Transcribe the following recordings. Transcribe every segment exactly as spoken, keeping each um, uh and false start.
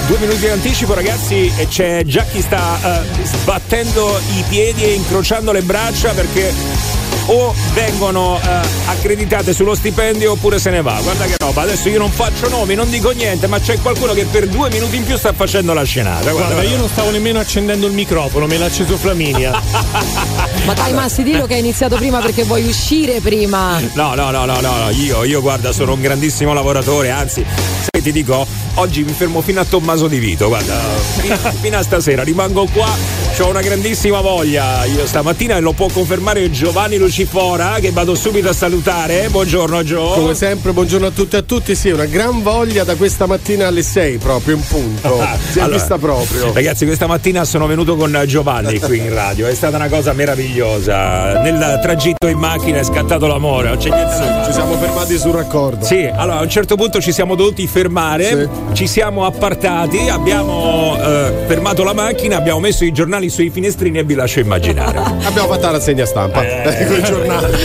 due minuti di anticipo, ragazzi, e c'è già chi sta uh, sbattendo i piedi e incrociando le braccia perché o vengono uh, accreditate sullo stipendio oppure se ne va. Guarda che roba, adesso io non faccio nomi, non dico niente, ma c'è qualcuno che per due minuti in più sta facendo la scenata. Guarda, guarda io non stavo nemmeno accendendo il microfono, me l'ha acceso Flaminia. Ma dai Massi, dillo che hai iniziato prima perché vuoi uscire prima. No, no, no, no, no, io, io guarda, sono un grandissimo lavoratore, anzi, sai, ti dico, oggi mi fermo fino a Tommaso Di Vito, guarda, fino, fino a stasera, rimango qua, c'ho una grandissima voglia, io stamattina, e lo può confermare Giovanni Lucifora, che vado subito a salutare. Buongiorno Gio. Come sempre, buongiorno a tutti e a tutti, sì, una gran voglia da questa mattina alle sei, proprio in punto, si è allora, vista proprio. Ragazzi, questa mattina sono venuto con Giovanni qui in radio, è stata una cosa meravigliosa, nel tragitto in macchina è scattato l'amore, non c'è niente. Ci siamo fermati sul raccordo. Sì, allora a un certo punto ci siamo dovuti fermare, sì. Ci siamo appartati, abbiamo eh, fermato la macchina, abbiamo messo i giornali sui finestrini e vi lascio immaginare. Abbiamo fatto la rassegna stampa eh. con i giornali.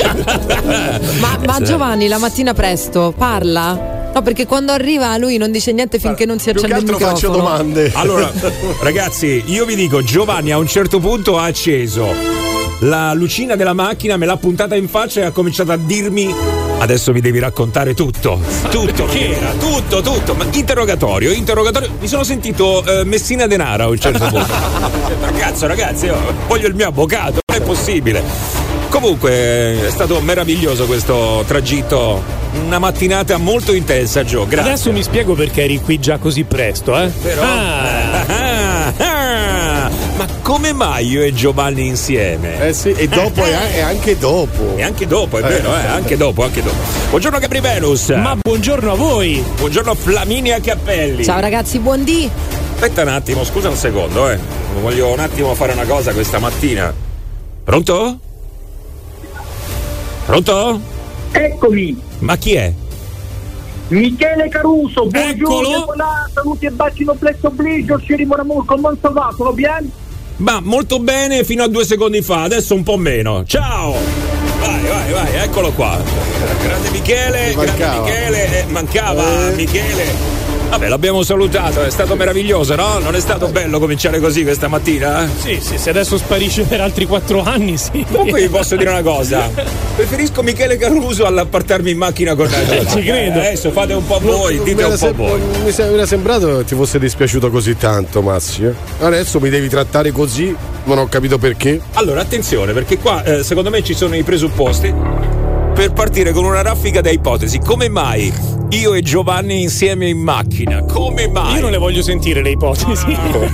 ma, ma Giovanni la mattina presto parla? No, perché quando arriva lui non dice niente finché non si accende il microfono. Faccio domande. Allora, ragazzi, io vi dico, Giovanni a un certo punto ha acceso la lucina della macchina, me l'ha puntata in faccia e ha cominciato a dirmi: adesso mi devi raccontare tutto, tutto, che era, tutto, tutto, ma interrogatorio, interrogatorio, mi sono sentito eh, Messina Denaro a un certo punto. Ragazzo, ragazzi, io voglio il mio avvocato, non è possibile. Comunque è stato meraviglioso questo tragitto, una mattinata molto intensa, Gio, grazie. Adesso mi spiego perché eri qui già così presto, eh? Però, ah. Ah, ah, ma come mai io e Giovanni insieme? Eh sì, e dopo è, è anche dopo. E anche dopo, è vero, eh, anche dopo, anche dopo. Buongiorno Gabri Venus. Ma buongiorno a voi. Buongiorno Flaminia Cappelli. Ciao ragazzi, buondì. Aspetta un attimo, scusa un secondo, eh. Voglio un attimo fare una cosa questa mattina. Pronto? Pronto? Eccomi. Ma chi è? Michele Caruso, buongiorno, Eccolo. buona, saluti e baci noblesso obligio, Scieri Monamur, come sta va, sono bien? Ma molto bene fino a due secondi fa, adesso un po' meno. Ciao! Vai, vai, vai, eccolo qua. Grande Michele, grande Michele, eh, mancava eh. Michele. Vabbè, l'abbiamo salutato, è stato meraviglioso, no? Non è stato bello cominciare così questa mattina? Sì, sì, se adesso sparisce per altri quattro anni, sì. Comunque vi posso dire una cosa, preferisco Michele Caruso all'appartarmi in macchina con noi. Ci credo. Adesso fate un po' voi, dite un po' sem- voi. Mi era sembrato che ti fosse dispiaciuto così tanto, Massi. Eh? Adesso mi devi trattare così, non ho capito perché. Allora, attenzione, perché qua eh, secondo me ci sono i presupposti per partire con una raffica da ipotesi. Come mai io e Giovanni insieme in macchina? Come mai? Io non le voglio sentire le ipotesi.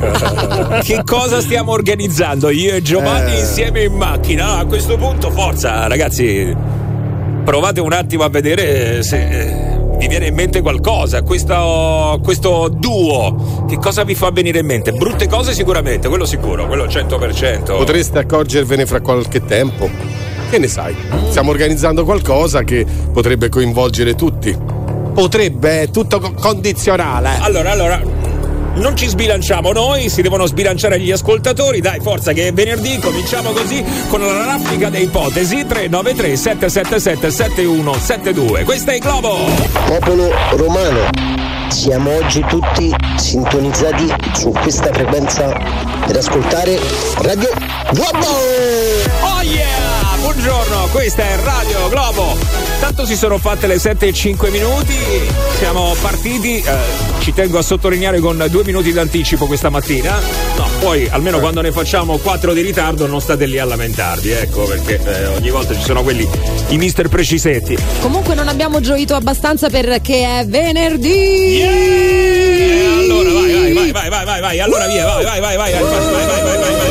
Che cosa stiamo organizzando io e Giovanni eh. insieme in macchina? A questo punto, forza, ragazzi, provate un attimo a vedere se eh, vi viene in mente qualcosa. Questo, questo duo, che cosa vi fa venire in mente? Brutte cose sicuramente, quello sicuro, quello cento per cento. Potreste accorgervene fra qualche tempo. Che ne sai? Stiamo organizzando qualcosa che potrebbe coinvolgere tutti. Potrebbe, è tutto condizionale. Allora, allora, non ci sbilanciamo noi, si devono sbilanciare gli ascoltatori. Dai, forza, che è venerdì, cominciamo così con la raffica delle ipotesi. Tre nove tre sette sette sette sette uno sette due. Questa è Globo. Popolo romano, siamo oggi tutti sintonizzati su questa frequenza per ascoltare Radio Globo. Oh yeah! Buongiorno, questa è Radio Globo. Tanto si sono fatte le sette e cinque minuti, siamo partiti, eh, ci tengo a sottolineare con due minuti d'anticipo questa mattina. No, poi almeno quando ne facciamo quattro di ritardo non state lì a lamentarvi, ecco, perché eh, ogni volta ci sono quelli, i mister precisetti. Comunque non abbiamo gioito abbastanza perché è venerdì. Yeah! E allora vai, vai, vai, vai, vai, vai, vai, allora via, vai, vai, vai, vai, vai, vai, vai, vai, vai, vai, vai, vai.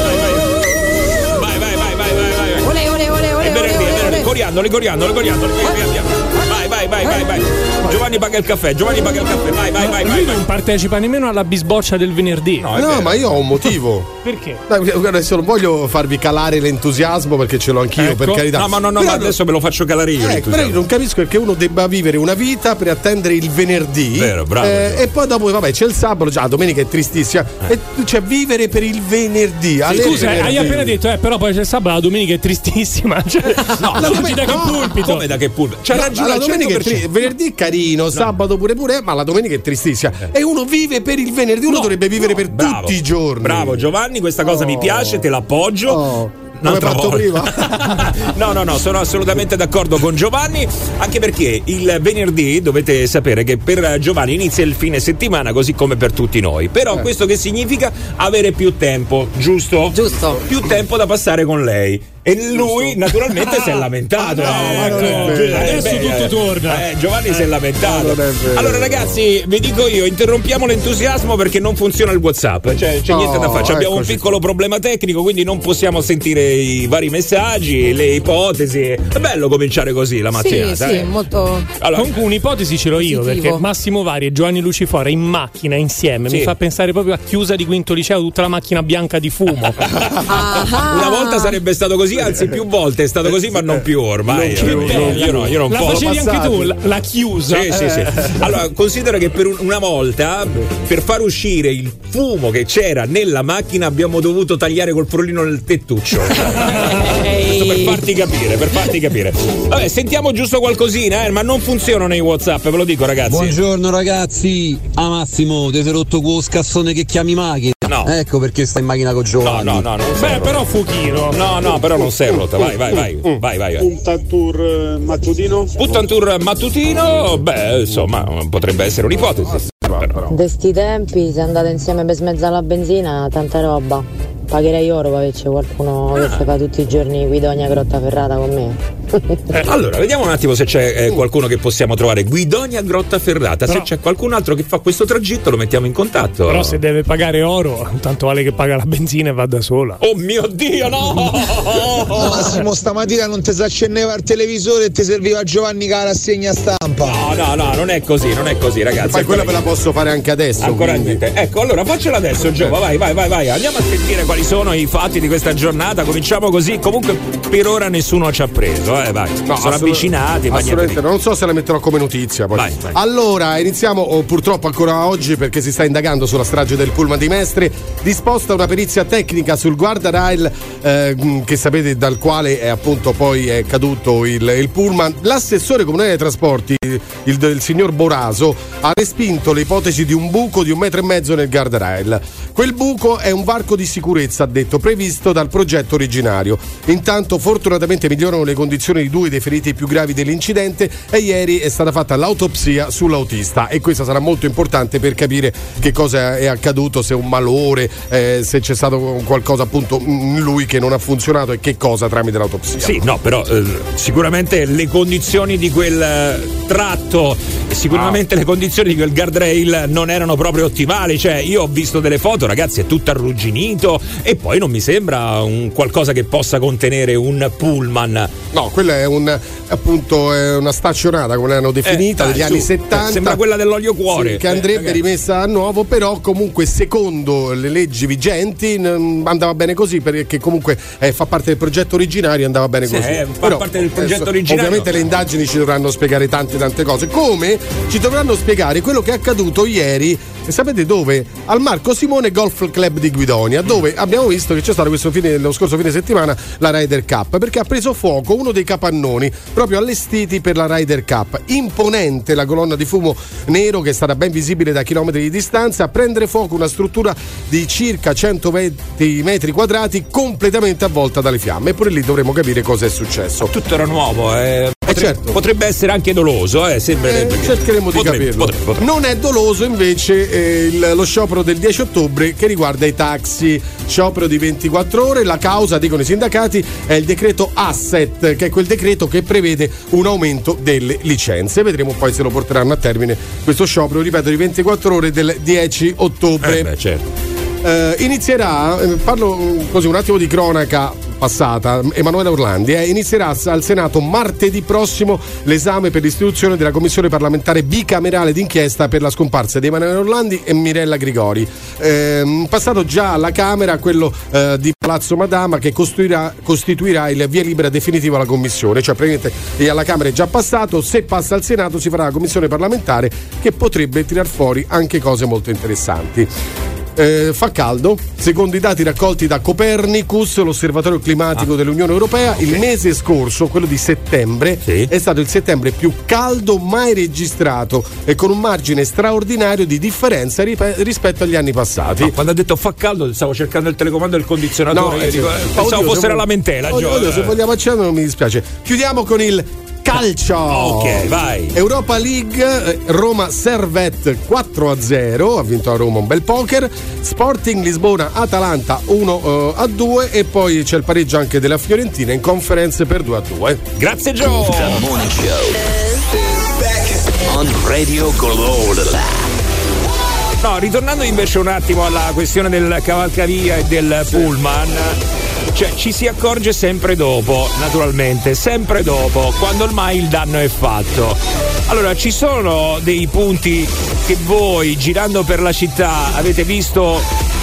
Ole, ole, ole, ole, è venerdì, ole, è venerdì, ole. coriandoli, coriandoli, coriandoli, via, via. Vai, vai, vai, vai, vai. Giovanni paga il caffè, Giovanni paga il caffè, vai, vai, vai, Lui vai. non vai. partecipa nemmeno alla bisboccia del venerdì. No, No, ma io ho un motivo. Perché? Dai, guarda, adesso non voglio farvi calare l'entusiasmo perché ce l'ho anch'io, Ecco. per carità. No, ma no, no, Però ma adesso me lo faccio calare io. Eh, però io non capisco perché uno debba vivere una vita per attendere il venerdì. Vero, bravo. eh, e poi dopo, vabbè, c'è il sabato, già domenica è tristissima. E cioè vivere per il venerdì. alle Scusa, venerdì. hai appena detto, eh, però poi c'è il sabato, la domenica è tristissima. Cioè, No, la no, leggi da che no, pulpito? Come da che pulpito? C'ha No, ragione la al domenica è tri- venerdì è carino, no. Sabato pure pure, ma la domenica è tristissima. Eh. E uno vive per il venerdì, uno no, dovrebbe vivere no, per bravo, tutti i giorni. Bravo Giovanni, questa cosa oh. mi piace, te l'appoggio. Oh. Come fatto prima? no, no, no, sono assolutamente d'accordo con Giovanni, anche perché il venerdì dovete sapere che per Giovanni inizia il fine settimana, così come per tutti noi. Però eh. questo che significa? Avere più tempo, giusto? Giusto. Più tempo da passare con lei. E lui naturalmente si è lamentato. Ah, no, eh, ecco, adesso eh, tutto eh, torna. Eh, Giovanni eh, si è lamentato. Allora ragazzi, vi dico io, interrompiamo l'entusiasmo perché non funziona il WhatsApp. Cioè, c'è oh, niente da fare. Abbiamo un piccolo problema tecnico, quindi non possiamo sentire i vari messaggi, le ipotesi. È bello cominciare così la mattinata. Sì, eh. sì, molto. Allora, comunque un'ipotesi ce l'ho io, positivo. Perché Massimo Vari e Giovanni Lucifora in macchina insieme sì. mi fa pensare proprio a chiusa di quinto liceo, tutta la macchina bianca di fumo. Una volta sarebbe stato così, anzi più volte è stato così, ma non più ormai. Non più, io, io, no, io non la posso. facevi anche tu, la, la chiusa. Sì, sì, sì. Allora, considera che per un, una volta, per far uscire il fumo che c'era nella macchina, abbiamo dovuto tagliare col frullino il tettuccio. Questo per farti capire, per farti capire. Vabbè, sentiamo giusto qualcosina, eh, ma non funzionano i WhatsApp, ve lo dico, ragazzi. Buongiorno ragazzi. Ah Massimo, ti sei rotto quello scassone che chiami macchina. No. Ecco perché stai in macchina con Giovanni. No, no, no, non Beh, però fuochino. No, no, però non sei rotta. Vai, vai, vai. Vai, vai, vai. Puntan tour mattutino? Puntan tour mattutino? Beh, insomma, potrebbe essere un'ipotesi. De sti tempi, se andate insieme per smezzare la benzina, tanta roba. Pagherei oro per averci qualcuno che si fa tutti i giorni Guidonia Grottaferrata con me. Eh, allora, vediamo un attimo se c'è eh, qualcuno che possiamo trovare. Guidonia Grottaferrata. Però, se c'è qualcun altro che fa questo tragitto, lo mettiamo in contatto. Però se deve pagare oro, tanto vale che paga la benzina e va da sola. Oh mio Dio, no! No, Massimo, stamattina non ti si accendeva il televisore e ti serviva Giovanni che la rassegna stampa. No, no, no, non è così, non è così, ragazzi. Ma quella ve la posso fare anche adesso. Ancora niente. Ecco, allora faccela adesso, Giova. Vai, vai, vai, vai. Andiamo a sentire quali sono i fatti di questa giornata. Cominciamo così. Comunque, per ora nessuno ci ha preso, eh, vai. No, sono avvicinati, ma assolutamente non so se la metterò come notizia poi. Vai, vai. Allora iniziamo oh, purtroppo ancora oggi perché si sta indagando sulla strage del pullman di Mestre. Disposta una perizia tecnica sul guardrail eh, che sapete dal quale è appunto poi è caduto il, il pullman. L'assessore comunale dei trasporti, il, il, il signor Boraso, ha respinto le ipotesi di un buco di un metro e mezzo nel guardrail. Quel buco è un varco di sicurezza, ha detto, previsto dal progetto originario. Intanto fortunatamente migliorano le condizioni di due dei feriti più gravi dell'incidente e ieri è stata fatta l'autopsia sull'autista e questa sarà molto importante per capire che cosa è accaduto, se un malore, eh, se c'è stato qualcosa appunto in lui che non ha funzionato e che cosa tramite l'autopsia. Sì, no, però eh, sicuramente le condizioni di quel eh, tratto, sicuramente ah. le condizioni di quel guardrail non erano proprio ottimali, cioè io ho visto delle foto, ragazzi, è tutto arrugginito e poi non mi sembra un qualcosa che possa contenere un pullman. No, quella è un appunto è una staccionata come l'hanno definita eh, degli su, anni settanta. Eh, sembra quella dell'olio cuore. Sì, che andrebbe eh, rimessa a nuovo, però comunque secondo le leggi vigenti n- andava bene così perché comunque eh, fa parte del progetto originario, andava bene sì, così. Eh, fa però, parte del progetto adesso, originario. Ovviamente le indagini ci dovranno spiegare tante tante cose, come ci dovranno spiegare quello che è accaduto ieri. E sapete dove? Al Marco Simone Golf Club di Guidonia, dove abbiamo visto che c'è stato questo fine, lo scorso fine settimana la Ryder Cup, perché ha preso fuoco uno dei capannoni proprio allestiti per la Ryder Cup. Imponente la colonna di fumo nero che è stata ben visibile da chilometri di distanza, a prendere fuoco una struttura di circa centoventi metri quadrati completamente avvolta dalle fiamme. Eppure lì dovremo capire cosa è successo. Tutto era nuovo, eh. Potrebbe, eh certo. potrebbe essere anche doloso, eh, sembrerebbe. Eh, cercheremo di potrebbe, capirlo. Potrebbe, potrebbe. Non è doloso invece eh, il, lo sciopero del dieci ottobre che riguarda i taxi. Sciopero di ventiquattro ore. La causa, dicono i sindacati, è il decreto Asset, che è quel decreto che prevede un aumento delle licenze. Vedremo poi se lo porteranno a termine questo sciopero, ripeto, di ventiquattro ore del dieci ottobre. Eh beh, certo. Uh, inizierà, eh, parlo così un attimo di cronaca passata, Emanuela Orlandi, eh, inizierà al Senato martedì prossimo l'esame per l'istituzione della commissione parlamentare bicamerale d'inchiesta per la scomparsa di Emanuela Orlandi e Mirella Grigori. Eh, passato già alla Camera quello eh, di Palazzo Madama che costituirà, costituirà il via libera definitivo alla commissione, cioè praticamente alla Camera è già passato, se passa al Senato si farà la commissione parlamentare che potrebbe tirar fuori anche cose molto interessanti. Eh, fa caldo, secondo i dati raccolti da Copernicus, l'osservatorio climatico ah. dell'Unione Europea, okay. il mese scorso, quello di settembre, sì. è stato il settembre più caldo mai registrato e con un margine straordinario di differenza rip- rispetto agli anni passati. No, quando ha detto fa caldo stavo cercando il telecomando del condizionatore, no, io eh, dico, eh, pensavo oddio, fosse la lamentela. Oddio, oddio, se vogliamo accendere non mi dispiace. Chiudiamo con il calcio. Ok, vai. Europa League, Roma Servette quattro a zero, ha vinto a Roma un bel poker. Sporting Lisbona Atalanta uno a due e poi c'è il pareggio anche della Fiorentina in Conference per due a due. Grazie Gio. The Morning Show is back on Radio Globo. No, ritornando invece un attimo alla questione del cavalcavia e del pullman. Cioè ci si accorge sempre dopo, naturalmente, sempre dopo, quando ormai il danno è fatto. Allora, ci sono dei punti che voi, girando per la città, avete visto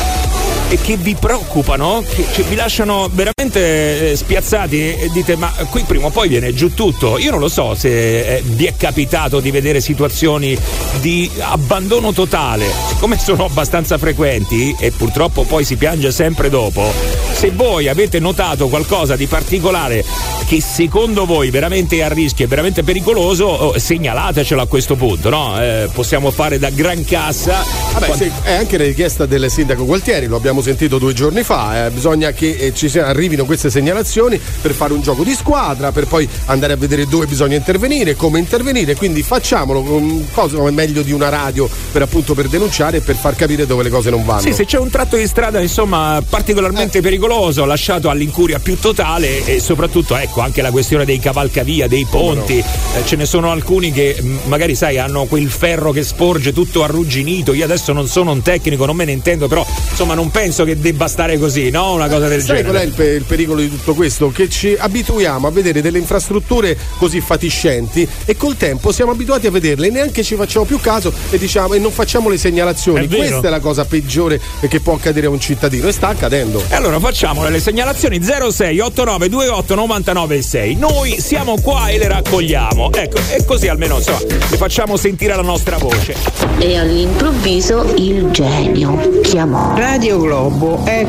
e che vi preoccupano, che cioè, vi lasciano veramente eh, spiazzati e dite ma qui prima o poi viene giù tutto. Io non lo so se eh, vi è capitato di vedere situazioni di abbandono totale, siccome sono abbastanza frequenti e purtroppo poi si piange sempre dopo. Se voi avete notato qualcosa di particolare che secondo voi veramente è a rischio, è veramente pericoloso, oh, segnalatecelo a questo punto, no? Eh, possiamo fare da gran cassa. Vabbè, Quando... sì, è anche la richiesta del sindaco Gualtieri, lo abbiamo sentito due giorni fa, eh, bisogna che eh, ci arrivino queste segnalazioni per fare un gioco di squadra, per poi andare a vedere dove bisogna intervenire, come intervenire, quindi facciamolo, um, cosa meglio di una radio per appunto per denunciare e per far capire dove le cose non vanno. Sì, se c'è un tratto di strada insomma particolarmente eh. pericoloso, lasciato all'incuria più totale e soprattutto ecco anche la questione dei cavalcavia, dei ponti, no. eh, ce ne sono alcuni che magari sai hanno quel ferro che sporge tutto arrugginito. Io adesso non sono un tecnico, non me ne intendo, però insomma non penso che debba stare così, no? Una cosa del Sai genere. Qual è il, pe- il pericolo di tutto questo? Che ci abituiamo a vedere delle infrastrutture così fatiscenti e col tempo siamo abituati a vederle e neanche ci facciamo più caso e diciamo e non facciamo le segnalazioni. È Questa è la cosa peggiore che può accadere a un cittadino e sta accadendo. E allora facciamole le segnalazioni zero sei otto nove due otto nove nove sei. Noi siamo qua e le raccogliamo. Ecco, e così almeno insomma le facciamo sentire la nostra voce. E all'improvviso il genio chiamò. Radio Globo è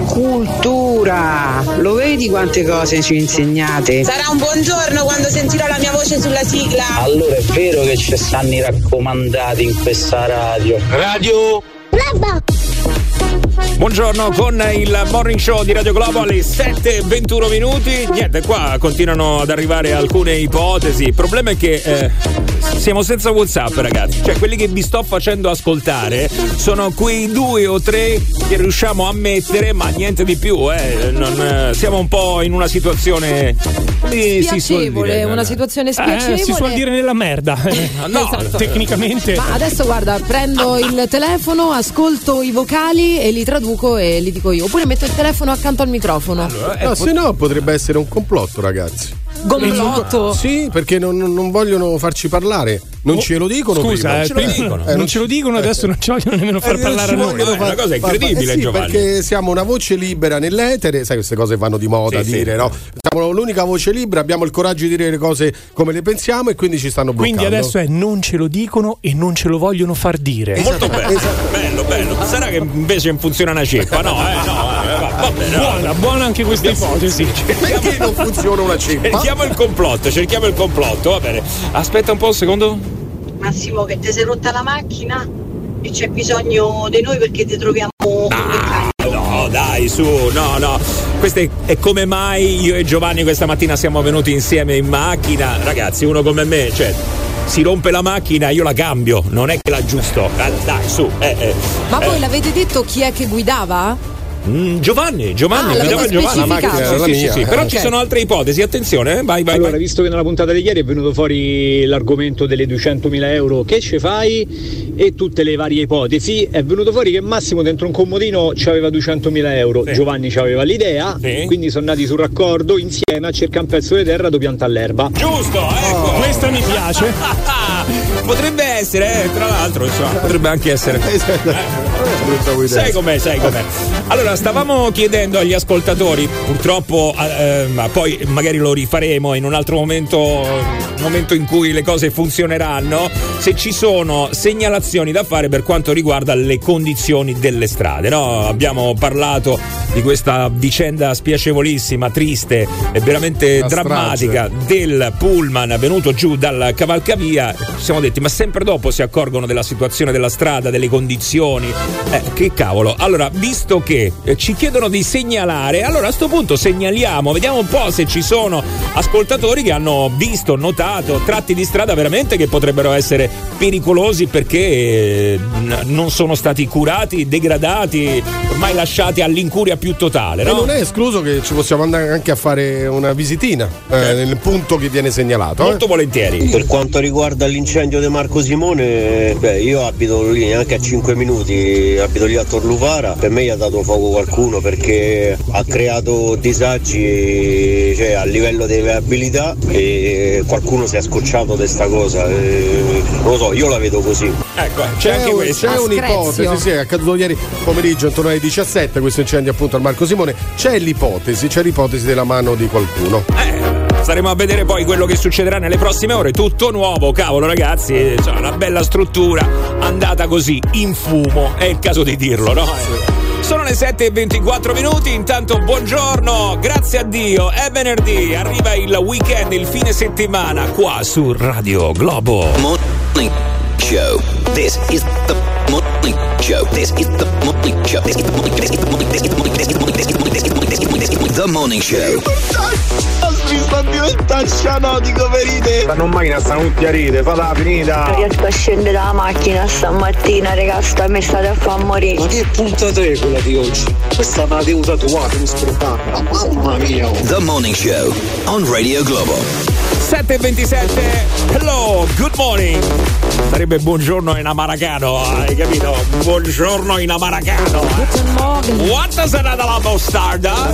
cultura, lo vedi quante cose ci insegnate? Sarà un buongiorno quando sentirò la mia voce sulla sigla. Allora è vero che ci stanno i raccomandati in questa radio. Radio Globo. Buongiorno con il Morning Show di Radio Globo alle sette e ventuno minuti. Niente, qua continuano ad arrivare alcune ipotesi. Il problema è che eh, siamo senza WhatsApp, ragazzi. Cioè, quelli che vi sto facendo ascoltare sono quei due o tre che riusciamo a mettere, ma niente di più. Eh. Non, eh, siamo un po' in una situazione spiacevole, una situazione spiacevole. Eh, si suol dire nella merda. No, esatto. Tecnicamente. Ma adesso guarda, prendo il telefono, ascolto i vocali e li traduco e li dico io. Oppure metto il telefono accanto al microfono. Allora, eh, no, pot- se no potrebbe essere un complotto, ragazzi. Complotto? Sì, perché non, non vogliono farci parlare. Non oh, ce lo dicono. Scusa, prima. Eh, Ce lo prima, dicono. Eh, non, non ce lo dicono, adesso non ci vogliono nemmeno far eh, parlare a noi. È una cosa incredibile, eh sì, Giovanni. Perché siamo una voce libera nell'etere, sai queste cose vanno di moda sì, dire, sì. no? Siamo l'unica voce libera, abbiamo il coraggio di dire le cose come le pensiamo e quindi ci stanno bloccando. Quindi adesso è non ce lo dicono e non ce lo vogliono far dire. Molto bello, esatto. bello, bello. Sarà che invece funziona una ceppa? No, eh, no, eh, va bene. Buona, buona anche questa ipotesi. Perché non funziona una ceppa? Cerchiamo il complotto, cerchiamo il complotto, va bene. Aspetta un po' un secondo. Massimo, che ti sei rotta la macchina e c'è bisogno di noi perché ti troviamo. Ah, no, dai, su, no, no. Questo è, è come mai io e Giovanni questa mattina siamo venuti insieme in macchina. Ragazzi, uno come me, cioè, si rompe la macchina, io la cambio, non è che l'aggiusto. Dai, su. Eh, eh, Ma eh. voi l'avete detto chi è che guidava? Mm, Giovanni, Giovanni, ah, guidava Giovanni. La macchina era la sì, mia. sì, sì. Però okay. ci sono altre ipotesi, attenzione, eh? vai, vai. Allora, vai. visto che nella puntata di ieri è venuto fuori l'argomento delle duecentomila euro, che ce fai? E tutte le varie ipotesi, è venuto fuori che Massimo dentro un comodino c'aveva duecentomila euro, sì. Giovanni c'aveva l'idea, sì. Quindi sono andati sul raccordo insieme a cercare un pezzo di terra dove pianta all'erba. Giusto, ecco. Oh. Questa mi piace. Potrebbe essere, eh, tra l'altro, insomma, potrebbe anche essere. Eh. sai com'è, sai com'è. Allora, stavamo chiedendo agli ascoltatori, purtroppo, eh, ma poi magari lo rifaremo in un altro momento, un momento in cui le cose funzioneranno, se ci sono segnalazioni da fare per quanto riguarda le condizioni delle strade, no? Abbiamo parlato di questa vicenda spiacevolissima, triste e veramente La drammatica strage. del pullman venuto giù dal cavalcavia. Ci siamo detti, ma sempre dopo si accorgono della situazione della strada, delle condizioni. Eh, che cavolo. Allora, visto che eh, ci chiedono di segnalare, allora a sto punto segnaliamo, vediamo un po' se ci sono ascoltatori che hanno visto, notato tratti di strada veramente che potrebbero essere pericolosi perché eh, non sono stati curati, degradati, ormai lasciati all'incuria più totale, no? E non è escluso che ci possiamo andare anche a fare una visitina eh, nel punto che viene segnalato. Molto eh? volentieri. Per quanto riguarda l'incendio di Marco Simone, beh, io abito lì neanche a cinque minuti, abito lì a Torlupara. Per me gli ha dato fuoco qualcuno perché ha creato disagi, cioè, a livello di viabilità, e qualcuno si è scocciato di sta cosa. E, non lo so, io la vedo così. Ecco, c'è, c'è anche un, questo. C'è un'ipotesi, sì, è accaduto ieri pomeriggio intorno alle diciassette questo incendio appunto al Marco Simone. C'è l'ipotesi, c'è l'ipotesi della mano di qualcuno. Eh. Staremo a vedere poi quello che succederà nelle prossime ore. Tutto nuovo, cavolo ragazzi, c'è una bella struttura andata così in fumo, è il caso di dirlo, no? Sono le sette e ventiquattro minuti, intanto buongiorno, grazie a Dio, è venerdì, arriva il weekend, il fine settimana qua su Radio Globo. Morning Show. This is the Morning Show. This is the Morning Show. This is the Morning Show. This is the Morning Show. This is the Morning Show. This is the Morning Show. This is the Morning Show. This is the Morning Show. Mi sta diventando cianotico per ride. Stanno in macchina, stanno tutti a ride, fatela finita. Non riesco a scendere dalla macchina stamattina, ragazzi, mi state a far morire. Ma che puntata è quella di oggi? Questa me la devo tatuare, mi scordata. Mamma mia. The Morning Show on Radio Globo. sette e ventisette, hello, good morning. Sarebbe buongiorno in amaracano, hai capito? Buongiorno in amaracano. Quanta sarà dalla mostarda?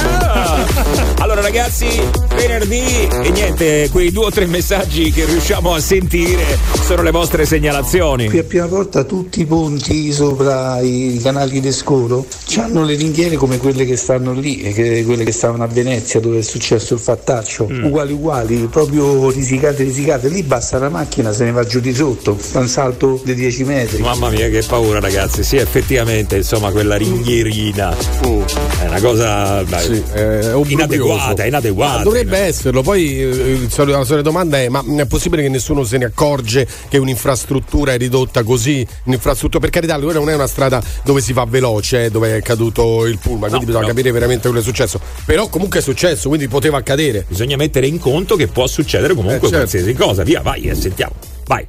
Eh. Allora ragazzi, venerdì e niente, quei due o tre messaggi che riusciamo a sentire sono le vostre segnalazioni. Qui a Prima Porta tutti i ponti sopra i canali di Scolo hanno le ringhiere come quelle che stanno lì, e che, quelle che stavano a Venezia dove è successo il fattaccio, mm. uguali uguali, proprio risicate risicate. Lì basta la macchina, se ne va giù di sotto, fa un salto di dieci metri. Mamma mia che paura ragazzi, sì effettivamente insomma quella ringhierina uh. è una cosa dai, sì, è inadeguata, inadeguata. Ma dovrebbe esserlo. Poi il solito, la solita domanda è: ma è possibile che nessuno se ne accorge che un'infrastruttura è ridotta così? Un'infrastruttura, per carità, quella non è una strada dove si va veloce, eh, dove è caduto il pullman, quindi no, bisogna no. capire veramente quello che è successo. Però comunque è successo, quindi poteva accadere. Bisogna mettere in conto che può succedere comunque eh, certo. qualsiasi cosa. Via, vai, eh, sentiamo. Vai.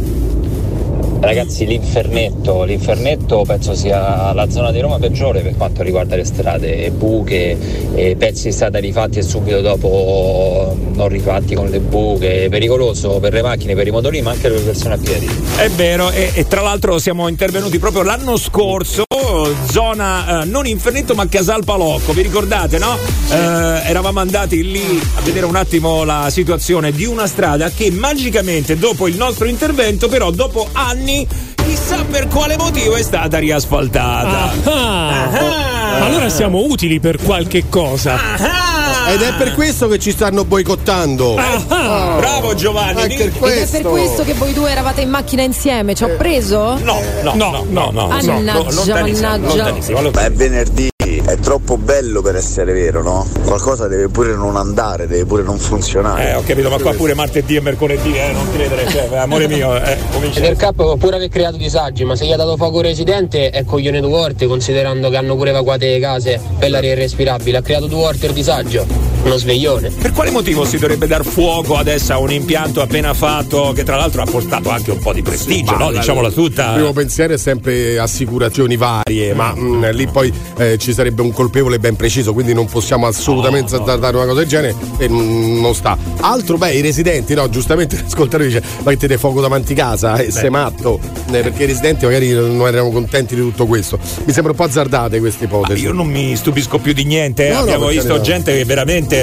Ragazzi, l'infernetto, l'infernetto penso sia la zona di Roma peggiore per quanto riguarda le strade, buche, e pezzi di strada rifatti e subito dopo non rifatti con le buche, pericoloso per le macchine, per i motorini, ma anche per le persone a piedi. È vero, e, e tra l'altro siamo intervenuti proprio l'anno scorso, zona eh, non Infernetto ma Casal Palocco, vi ricordate, no? Eh, eravamo andati lì a vedere un attimo la situazione di una strada che magicamente dopo il nostro intervento, però dopo anni, chissà per quale motivo è stata riasfaltata. Ah, ah, allora siamo utili per qualche cosa. Ed è per questo che ci stanno boicottando. Ah, oh. Bravo Giovanni. Ed è per questo che voi due eravate in macchina insieme. Ci ho preso? No, no, no, no, no. Mannaggia, mannaggia. Ma è venerdì, è troppo bello per essere vero, no? Qualcosa deve pure non andare, deve pure non funzionare. Eh, ho capito, ma qua pure martedì e mercoledì, eh, non credere, cioè, amore mio, eh, comincia. Nel capo può pure aver creato disagi, ma se gli ha dato fuoco residente è coglione due volte, considerando che hanno pure evacuate le case per l'aria irrespirabile. Ha creato due volte il disagio. Uno sveglione. Per quale motivo si dovrebbe dar fuoco adesso a un impianto appena fatto, che tra l'altro ha portato anche un po' di prestigio, sì, no? Diciamola tutta. Il primo pensiero è sempre assicurazioni varie, mm. ma mh, lì poi eh, ci sarebbe un colpevole ben preciso, quindi non possiamo assolutamente no, no. dare una cosa del genere e mh, non sta. Altro, beh, i residenti, no? Giustamente l'ascoltatore dice: ma mettete fuoco davanti casa, e eh, sei matto, eh, perché i residenti magari non erano contenti di tutto questo. Mi sembra un po' azzardate queste ipotesi. Ma io non mi stupisco più di niente, eh? no, abbiamo no, visto no. gente che veramente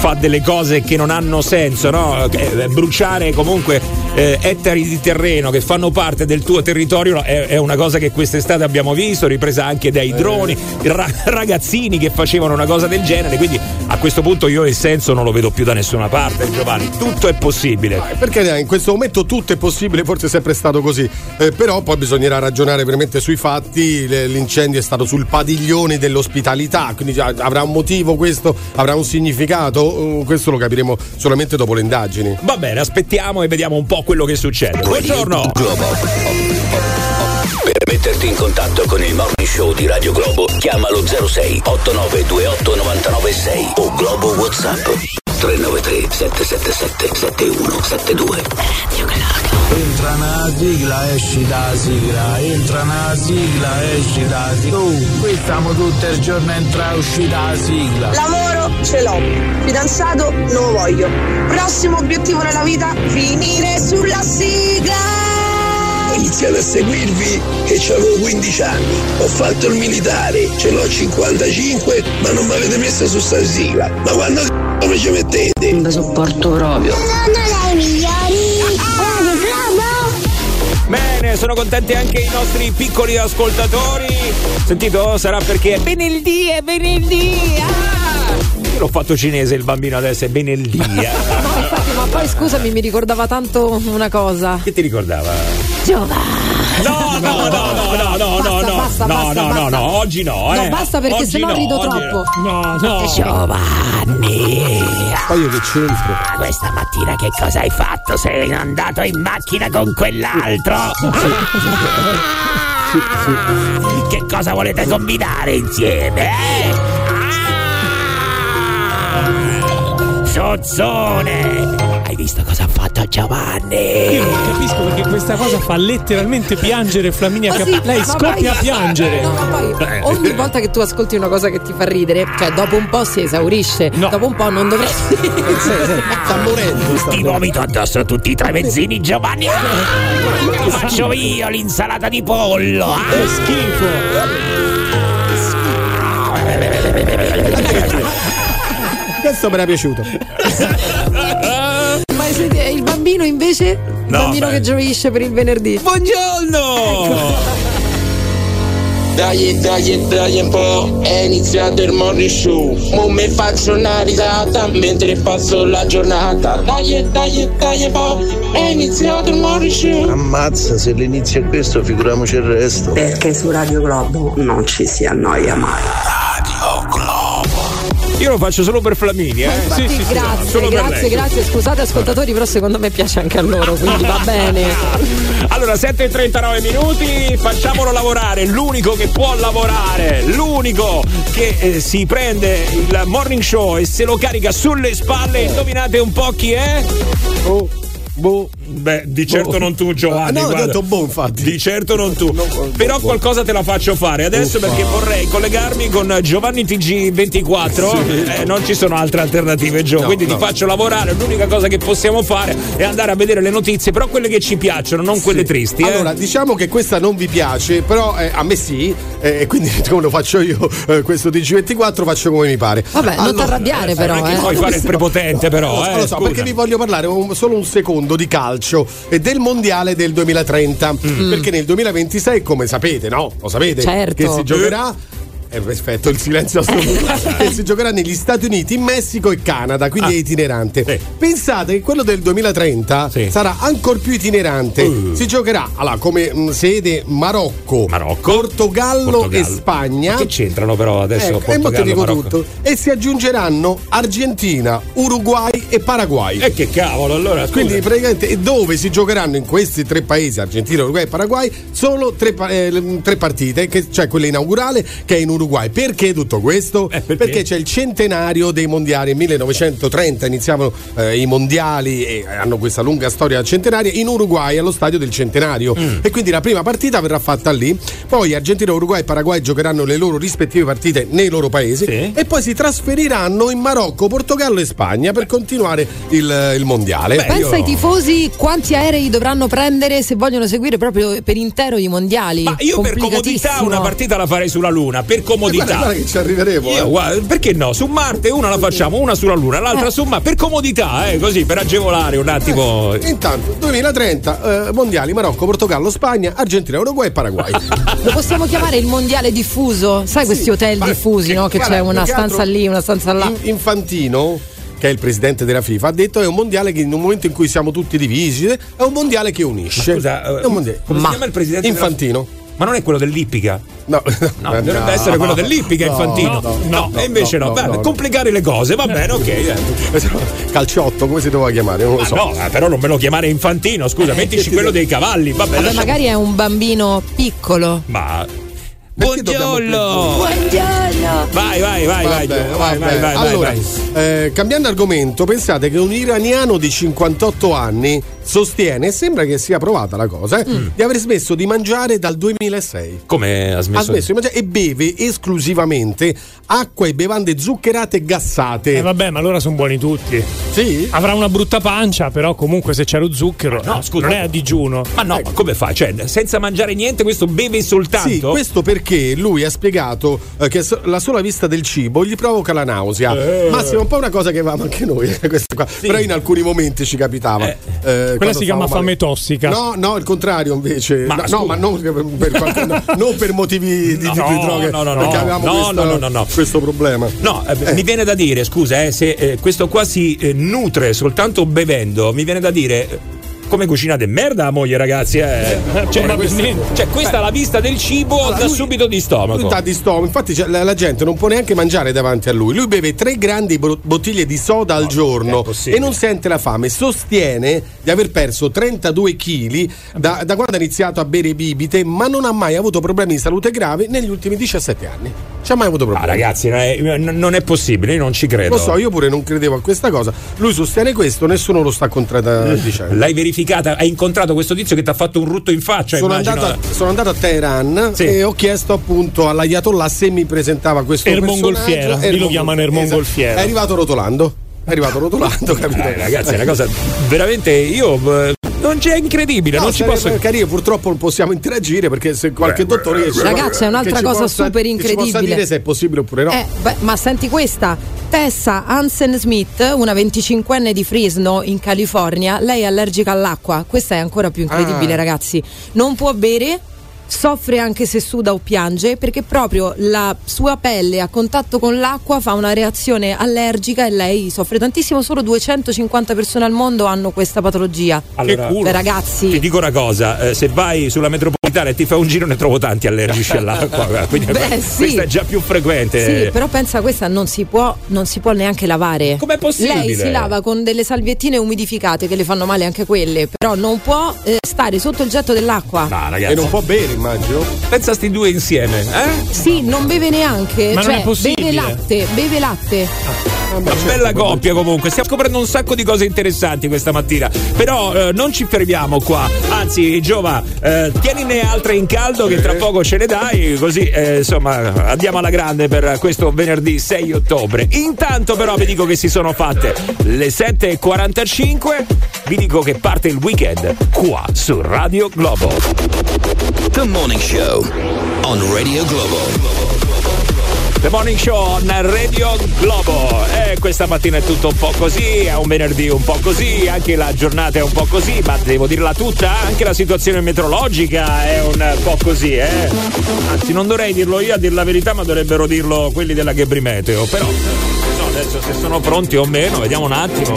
fa delle cose che non hanno senso, no? Eh, bruciare comunque eh, ettari di terreno che fanno parte del tuo territorio è, è una cosa che quest'estate abbiamo visto, ripresa anche dai droni, ra- ragazzini che facevano una cosa del genere, quindi a questo punto io il senso non lo vedo più da nessuna parte, Giovanni, tutto è possibile. Perché in questo momento tutto è possibile, forse è sempre stato così, eh, però poi bisognerà ragionare veramente sui fatti. L'incendio è stato sul padiglione dell'ospitalità, quindi avrà un motivo questo, avrà un significato, uh, questo lo capiremo solamente dopo le indagini. Va bene, aspettiamo e vediamo un po' quello che succede. Buongiorno. Per metterti in contatto con il Morning Show di Radio Globo, chiamalo zero sei otto nove due otto nove nove sei o Globo WhatsApp tre nove tre sette sette sette sette uno sette due. Radio Globo. Entra una sigla, esci da sigla, entra una sigla, esci da sigla. Oh, qui stiamo tutto il giorno entra e uscì da sigla. Lavoro ce l'ho, fidanzato non lo voglio. Prossimo obiettivo nella vita, finire sulla sigla. Ho iniziato a seguirvi che avevo quindici anni, ho fatto il militare, ce l'ho cinquantacinque, ma non mi avete messo su sta sigla. Ma quando c***o mi ci mettete? Non vi sopporto proprio. Sono le migliori. Bene, sono contenti anche i nostri piccoli ascoltatori. Sentito? Sarà perché è venerdì, è venerdì. Ah! Io l'ho fatto cinese il bambino, adesso è venerdì. No, infatti, ma poi scusami, mi ricordava tanto una cosa. Che ti ricordava? Giovanni. No, no, no, no, no, no, no, no, basta, no, basta, no, basta. no, no, oggi no, eh. No, basta perché oggi sennò no, rido oggi troppo. No, no. Giovanni. Poi io che c'entro? Ah, questa mattina che cosa hai fatto? Sei andato in macchina con quell'altro? Sì, sì. Che cosa volete combinare insieme, eh? Ah! Sozzone! Hai visto cosa ha fatto Giovanni? Io non capisco perché questa cosa fa letteralmente piangere Flaminia. Ma Cap- sì, lei ma scoppia poi- a piangere. No, ma poi ogni volta che tu ascolti una cosa che ti fa ridere, cioè dopo un po' si esaurisce, No. dopo un po' non dovresti. Sta morendo. Sta Ti vomito addosso a tutti i tramezzini, Giovanni. Ah, ti faccio io l'insalata di pollo. Ah. Che schifo. Questo mi era piaciuto. Ma siete- il bambino invece? Il No, bambino beh. che gioisce per il venerdì. Buongiorno! Dai, dai, dai un po', è iniziato il morning show. Mo me faccio una risata mentre passo la giornata. Dai, dai, dai un po', è iniziato il morning show. Ammazza, se l'inizio è questo, figuriamoci il resto. Perché su Radio Globo non ci si annoia mai. Radio Globo. Io lo faccio solo per Flaminia, eh? Infatti, Sì, sì, sì, grazie, solo per grazie, lei. grazie. Scusate ascoltatori, però secondo me piace anche a loro, quindi va bene. Allora, sette e trentanove minuti, facciamolo lavorare. L'unico che può lavorare, l'unico che eh, si prende il morning show e se lo carica sulle spalle. Indovinate un po' chi è? Oh, boh. Beh, di certo Boh. non tu, Giovanni. Ah, no, ho guarda. detto boh, infatti. Di certo non tu. No, no, Però boh. qualcosa te la faccio fare adesso, Uffa. perché vorrei collegarmi con Giovanni T G ventiquattro. Sì. Eh, non ci sono altre alternative, Gio. No, quindi no. ti faccio lavorare. L'unica cosa che possiamo fare è andare a vedere le notizie, però quelle che ci piacciono, non quelle Sì. tristi. Eh. Allora, diciamo che questa non vi piace, però eh, a me sì, eh, e quindi come lo faccio io eh, questo T G ventiquattro faccio come mi pare. Vabbè, non ti arrabbiare però, non è che eh. puoi fare il prepotente, però. Lo so, eh, lo so, scusa. perché vi voglio parlare un- solo un secondo di calcio e del mondiale del duemilatrenta. Mm. Perché nel duemilaventisei, come sapete, no? Lo sapete? Certo. Che si giocherà. Eh, perfetto, il silenzio assoluto. Che si giocherà negli Stati Uniti, in Messico e Canada, quindi Ah. è itinerante. Sì. Pensate che quello del duemilatrenta Sì. sarà ancora più itinerante. Uh. Si giocherà allora, come mh, sede Marocco, Marocco. Portogallo, Portogallo. e Spagna. Ma che c'entrano però adesso? Ecco, e mo te Portogallo, dico Marocco? tutto. E si aggiungeranno Argentina, Uruguay e Paraguay. E che cavolo, allora scusa. Quindi praticamente dove si giocheranno in questi tre paesi, Argentina, Uruguay e Paraguay, solo tre, pa- eh, tre partite, che, cioè quella inaugurale che è in Uruguay. Perché tutto questo? Eh, perché? c'è il centenario dei mondiali. Nel millenovecentotrenta iniziavano eh, i mondiali e hanno questa lunga storia centenaria in Uruguay allo stadio del centenario. Mm. E quindi la prima partita verrà fatta lì. Poi Argentina, Uruguay e Paraguay giocheranno le loro rispettive partite nei loro paesi. Sì. E poi si trasferiranno in Marocco, Portogallo e Spagna per continuare il, il mondiale. Beh, Pensa io- ai tifosi quanti aerei dovranno prendere se vogliono seguire proprio per intero i mondiali. Ma io per comodità Complicatissimo. una partita la farei sulla Luna. Per comodità. Guarda, guarda che ci arriveremo. Io, eh. guarda, perché no? Su Marte una la facciamo, una sulla Luna, l'altra Eh. su Marte, per comodità, eh, così, per agevolare un attimo. Eh, intanto duemilatrenta eh, mondiali Marocco, Portogallo, Spagna, Argentina, Uruguay e Paraguay. Lo possiamo chiamare il mondiale diffuso? Sai Sì, questi hotel ma- diffusi, no? Che guarda, c'è una più che stanza altro lì, una stanza là. In- Infantino, che è il presidente della FIFA, ha detto è un mondiale che in un momento in cui siamo tutti divisi è un mondiale che unisce. Ma scusa, è un mondiale. come si chiama il presidente della- Infantino. Ma non è quello dell'Ippica? No, no dovrebbe essere quello dell'Ippica, no, Infantino. no, No, no, no, e invece no. no, Beh, no, no. complicare le cose, va bene, ok. eh. Calciotto, come si doveva chiamare? Non lo Ma so. no, eh, però non me lo chiamare Infantino, scusa, Eh, mettici quello dei cavalli, va bene. Vabbè, lascia- magari è un bambino piccolo. Ma Perché buongiorno! Buongiorno! Vai, vai, vai, vai, Vabbè, Gio, vai, vai, vabbè. vai, Allora, vai. eh, cambiando argomento, pensate che un iraniano di cinquantotto anni sostiene, e sembra che sia provata la cosa, eh, Mm. di aver smesso di mangiare dal duemilasei. Come ha smesso? Ha smesso di mangiare e beve esclusivamente acqua e bevande zuccherate e gassate. Eh vabbè, ma allora sono buoni tutti. Sì? Avrà una brutta pancia, però comunque se c'è lo zucchero, no, scusa. non è a digiuno. Ma no, ma come fa? Cioè, senza mangiare niente, questo beve soltanto? Sì, questo perché lui ha spiegato eh, che so- la sola vista del cibo gli provoca la nausea. Eh. Massimo, un po' una cosa che avevamo anche noi, eh, questa qua. Però in alcuni momenti ci capitava. Eh. Eh, Quella quando si chiama stavamo male. fame tossica. No, no, il contrario invece. Ma no, scusa. no, ma non per, per qualche- no, non per motivi di, di, No, di droghe, no, no, no, perché no. avevamo No, questo, no, no, no, no. questo problema. No, eh, mi viene da dire, scusa, eh, se eh, questo qua si eh, nutre soltanto bevendo, mi viene da dire. eh, Come cucinate merda, moglie, ragazzi? Eh? Cioè, questa, cioè, questa è la vista del cibo Allora, da lui- subito di stomaco. Lui dà di stomaco. Infatti cioè, la, la gente non può neanche mangiare davanti a lui. Lui beve tre grandi bro- bottiglie di soda al giorno e non sente la fame. Sostiene di aver perso trentadue chili da, da quando ha iniziato a bere bibite, ma non ha mai avuto problemi di salute gravi negli ultimi diciassette anni. Ci ha mai avuto problemi. Ah, ragazzi, non è, non è possibile, io non ci credo. Lo so, io pure non credevo a questa cosa. Lui sostiene questo, nessuno lo sta contraddicendo. L'hai verificata? Hai incontrato questo tizio che ti ha fatto un rutto in faccia? Sono immagino. andato, a, sono andato a Teheran Sì. e ho chiesto appunto all'Ayatollah se mi presentava questo Ermon personaggio. Golfiera, lì lo chiamano Ermon Esatto. Golfiera. È arrivato rotolando. È arrivato rotolando, capito? Eh, ragazzi, è una cosa veramente. Io. eh, non c'è incredibile, No, non ci sarebbe posso. carino, purtroppo non possiamo interagire perché se qualche dottore riesce- Ragazzi, è un'altra che ci cosa possa- super che ci possa incredibile. dire se è possibile oppure no. Eh, beh, ma senti questa. Tessa Hansen Smith, una venticinquenne di Fresno in California, lei è allergica all'acqua. Questa è ancora più incredibile, Ah. ragazzi. Non può bere, soffre anche se suda o piange, perché proprio la sua pelle a contatto con l'acqua fa una reazione allergica e lei soffre tantissimo. Solo duecentocinquanta persone al mondo hanno questa patologia. Allora, Beh, ragazzi, ti dico una cosa, eh, se vai sulla metropolitana e ti fai un giro ne trovo tanti allergici all'acqua, quindi Beh, sì. questa è già più frequente. sì, però pensa, questa non si può non si può neanche lavare. Com'è possibile? Lei si lava con delle salviettine umidificate che le fanno male anche quelle, però non può eh, stare sotto il getto dell'acqua. Ma ragazzi, E non può bere, immagino. pensa a sti due insieme, eh? Sì, non beve neanche, Ma non cioè è possibile. beve latte, beve latte. Una bella coppia comunque, stiamo scoprendo un sacco di cose interessanti questa mattina, però eh, non ci fermiamo qua, anzi Giova, eh, tienine altre in caldo che tra poco ce ne dai, così eh, insomma andiamo alla grande per questo venerdì sei ottobre. Intanto però vi dico che si sono fatte le sette e quarantacinque, vi dico che parte il weekend qua su Radio Globo. The Morning Show on Radio Globo. The Morning Show on Radio Globo. E questa mattina è tutto un po' così, è un venerdì un po' così, anche la giornata è un po' così, ma devo dirla tutta, anche la situazione meteorologica è un po' così, eh. Anzi, non dovrei dirlo io a dir la verità, ma dovrebbero dirlo quelli della Gebri Meteo. Però, no, adesso se sono pronti o meno, vediamo un attimo.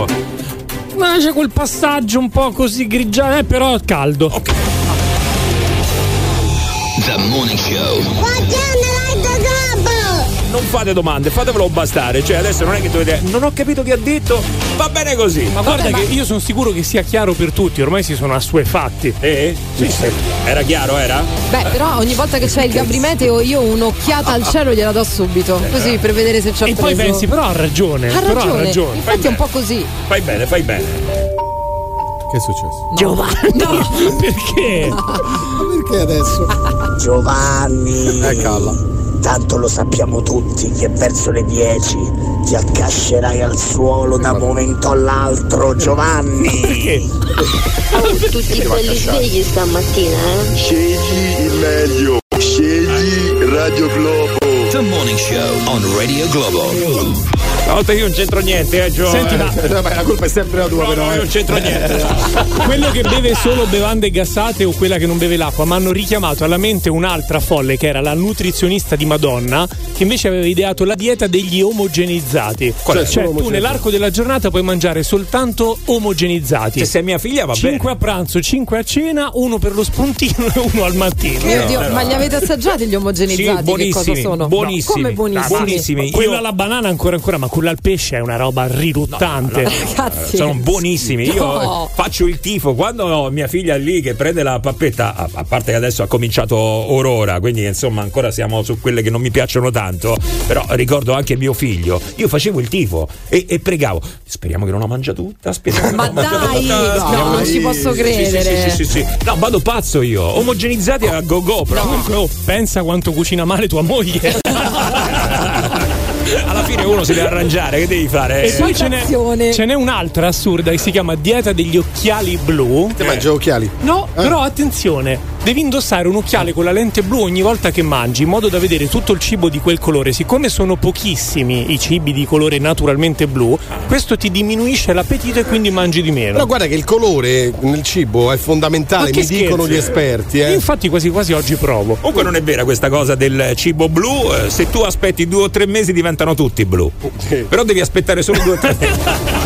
Ma c'è quel passaggio un po' così grigiato, eh, però caldo. Ok. The Morning Show. Non fate domande, fatevelo bastare. Cioè, adesso non è che dovete. Non ho capito che ha detto. Va bene così. Ma guarda che io sono sicuro che sia chiaro per tutti, ormai si sono assuefatti. Eh? Sì, sì. Era chiaro, era? Beh, però ogni volta che c'è il Gabri Meteo io un'occhiata al cielo gliela do subito, così per vedere se c'ho E preso. poi pensi, però ha ragione. Ha però ragione. ha ragione. Infatti è un po' così. Fai bene, fai bene. Che è successo? Giovanni. No, perché? Perché adesso? Giovanni, Eh, calla. tanto lo sappiamo tutti che verso le dieci ti accascerai al suolo da un momento all'altro, Giovanni. Perché? Oh, tutti belli svegli stamattina, eh? Scegli il meglio, scegli Radio Globo. The Morning Show on Radio Globo. Stavolta io non c'entro niente, eh, Gio. Senti, ma eh, vabbè, la colpa è sempre la tua, no, però. No, eh. io non c'entro niente. Quello che beve solo bevande gassate o quella che non beve l'acqua, mi hanno richiamato alla mente un'altra folle che era la nutrizionista di Madonna, che invece aveva ideato la dieta degli omogenizzati. Qual è? Cioè, cioè tu nell'arco della giornata puoi mangiare soltanto omogenizzati. Se sei mia figlia va bene. cinque a pranzo, cinque a cena, uno per lo spuntino e uno al mattino. Mio Dio, no, ma no. li avete assaggiati gli omogenizzati? Sì, buonissimi, che cosa sono? buonissimi. No, come buonissimi? buonissimi. Quella Io... alla banana ancora ancora, ma quella al pesce è una roba riluttante. No, no, no, Ragazzi, sono buonissimi. Io no. faccio il tifo quando mia figlia è lì che prende la pappetta, a, a parte che adesso ha cominciato Aurora, quindi insomma ancora siamo su quelle che non mi piacciono tanto, però ricordo anche mio figlio, io facevo il tifo e, e pregavo, speriamo che non la mangia tutta, speriamo che ma non la mangia dai, tutta, no, non ci posso credere. Sì, sì, sì, sì, sì, sì. No, vado pazzo io, omogenizzati a go go, però. Comunque, oh, pensa quanto cucina male tua moglie. Alla fine uno si deve arrangiare, che devi fare? E poi ce n'è, ce n'è un'altra assurda che si chiama dieta degli occhiali blu. Ti mangi occhiali? No, eh? Però attenzione, devi indossare un occhiale con la lente blu ogni volta che mangi, in modo da vedere tutto il cibo di quel colore. Siccome sono pochissimi i cibi di colore naturalmente blu, questo ti diminuisce l'appetito e quindi mangi di meno. Però guarda che il colore nel cibo è fondamentale, mi scherzi? dicono gli esperti. Eh. Infatti quasi quasi oggi provo. Comunque non è vera questa cosa del cibo blu, se tu aspetti due o tre mesi diventano tutti blu. Sì. Però devi aspettare solo due o tre mesi.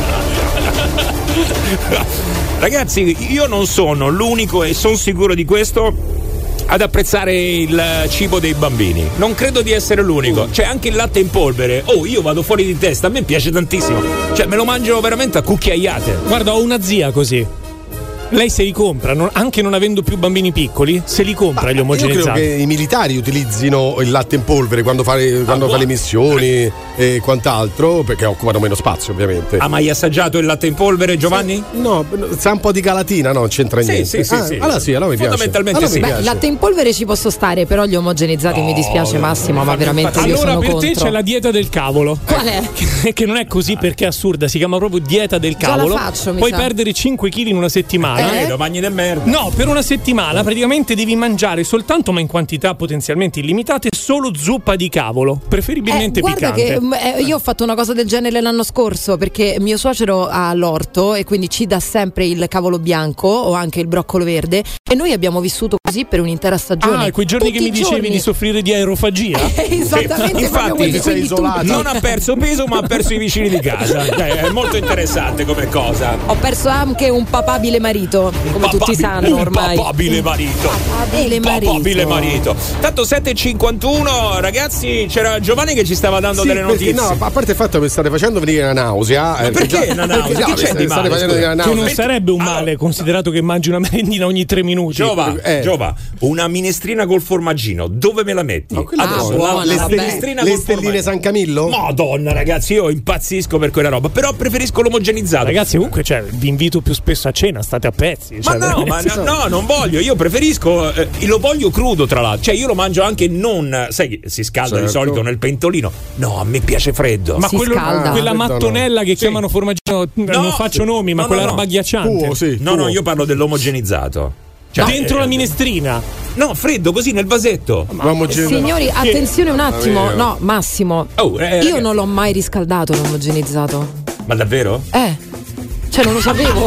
Ragazzi, io non sono l'unico, e sono sicuro di questo, ad apprezzare il cibo dei bambini. Non credo di essere l'unico. C'è anche il latte in polvere. Oh, io vado fuori di testa, a me piace tantissimo. Cioè, me lo mangio veramente a cucchiaiate. Guarda, ho una zia così. Lei se li compra, non, anche non avendo più bambini piccoli, se li compra Ma gli omogenizzati. Io credo che i militari utilizzino il latte in polvere quando fa le, quando ah, fa le missioni e quant'altro, perché occupano meno spazio, ovviamente. Ha mai assaggiato il latte in polvere, Giovanni? Sì, no, sa un po' di galatina, no, non c'entra niente. Sì, sì, ah, sì. Allora sì, allora mi piace. Fondamentalmente allora sì. mi Beh, piace. latte in polvere ci posso stare, però gli omogenizzati no, mi dispiace no, Massimo, ma veramente io allora sono per contro. te c'è la dieta del cavolo. Qual è? Che, che non è così perché è assurda, si chiama proprio dieta del Già la cavolo. faccio, mi Puoi sa. perdere cinque chili in una settimana. Eh, lo bagni del merda. No, per una settimana praticamente devi mangiare soltanto, ma in quantità potenzialmente illimitate, solo zuppa di cavolo, preferibilmente eh, guarda piccante. che eh, io ho fatto una cosa del genere l'anno scorso, perché mio suocero ha l'orto e quindi ci dà sempre il cavolo bianco o anche il broccolo verde, e noi abbiamo vissuto così per un'intera stagione. Ah, quei giorni Tutti che mi dicevi giorni. di soffrire di aerofagia. Esattamente, sì, proprio infatti quelli, quelli non ha perso peso, ma ha perso i vicini di casa. Cioè, è molto interessante come cosa. Ho perso anche un papabile marito, come Papabi- tutti sanno ormai. Un papabile marito. Papabile un marito. papabile marito. Tanto sette e cinquantuno, ragazzi, c'era Giovanni che ci stava dando Sì, delle perché, notizie. no, a parte il fatto che mi state facendo venire la nausea. Ma eh, perché già- una nausea? perché- Che no, c'è mi di state male, facendo venire la Che nausea. non sarebbe un male, considerato che mangi una merendina ogni tre minuti. Giova, Eh. Giova, una minestrina col formaggino, dove me la metti? No, quella Adesso, buona. la, le, la stelline- minestrina le col stelline formaggio. San Camillo? Madonna, ragazzi, io impazzisco per quella roba, però preferisco l'omogenizzato. Ragazzi, comunque, cioè, vi invito più spesso a cena, state a pezzi. Ma Cioè, no, ma veramente. no, no, non voglio, io preferisco, eh, lo voglio crudo tra l'altro, cioè io lo mangio anche non, sai, si scalda Certo. di solito nel pentolino, no, a me piace freddo. Ma Si quello- scalda. quella Ah, mattonella che Sì. chiamano formaggino, non faccio nomi, ma No, quella no, no. roba agghiacciante. Tuo, sì, No, no, tuo. io parlo dell'omogenizzato. Cioè, Dentro eh, la minestrina. No, freddo, così nel vasetto. L'omogenizzato. Signori, attenzione un attimo. mia. No, Massimo. Oh, eh, Io ragazzi. non l'ho mai riscaldato l'omogenizzato. Ma davvero? Eh. Cioè, non lo sapevo.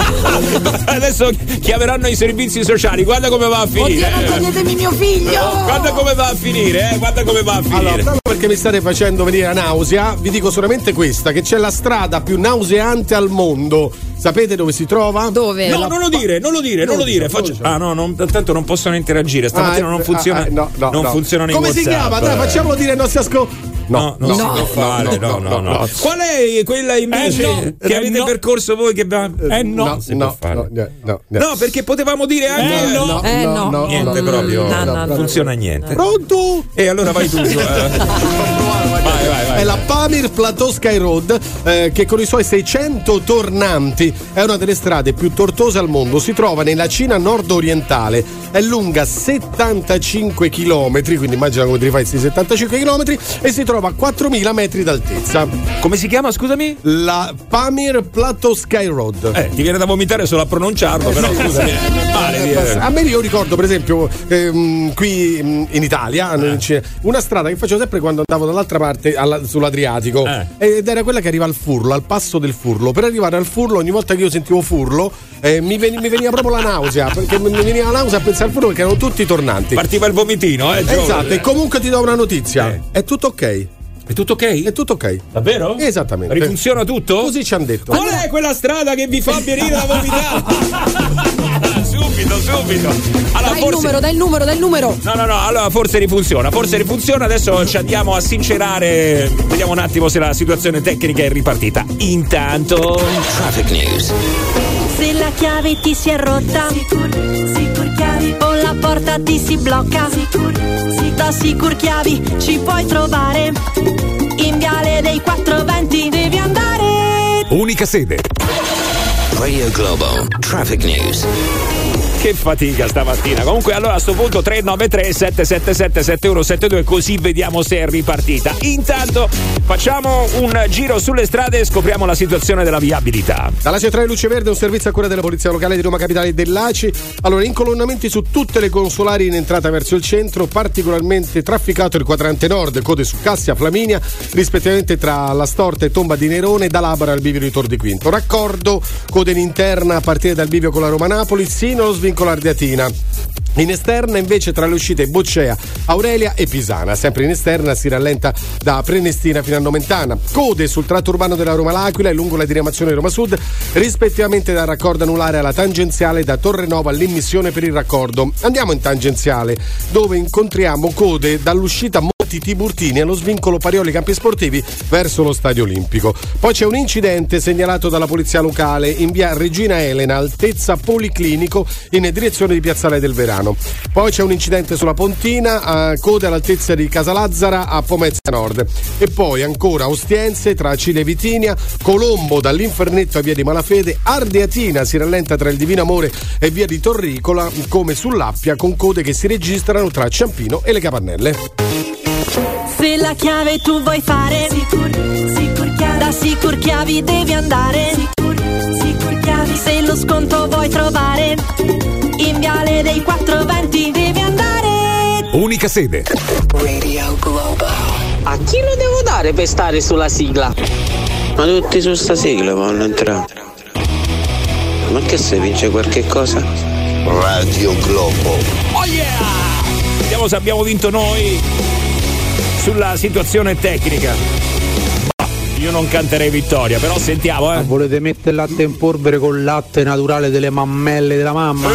Adesso chiameranno i servizi sociali, guarda come va a Oddio, finire. non eh. toglietemi mio figlio. Guarda come va a finire, eh, guarda come va a finire. Allora, proprio perché mi state facendo venire la nausea, vi dico solamente questa: che c'è la strada più nauseante al mondo. Sapete dove si trova? Dove? No, non lo dire, non lo dire, non lo dire. Faccio... Ah, no, non, tanto non possono interagire. Stamattina Ah, non eh, funziona. ah, eh, no, no, non no. funzionano i Come si WhatsApp. chiama? Dai, facciamolo dire ai nostri ascoltatori. No, non no, si no, può no, fare, no, no, no. Qual è quella invece Eh, no, che eh, avete no. percorso voi che va... Eh no. no, si può no, fare. no, no, no, no. No, perché potevamo dire anche Eh, no. Eh, no. niente Mm, proprio. no, no, non no, funziona no. niente. Pronto? E allora vai tu. eh. Vai, vai, vai. È la Pamir Plateau Sky Road, eh, che con i suoi seicento tornanti è una delle strade più tortuose al mondo. Si trova nella Cina nord-orientale è lunga settantacinque chilometri, quindi immagina come ti rifai questi settantacinque chilometri, e si trova a quattromila metri d'altezza. Come si chiama, scusami? La Pamir Plateau Sky Road. Eh, ti viene da vomitare solo a pronunciarlo, eh, però sì, scusami, sì. È male, eh, a me io ricordo per esempio ehm, qui in Italia eh. una strada che facevo sempre quando andavo dall'altra parte alla, sull'Adriatico eh. ed era quella che arriva al Furlo, al passo del Furlo. Per arrivare al Furlo, ogni volta che io sentivo Furlo eh, mi, ven- mi veniva proprio la nausea, perché mi veniva la nausea a pensare al Furlo, perché erano tutti tornanti. Partiva il vomitino, eh, esatto. E comunque ti do una notizia, eh. è tutto ok. È tutto ok? È tutto ok. Davvero? Esattamente. Rifunziona tutto? Così ci hanno detto. Qual è quella strada che vi fa venire da vomitare? subito, subito. Allora, dai forse... il numero, dai il numero, dai il numero. No, no, no, allora forse rifunziona, forse rifunziona. Adesso ci andiamo a sincerare. Vediamo un attimo se la situazione tecnica è ripartita. Intanto Traffic News. Se la chiave ti si è rotta, Sicur, Sicur Chiavi, o la porta ti si blocca, Sicur, Sicur, da Sicur Chiavi ci puoi trovare. In Viale dei Quattro Venti devi andare. Unica sede. Radio Globo Traffic News. Che fatica stamattina. Comunque, allora a sto punto tre nove tre sette sette sette sette uno sette due, così vediamo se è ripartita. Intanto facciamo un giro sulle strade e scopriamo la situazione della viabilità. Dalla centrale Luce Verde, un servizio a cura della Polizia Locale di Roma Capitale e dell'A C I. Allora, incolonnamenti su tutte le consolari in entrata verso il centro, particolarmente trafficato il quadrante nord, code su Cassia, Flaminia, rispettivamente tra La Storta e Tomba di Nerone, da Labara al bivio di Tor di Quinto. Raccordo, code in interna a partire dal bivio con la Roma Napoli, sino allo svincolo Ardeatina. In esterna invece tra le uscite Boccea, Aurelia e Pisana. Sempre in esterna si rallenta da Prenestina fino a Nomentana. Code sul tratto urbano della Roma L'Aquila e lungo la diramazione Roma Sud, rispettivamente dal raccordo anulare alla tangenziale, da Torre Nova all'immissione per il raccordo. Andiamo in tangenziale, dove incontriamo code dall'uscita Monti Tiburtini allo svincolo Parioli Campi Sportivi verso lo Stadio Olimpico. Poi c'è un incidente segnalato dalla polizia locale in via Regina Elena, altezza Policlinico, in direzione di Piazzale del Verano. Poi c'è un incidente sulla Pontina, a code all'altezza di Casalazzara a Pomezia Nord. E poi ancora Ostiense tra Cile e Vitinia, Colombo dall'Infernetto a via di Malafede, Ardeatina si rallenta tra il Divino Amore e via di Torricola, come sull'Appia, con code che si registrano tra Ciampino e le Capannelle. Se la chiave tu vuoi fare, Sicur, Sicur Chiavi, da Sicur Chiavi devi andare. Sicur, Sicur Chiavi. Se lo sconto vuoi trovare, in Viale dei Quattro Venti devi andare. Unica sede. Radio Globo. A chi lo devo dare per stare sulla sigla? Ma tutti su sta sigla vanno entrare. Ma che se vince qualche cosa? Radio Globo. Oh yeah! Vediamo se abbiamo vinto noi sulla situazione tecnica. Io non canterei vittoria, però sentiamo, eh. Ma volete mettere il latte in polvere con latte naturale delle mammelle della mamma?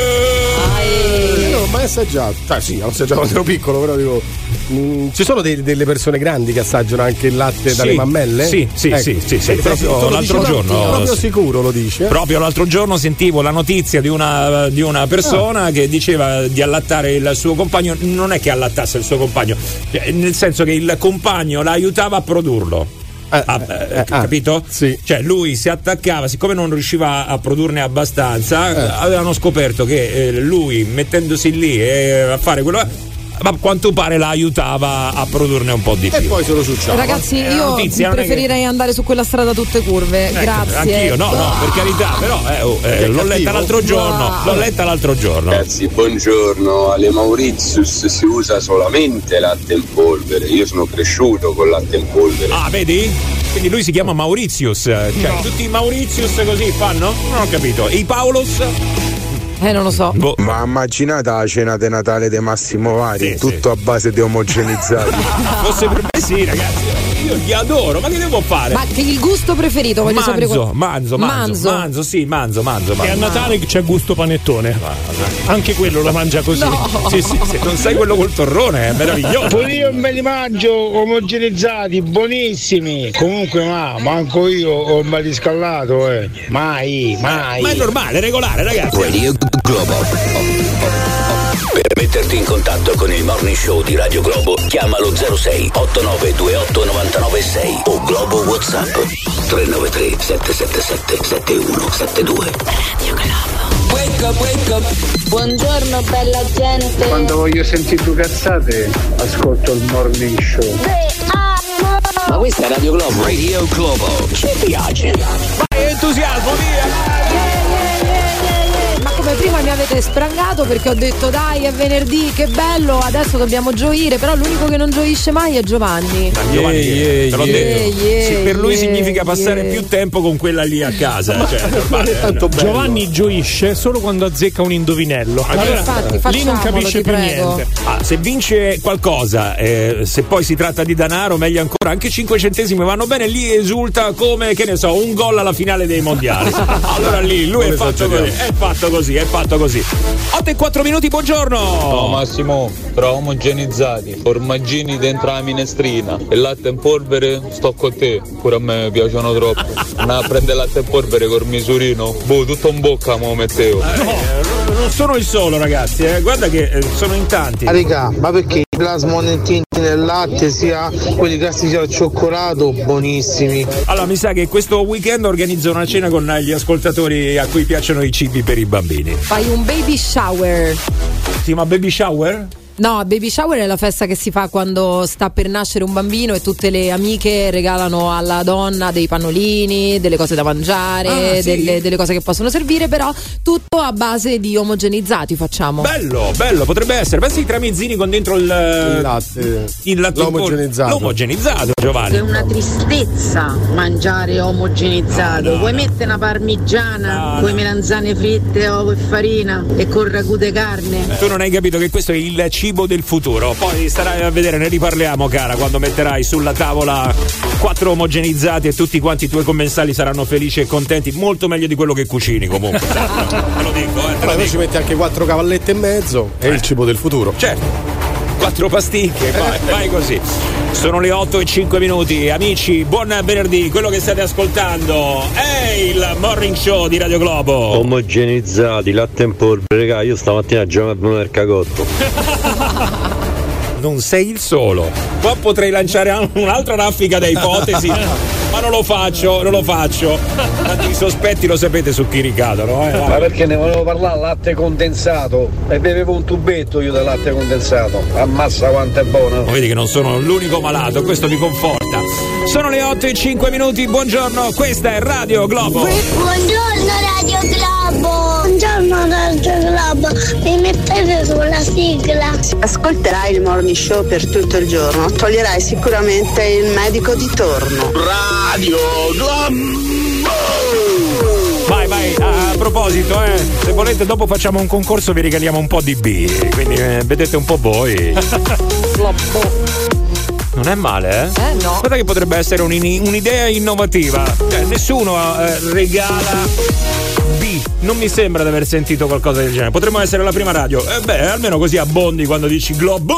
Eh, io non ho mai assaggiato. Cioè sì, ho assaggiato quando ero piccolo, però dico. Mh, ci sono dei, delle persone grandi che assaggiano anche il latte sì, dalle mammelle? Sì, sì, ecco. sì, sì, sì. Proprio l'altro giorno. Proprio sicuro lo dice. Eh? Proprio l'altro giorno sentivo la notizia di una, di una persona ah. che diceva di allattare il suo compagno. Non è che allattasse il suo compagno, nel senso che il compagno la aiutava a produrlo. Eh, ah, eh, eh, capito? Sì. Cioè lui si attaccava, siccome non riusciva a produrne abbastanza, eh. avevano scoperto che eh, lui mettendosi lì e a fare quello, ma a quanto pare la aiutava a produrne un po' di più. E poi se lo succiava. Ragazzi, io notizia, preferirei che... andare su quella strada tutte curve. Ecco, grazie. Anch'io, no, no, per carità, però eh, oh, eh, l'ho cattivo. letta l'altro giorno. Wow. L'ho letta l'altro giorno. Ragazzi, buongiorno. Alle Mauritius si usa solamente latte in polvere. Io sono cresciuto con latte in polvere. Ah, vedi? Quindi lui si chiama Mauritius. Cioè, no. Tutti i Mauritius così fanno? Non ho capito. E i Paulus? Eh, non lo so. Boh. Ma immaginate la cena di Natale di Massimo Vari, sì, tutto sì. a base di omogenizzati. Fosse per me sì, ragazzi. Io li adoro, ma che devo fare? Ma che il gusto preferito, voglio manzo, sapere qual... manzo, manzo, manzo, manzo, sì, manzo, manzo, manzo. E a Natale c'è gusto panettone. Anche quello lo mangia così. No. Sì, sì, sì. Non sai quello col torrone, è meraviglioso. Pure io me li mangio omogenizzati, buonissimi. Comunque, ma manco io ho il mariscallato, eh. Mai, mai. Ma è normale, regolare, ragazzi. Radio Globo. Per metterti in contatto con il Morning Show di Radio Globo, chiamalo zero sei otto nove due otto nove nove sei o Globo WhatsApp tre nove tre sette sette sette sette uno sette due. Radio Globo. Wake up, wake up. Buongiorno bella gente. Quando voglio sentire due cazzate, ascolto il morning show. Ma questa è Radio Globo. Radio Globo. Ci piace. Vai, entusiasmo, via! Ma come prima mi avete sprangato perché ho detto dai è venerdì, che bello, adesso dobbiamo gioire, però l'unico che non gioisce mai è Giovanni. Ma Giovanni, yeah, yeah, te l'ho yeah, detto. yeah, sì, per lui yeah, significa passare yeah. più tempo con quella lì a casa. Cioè, normale, tanto Giovanni gioisce solo quando azzecca un indovinello. Allora, infatti, lì non capisce più prego. niente. Ah, se vince qualcosa, eh, se poi si tratta di denaro, meglio ancora, anche cinque centesimi vanno bene, lì esulta come, che ne so, un gol alla finale dei mondiali. Allora lì lui è fatto così, è fatto così, è fatto così. otto e quattro minuti, buongiorno. No Massimo, tra omogenizzati, formaggini dentro la minestrina e latte in polvere, sto con te, pure a me piacciono troppo. Andare a prendere latte in polvere col misurino, boh, tutto in bocca me lo mettevo. Eh, non sono il solo, ragazzi, eh. Guarda che eh, sono in tanti. Ah, raga, ma perché i plasmon tinti nel latte sia quelli classici al cioccolato buonissimi? Allora mi sa che questo weekend organizzo una cena con gli ascoltatori a cui piacciono i cibi per i bambini. Fai un baby shower. Si chiama baby shower? No, baby shower è la festa che si fa quando sta per nascere un bambino e tutte le amiche regalano alla donna dei pannolini, delle cose da mangiare, ah, sì. delle, delle cose che possono servire, però tutto a base di omogenizzati facciamo. Bello, bello, potrebbe essere. Pensi ai tramezzini con dentro il, il latte, il latte l'omogenizzato. L'omogenizzato, Giovanni. È una tristezza mangiare omogenizzato. No, no. Vuoi mettere una parmigiana no, con no. melanzane fritte, uovo e farina e con ragù di carne? Tu non hai capito che questo è il cibo del futuro. Poi starai a vedere, ne riparliamo, cara, quando metterai sulla tavola quattro omogenizzati e tutti quanti i tuoi commensali saranno felici e contenti, molto meglio di quello che cucini comunque. Te lo dico, eh, te lo poi dico. ci metti anche quattro cavallette e mezzo, è eh. il cibo del futuro. Certo. Quattro pasticche, vai, vai così. Sono le otto e cinque minuti. Amici, buon venerdì. Quello che state ascoltando è il Morning Show di Radio Globo. Omogenizzati, latte in polvere, raga, io stamattina giocavo nel cagotto. Non sei il solo. Qua potrei lanciare un'altra raffica da ipotesi, ma non lo faccio, non lo faccio. Tanti i sospetti lo sapete su chi ricadono. Eh, Ma perché ne volevo parlare latte condensato e bevevo un tubetto io del latte condensato. Ammazza quanto è buono. Vedi che non sono l'unico malato, questo mi conforta. Sono le otto e cinque minuti, buongiorno, questa è Radio Globo. Buongiorno Radio Globo. Buongiorno Radio Globo. Mi mettete sulla sigla. Ascolterai il morning show per tutto il giorno. Toglierai sicuramente il medico di torno. Radio Globo. Vai, vai, a proposito, eh, se volete dopo facciamo un concorso, vi regaliamo un po' di birre, quindi eh, vedete un po' voi. Non è male, eh? Eh no. Guarda che potrebbe essere un, un'idea innovativa. Cioè, nessuno eh, regala B. Non mi sembra di aver sentito qualcosa del genere. Potremmo essere la prima radio. Eh beh, almeno così abbondi quando dici Globo.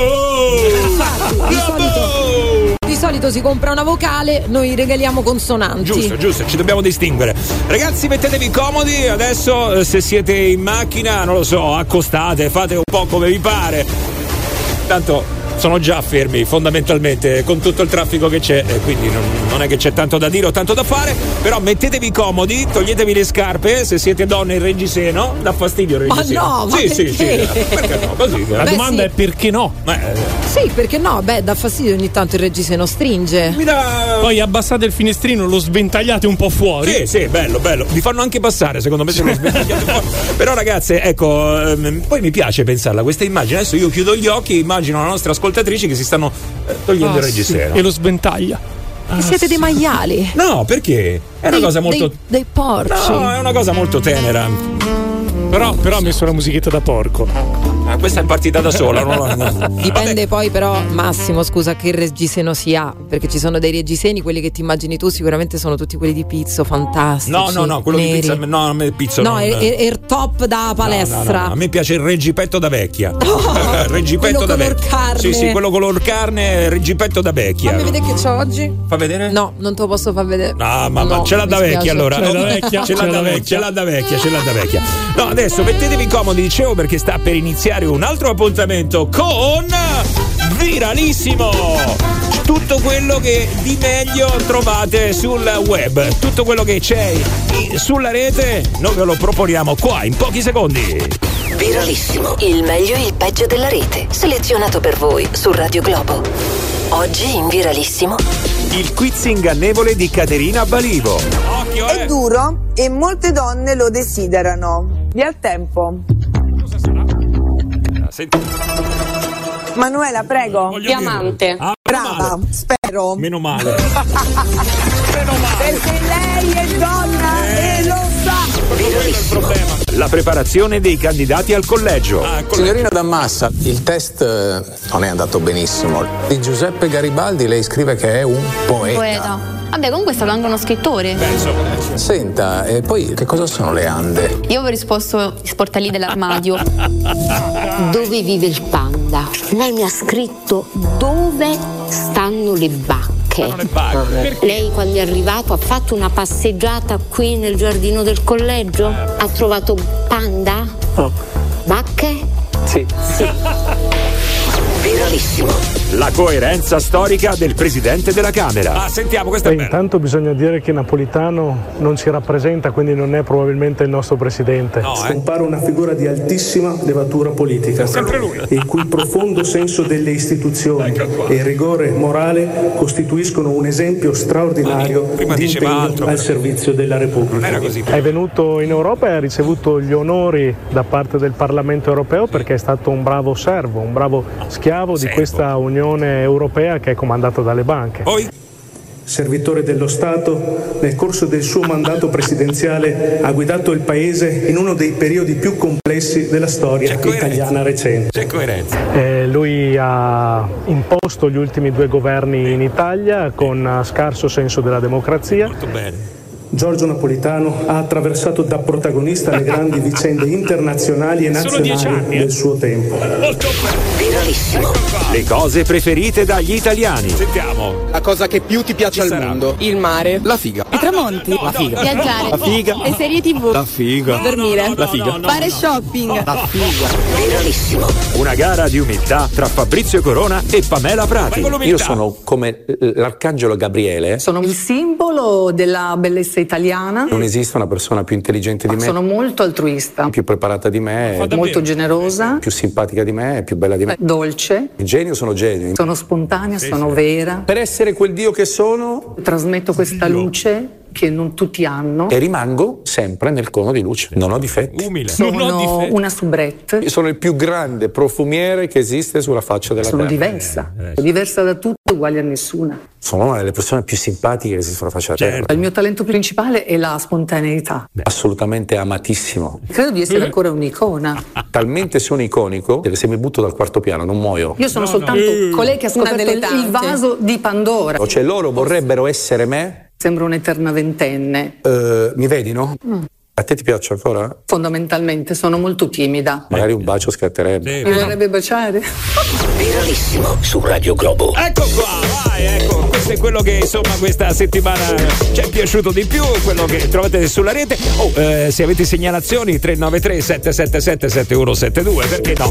Di solito, di solito si compra una vocale, noi regaliamo consonanti. Giusto, giusto, ci dobbiamo distinguere. Ragazzi, mettetevi comodi. Adesso, se siete in macchina, non lo so, accostate, fate un po' come vi pare. Tanto sono già fermi fondamentalmente con tutto il traffico che c'è, e quindi non, non è che c'è tanto da dire o tanto da fare, però mettetevi comodi, toglietevi le scarpe, se siete donne il reggiseno, dà fastidio il reggiseno. Ma no, ma sì, perché? sì, sì, perché no? Così. La Beh, domanda sì. è perché no? Eh, Sì, perché no? Beh, dà fastidio ogni tanto il reggiseno, stringe. mi dà... Poi abbassate il finestrino, lo sventagliate un po' fuori. Sì, sì, bello, bello. Vi fanno anche passare, secondo me, se lo sbagliate fuori. Però, ragazze, ecco, ehm, poi mi piace pensarla questa immagine. Adesso io chiudo gli occhi, immagino la nostra ascoltatrici che si stanno eh, togliendo Ah, il reggiseno. sì, e lo sventaglia. E siete dei maiali. No, perché? È una Dei- cosa molto. dei, dei porci. No, è una cosa molto tenera. Però, però ha messo la musichetta da porco. Ah, questa è partita da sola. No, no, no. Dipende poi però, Massimo, scusa, che reggiseno si ha, perché ci sono dei reggiseni, quelli che ti immagini tu sicuramente sono tutti quelli di pizzo, fantastici. No, no, no, quello neri. di pizza. No, a me pizzo No, non... è, è, è top da palestra. No, no, no, a me piace il reggipetto da vecchia. Oh, reggipetto quello da color vecchia. carne. Sì, sì, quello color carne, reggipetto da vecchia. Fammi vedere che c'ho oggi. Fa vedere? No, non te lo posso far vedere. No, ma, ma No, ce l'ha mi da spiace. vecchia allora. Ce l'ha da vecchia, Ce l'ha da vecchia, ce l'ha da vecchia, ce l'ha da vecchia. No, adesso mettetevi comodi, dicevo, perché sta per iniziare un altro appuntamento con Viralissimo. Tutto quello quello che di meglio trovate sul web. Tutto quello che c'è sulla rete noi ve lo proponiamo qua in pochi secondi. Viralissimo, il meglio e il peggio della rete, selezionato per voi su Radio Globo. Oggi in Viralissimo il quiz ingannevole di Caterina Balivo. Occhio, eh. È duro e molte donne lo desiderano. Via il tempo. Cosa sarà? Senti. Manuela, prego. Voglio Diamante. Ah, brava, male. spero. Meno male. Meno male. Perché lei è donna eh. e lo sa. Quello è il problema. La preparazione dei candidati al collegio. Ah, collegio. Signorina Dammassa, il test non è andato benissimo. Di Giuseppe Garibaldi lei scrive che è un poeta. Poeta. Vabbè, comunque è stato anche uno scrittore. Penso. Senta, e poi che cosa sono le Ande? Io ho risposto gli sportelli dell'armadio. Dove vive il panda? Lei mi ha scritto dove stanno le bacche. Le bacche. Lei quando è arrivato ha fatto una passeggiata qui nel giardino del collegio? Ha trovato panda? Oh. Bacche? Sì. Sì. Viralissimo. La coerenza storica del presidente della Camera. Ah, sentiamo, questa è bella. Intanto bisogna dire che Napolitano non ci rappresenta, quindi non è probabilmente il nostro presidente. No, eh. Compare una figura di altissima levatura politica, sempre lui. il cui profondo senso delle istituzioni e il rigore morale costituiscono un esempio straordinario Prima di impegno altro, al però. servizio della Repubblica. Non era così. È venuto in Europa e ha ricevuto gli onori da parte del Parlamento europeo perché è stato un bravo servo, un bravo schiavo di Servo. questa Unione Europea che è comandata dalle banche. Poi Servitore dello Stato, nel corso del suo mandato presidenziale ha guidato il Paese in uno dei periodi più complessi della storia italiana recente. c'è coerenza. Eh, lui ha imposto gli ultimi due governi in Italia con scarso senso della democrazia. Molto bene. Giorgio Napolitano ha attraversato da protagonista le grandi vicende internazionali e Sono dieci nazionali anni, eh. del suo tempo. Molto bene. Viralissimo. Le cose preferite dagli italiani. Sentiamo. La cosa che più ti piace Chi al sarà? mondo? Il mare. La figa. I tramonti. La figa. Viaggiare. La figa. Le serie tv. La figa. Dormire. La figa. no, Fare no. shopping. La figa. Viralissimo. Una gara di umiltà tra Fabrizio Corona e Pamela Prati. Io sono come l'arcangelo Gabriele. Sono il simbolo della bellezza italiana. Non esiste una persona più intelligente di me. Sono molto altruista. Più preparata di me. Molto generosa. Più simpatica di me, più bella di me. Dolce. Genio sono genio. Sono spontanea, Sì, sono sì. vera. Per essere quel Dio che sono, trasmetto questa luce che non tutti hanno. e rimango sempre nel cono di luce. Non ho difetti. Umile. Sono una soubrette. Io sono il più grande profumiere che esiste sulla faccia della Sono terra. diversa. Diversa da tutte, uguale a nessuna. Sono una delle persone più simpatiche che esistono sulla faccia della terra. Il mio talento principale è la spontaneità. Assolutamente amatissimo. Credo di essere ancora un'icona. Talmente sono iconico che se mi butto dal quarto piano non muoio. Io sono soltanto colei che ha scoperto il, il vaso di Pandora. Cioè loro vorrebbero essere me. Sembra un'eterna ventenne. Uh, mi vedi, no? Mm. A te ti piace ancora? Fondamentalmente sono molto timida. Magari un bacio scatterebbe. Mi vorrebbe baciare? Viralissimo su Radio Globo. Ecco qua, vai, ecco. Questo è quello che insomma questa settimana ci è piaciuto di più, quello che trovate sulla rete. Oh, eh, se avete segnalazioni tre nove tre sette sette sette sette uno sette due, perché no?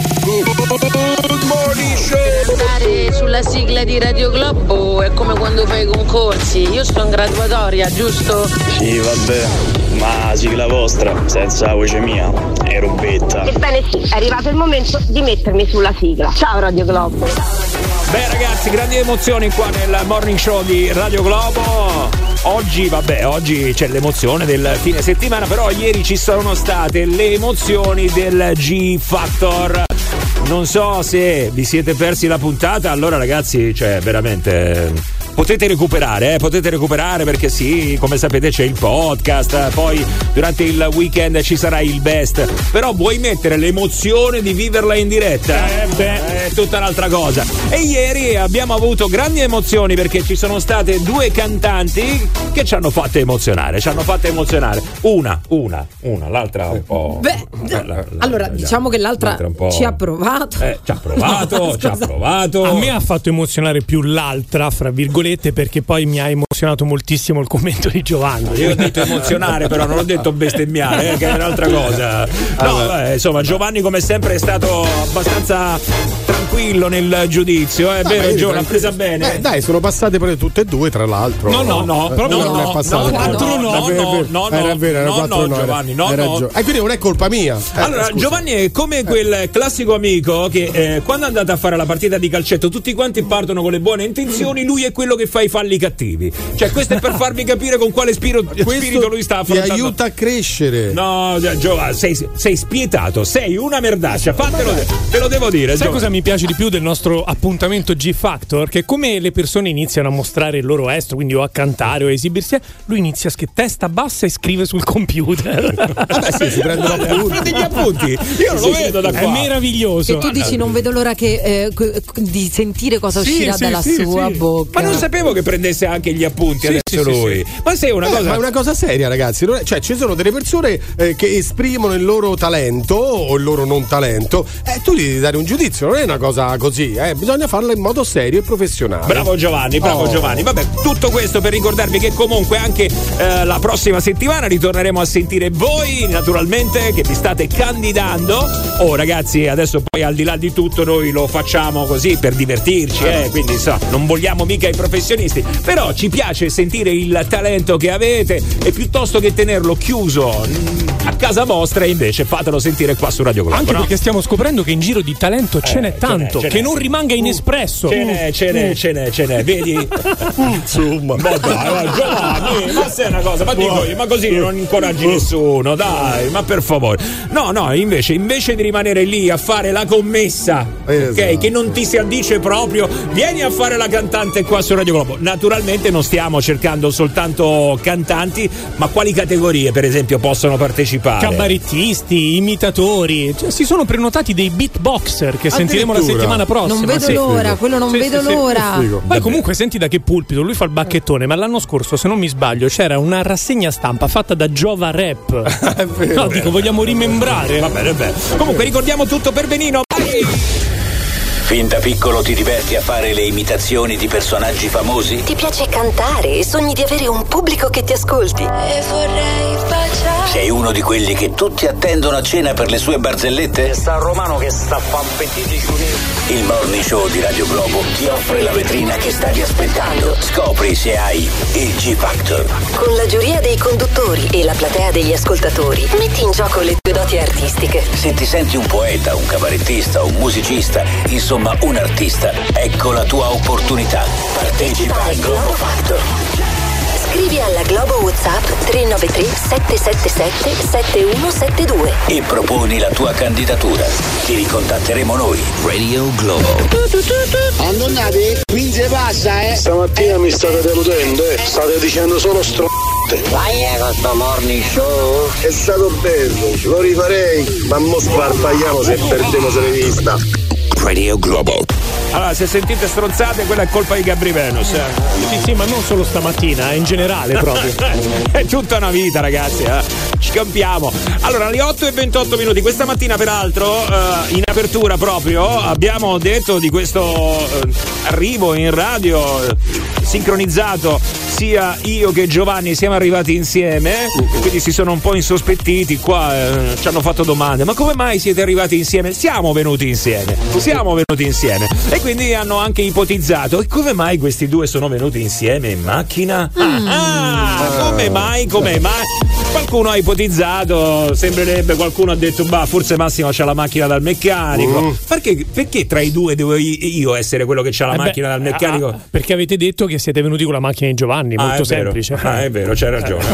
Stare sulla sigla di Radio Globo è come quando fai i concorsi. Io sto in graduatoria, giusto? Sì, vabbè, ma sigla vostra, senza la voce mia, è robetta. Ebbene sì, è arrivato il momento di mettermi sulla sigla. Ciao Radio Globo. Beh ragazzi, grandi emozioni qua nel morning show di Radio Globo. Oggi, vabbè, oggi c'è l'emozione del fine settimana, però ieri ci sono state le emozioni del G Factor. Non so se vi siete persi la puntata, allora ragazzi, cioè veramente potete recuperare, eh? potete recuperare perché sì, come sapete c'è il podcast, poi durante il weekend ci sarà il best, però vuoi mettere l'emozione di viverla in diretta? Eh beh, è tutta un'altra cosa. E ieri abbiamo avuto grandi emozioni perché ci sono state due cantanti che ci hanno fatto emozionare, ci hanno fatto emozionare. Una, una, una, l'altra un po'. Beh, la, la, allora la, diciamo che l'altra, l'altra un po'... ci ha provato. Eh, ci ha provato, no, ci ha provato. A me ha fatto emozionare più l'altra, fra virgolette, perché poi mi ha emozionato moltissimo il commento di Giovanni. Io ho detto emozionare, però non ho detto bestemmiare, eh, che è un'altra cosa. No, beh, insomma, Giovanni come sempre è stato abbastanza tranquillo tranquillo nel giudizio, è eh, vero, Gio, l'ha presa bene. Eh, dai, sono passate pure tutte e due, tra l'altro. No, no, no, eh, proprio non no, è passata. no, quattro no, no, no, no, era vero, era no, quattro no, no, Giovanni, no, hai no. ragione. E quindi non è colpa mia. Eh, allora, scusa. Giovanni è come quel classico amico che eh, quando andate a fare la partita di calcetto tutti quanti partono con le buone intenzioni, lui è quello che fa i falli cattivi. Cioè, questo è per farvi capire con quale spirito, spirito lui sta affrontando. Ti aiuta a crescere. No, Giovanni, sei, sei spietato, sei una merdaccia, fatelo, te lo devo dire. Sai Giovanni. cosa mi piace di più del nostro appuntamento G-Factor? Che come le persone iniziano a mostrare il loro estro, quindi o a cantare o a esibirsi, lui inizia a scrivere testa bassa e scrive sul computer. Vabbè, sì, si prendono appunti. Prendi gli appunti. Io non lo vedo da qua. È meraviglioso. E tu dici non vedo l'ora che, eh, di sentire cosa sì, uscirà sì, dalla sì, sua sì. bocca. Ma non sapevo che prendesse anche gli appunti sì, adesso sì, lui. sì, sì. Ma sei una eh, cosa. Ma è una cosa seria, ragazzi. Non è, cioè, ci sono delle persone eh, che esprimono il loro talento o il loro non talento. E eh, tu gli devi dare un giudizio, non è una cosa così, eh. Bisogna farla in modo serio e professionale. Bravo Giovanni, bravo oh. Giovanni. Vabbè, tutto questo per ricordarvi che comunque anche eh, la prossima settimana ritorneremo a sentire voi, naturalmente, che vi state candidando. Oh ragazzi, adesso poi al di là di tutto noi lo facciamo così per divertirci, eh, quindi so, non vogliamo mica i professionisti, però ci piace sentire il talento che avete e piuttosto che tenerlo chiuso mh, a casa vostra, invece fatelo sentire qua su Radio Globo. Anche no? perché stiamo scoprendo che in giro di talento ce Eh, n'è tanto, ce n'è, ce che n'è. non rimanga inespresso. Ce n'è, ce n'è, ce n'è, ce n'è, vedi? Insomma, ma dai, Giovanni, ma sei una cosa, ma dico io, ma così non incoraggi nessuno, dai, ma per favore. No, no, invece, invece di rimanere lì a fare la commessa, esatto. ok, che non ti si addice proprio, vieni a fare la cantante qua su Radio Globo. Naturalmente non stiamo cercando soltanto cantanti, ma quali categorie, per esempio, possono partecipare? Cabarettisti, imitatori, cioè, si sono prenotati dei beatboxer che sentiremo la settimana prossima. Non vedo sì. l'ora, quello non Sì, vedo sì, sì. l'ora. Poi comunque senti da che pulpito, lui fa il bacchettone, ma l'anno scorso, se non mi sbaglio, c'era una rassegna stampa fatta da Giova Rap. È vero. No, dico, vogliamo rimembrare. Va bene, bene. Comunque ricordiamo tutto per Benino. Vai! Fin da piccolo ti diverti a fare le imitazioni di personaggi famosi? Ti piace cantare e sogni di avere un pubblico che ti ascolti? E vorrei baciare. Sei uno di quelli che tutti attendono a cena per le sue barzellette? Sta romano che sta a fan pettiti Il Morning Show di Radio Globo ti offre la vetrina che stavi aspettando. Scopri se hai il G-Factor. Con la giuria dei conduttori e la platea degli ascoltatori, metti in gioco le tue doti artistiche. Se ti senti un poeta, un cabarettista, un musicista, insomma un artista, ecco la tua opportunità. Partecipa al Globo Factor. Scrivi alla Globo WhatsApp tre nove tre sette sette sette sette uno sette due e proponi la tua candidatura. Ti ricontatteremo noi. Radio Globo. Andonnati? Quindi se passa, eh? Stamattina mi state deludendo, eh? State dicendo solo stro... Vai eh, con sto morning show. È stato bello, lo rifarei, ma mo sparpagliamo se perdiamo se l'hai vista. Radio Globo. Allora, se sentite stronzate, quella è colpa di Gabri Venus. Eh. Sì, sì, ma non solo stamattina, in generale proprio. È tutta una vita, ragazzi. Eh. Ci campiamo. Allora, alle otto e ventotto minuti. Questa mattina, peraltro, eh, in apertura proprio, abbiamo detto di questo eh, arrivo in radio eh, sincronizzato. Sia io che Giovanni siamo arrivati insieme, quindi si sono un po' insospettiti qua, eh, ci hanno fatto domande, ma come mai siete arrivati insieme? Siamo venuti insieme, siamo venuti insieme e quindi hanno anche ipotizzato, e come mai questi due sono venuti insieme in macchina? Mm. Ah, ah, come mai, come mai? Qualcuno ha ipotizzato, sembrerebbe, qualcuno ha detto, bah, forse Massimo c'ha la macchina dal meccanico. Mm. Perché, perché tra i due devo io essere quello che c'ha la eh macchina beh, dal meccanico? Ah, perché avete detto che siete venuti con la macchina di Giovanni, ah, molto è semplice. Ah, è vero, c'hai ragione.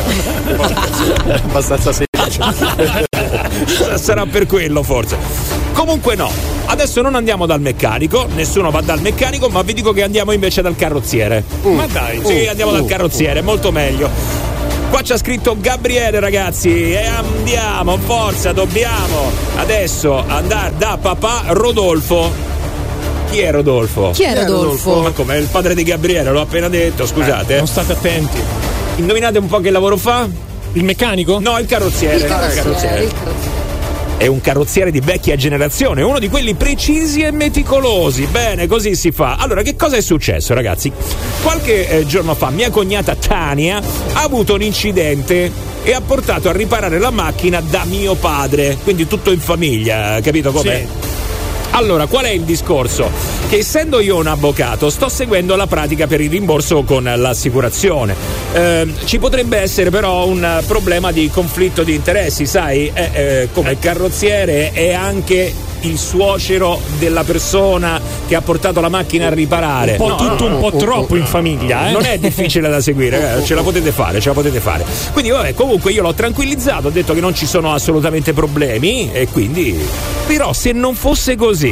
Abbastanza semplice. Sarà per quello, forse. Comunque no, adesso non andiamo dal meccanico, nessuno va dal meccanico, ma vi dico che andiamo invece dal carrozziere. Uh, ma dai. Sì, uh, andiamo uh, dal carrozziere, uh. molto meglio. Qua c'ha scritto Gabriele, ragazzi, e andiamo, forza, dobbiamo adesso andare da papà Rodolfo. Chi è Rodolfo? Chi è Rodolfo? Ma come? È il padre di Gabriele, l'ho appena detto, scusate. Eh, non state attenti. Indovinate un po' che lavoro fa? Il meccanico? No, il carrozziere. Il carrozziere. Il carrozziere. Il carrozziere. È un carrozziere di vecchia generazione, uno di quelli precisi e meticolosi. Bene, così si fa. Allora, che cosa è successo, ragazzi? Qualche eh, giorno fa mia cognata Tania ha avuto un incidente e ha portato a riparare la macchina da mio padre, quindi tutto in famiglia, capito come? Sì. Allora, qual è il discorso? Che essendo io un avvocato sto seguendo la pratica per il rimborso con l'assicurazione. Eh, ci potrebbe essere però un problema di conflitto di interessi, sai? Eh, eh, come carrozziere è anche il suocero della persona che ha portato la macchina a riparare. Un po' no, tutto no, un po' no, troppo in famiglia, eh? Non è difficile da seguire, eh? ce la potete fare, ce la potete fare. Quindi vabbè, comunque io l'ho tranquillizzato, ho detto che non ci sono assolutamente problemi e quindi però se non fosse così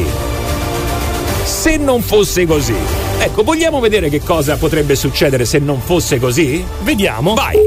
se non fosse così ecco, vogliamo vedere che cosa potrebbe succedere se non fosse così? Vediamo. Vai.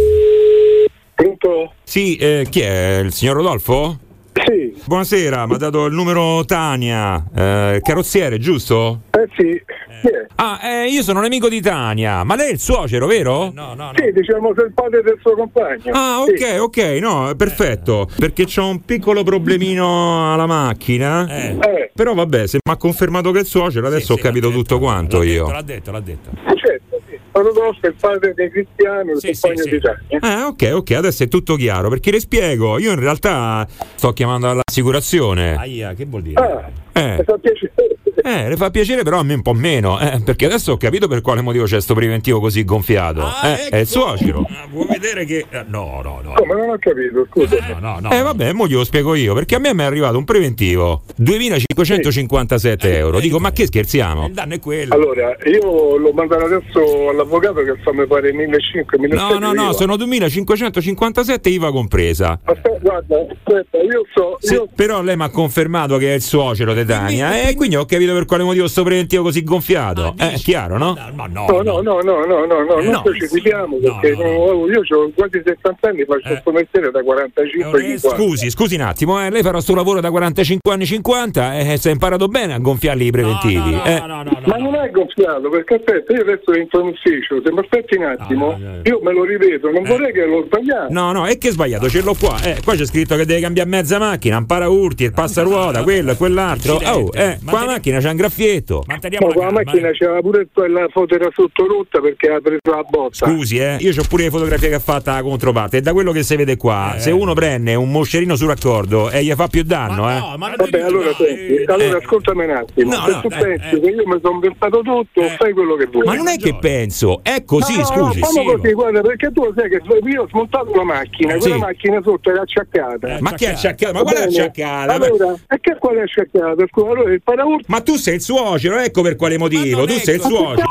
Pronto? Sì, eh, chi è? Il signor Rodolfo? Sì. Buonasera, mi ha dato il numero Tania, eh, carrozziere, giusto? Eh sì. Chi è? Ah, eh, io sono un amico di Tania, ma lei è il suocero, vero? No, no, no. Sì, diciamo sei il padre del suo compagno. Ah, sì. ok, ok, no, perfetto. Perché c'ho un piccolo problemino alla macchina. Eh. Eh. Però vabbè, se mi ha confermato che è il suocero, adesso Sì, ho sì, capito l'ha tutto detto, quanto l'ha io. detto, L'ha detto, l'ha detto. Certo, sì. Rodolfo è il padre dei cristiani, il compagno di Tania. Ah, ok, ok, adesso è tutto chiaro. Perché le spiego, io in realtà sto chiamando all'assicurazione. Aia, che vuol dire? Ah, Eh. mi fa piacere. Eh, le fa piacere, però a me un po' meno, eh, perché adesso ho capito per quale motivo c'è sto preventivo così gonfiato. Ah, eh, ecco. È il suocero. Ah, vuoi vedere che. Eh, no, no, no. Come non ho capito, scusa. No, no, no. Eh vabbè, mo glielo spiego io, perché a me mi è arrivato un preventivo duemilacinquecentocinquantasette euro. Dico, ma che scherziamo? Il danno è quello. Allora, io l'ho mandato adesso all'avvocato che fa mi pare millecinquecento No, no, no, sono duemilacinquecentocinquantasette I V A compresa. Aspetta, guarda, aspetta, io so. Sì, io... però lei mi ha confermato che è il suocero di Tania, e eh, quindi ho capito per quale motivo sto preventivo così gonfiato. Eh, è chiaro, no? No, no, no, no, no, no, no, no, non precipitiamo perché no, io ho quasi settanta anni, faccio questo mestiere da quarantacinque cinquanta. Scusi, scusi un attimo, eh, lei farà sto lavoro da quarantacinque anni cinquanta e eh, si è imparato bene a gonfiarli i preventivi. No, no, eh. no, no, no, ma non è gonfiato, perché aspetta, io adesso entro in ufficio, se mi aspetti un attimo, io me lo rivedo, non vorrei che l'ho sbagliato. No, no, è che è sbagliato, ce l'ho qua. Eh, qua c'è scritto che deve cambiare mezza macchina, un paraurti, il passaruota, quello e quell'altro. Oh, eh, qua la macchina c'è un graffietto. No, qua la macchina c'era pure la foto era sotto rotta perché ha preso la botta. Scusi, eh, io ho pure le fotografie che ha fatta la controparte e da quello che si vede qua, eh. se uno prende un moscerino sul raccordo e gli fa più danno, ma no, eh. Ma vabbè, allora, senti, eh. allora ascoltami un attimo. No, se no, tu eh, pensi eh. che io mi sono inventato tutto, eh. fai quello che vuoi. Ma non è che penso, è così, no, scusi. No, no, sì, così, guarda, perché tu sai che io ho smontato la macchina, quella sì. macchina sotto era acciaccata. Eh, ma che è acciaccata? Ma qual è acciaccata? Allora, e che qual è acciaccata? Scusa, allora il paraurti. Ma tu sei il suocero, ecco per quale motivo. Tu sei il suocero.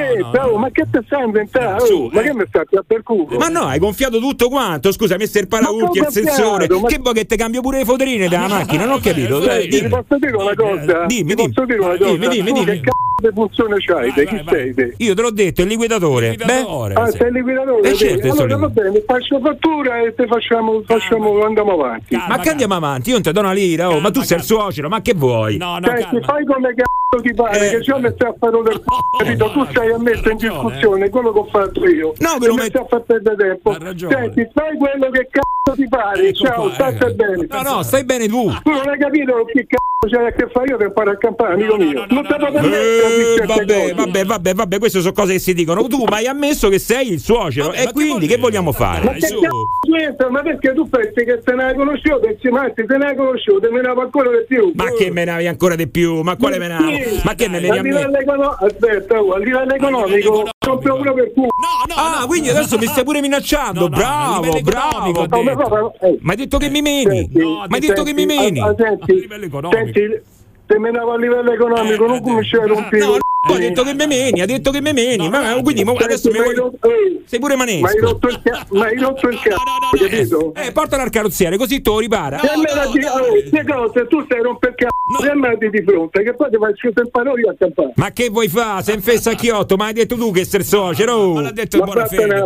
Ma che te stai inventando? Oh, ma che mi stai a per culo? Ma no, hai gonfiato tutto quanto. Scusa, messo il paraurti, il sensore. Ma... Che vuoi che te cambio pure le fotoline della macchina? Non ho capito. Dai, dimmi. Ti posso dire una cosa? Dimmi, dimmi. Posso dire una cosa? Dimmi, dimmi, dimmi. Che c***o di funzione c'hai? Vai, chi vai, sei te? Io te l'ho detto, il liquidatore. Il liquidatore. Beh, ah, sei il liquidatore? Eh, certo, allora va bene, faccio fattura e te facciamo, facciamo ah, andiamo avanti. Calma, ma che andiamo avanti? Io non ti do una lira, oh, calma, ma tu calma. sei il suocero, ma che vuoi? No, no, Senti, fai come c***o ti pare, eh. che già mi stai a fare del c***o, capito? Tu stai a mettere in discussione quello che ho fatto io. No, ve lo metto. Mi stai a far perdere tempo. Senti, fai quello che c***o ti pare. Ecco, ciao, stai eh. bene. No, no, stai bene tu. Tu non hai capito che c***o c'è a che fare io per fare a campare, amico no, mio. No, no, non te lo no, permettere. Vabbè, vabbè, vabbè, vabbè, queste sono cose che si dicono. Tu mi hai ammesso che sei il suocero vabbè, e quindi che vogliamo fare? Ma che c***o, ma perché tu pensi che te ne hai conosciuto? Pensi, ma te ne hai conosciuto, te menavo ancora di più. Ma che menavi ancora di più? Ma quale menavo? Ma che me ne a livello economico? Aspetta, a livello economico non più uno per culo. No, no, ah, quindi adesso mi stai pure minacciando. Bravo, bravo. Ma hai detto che mi meni? Ma hai detto che mi meni? Senti, se menavo a livello economico non cominciare a rompere. Ha detto che me meni, ha detto che me meni, no, ma quindi no, adesso mi vuoi... rotto, eh, sei pure manesco. Ma hai rotto il cazzo, ma hai rotto il cazzo, no, no, no, capito? Eh, portalo al carrozziere, così te lo ripara. E a me la dico, che cose, tu stai rompendo il cazzo, e me di fronte, che poi ti fai scrivere parole a campare. Ma che vuoi fare? Sei in festa a Chiotto, ma hai detto tu che sei il suocero? Ma l'ha detto in buona fede.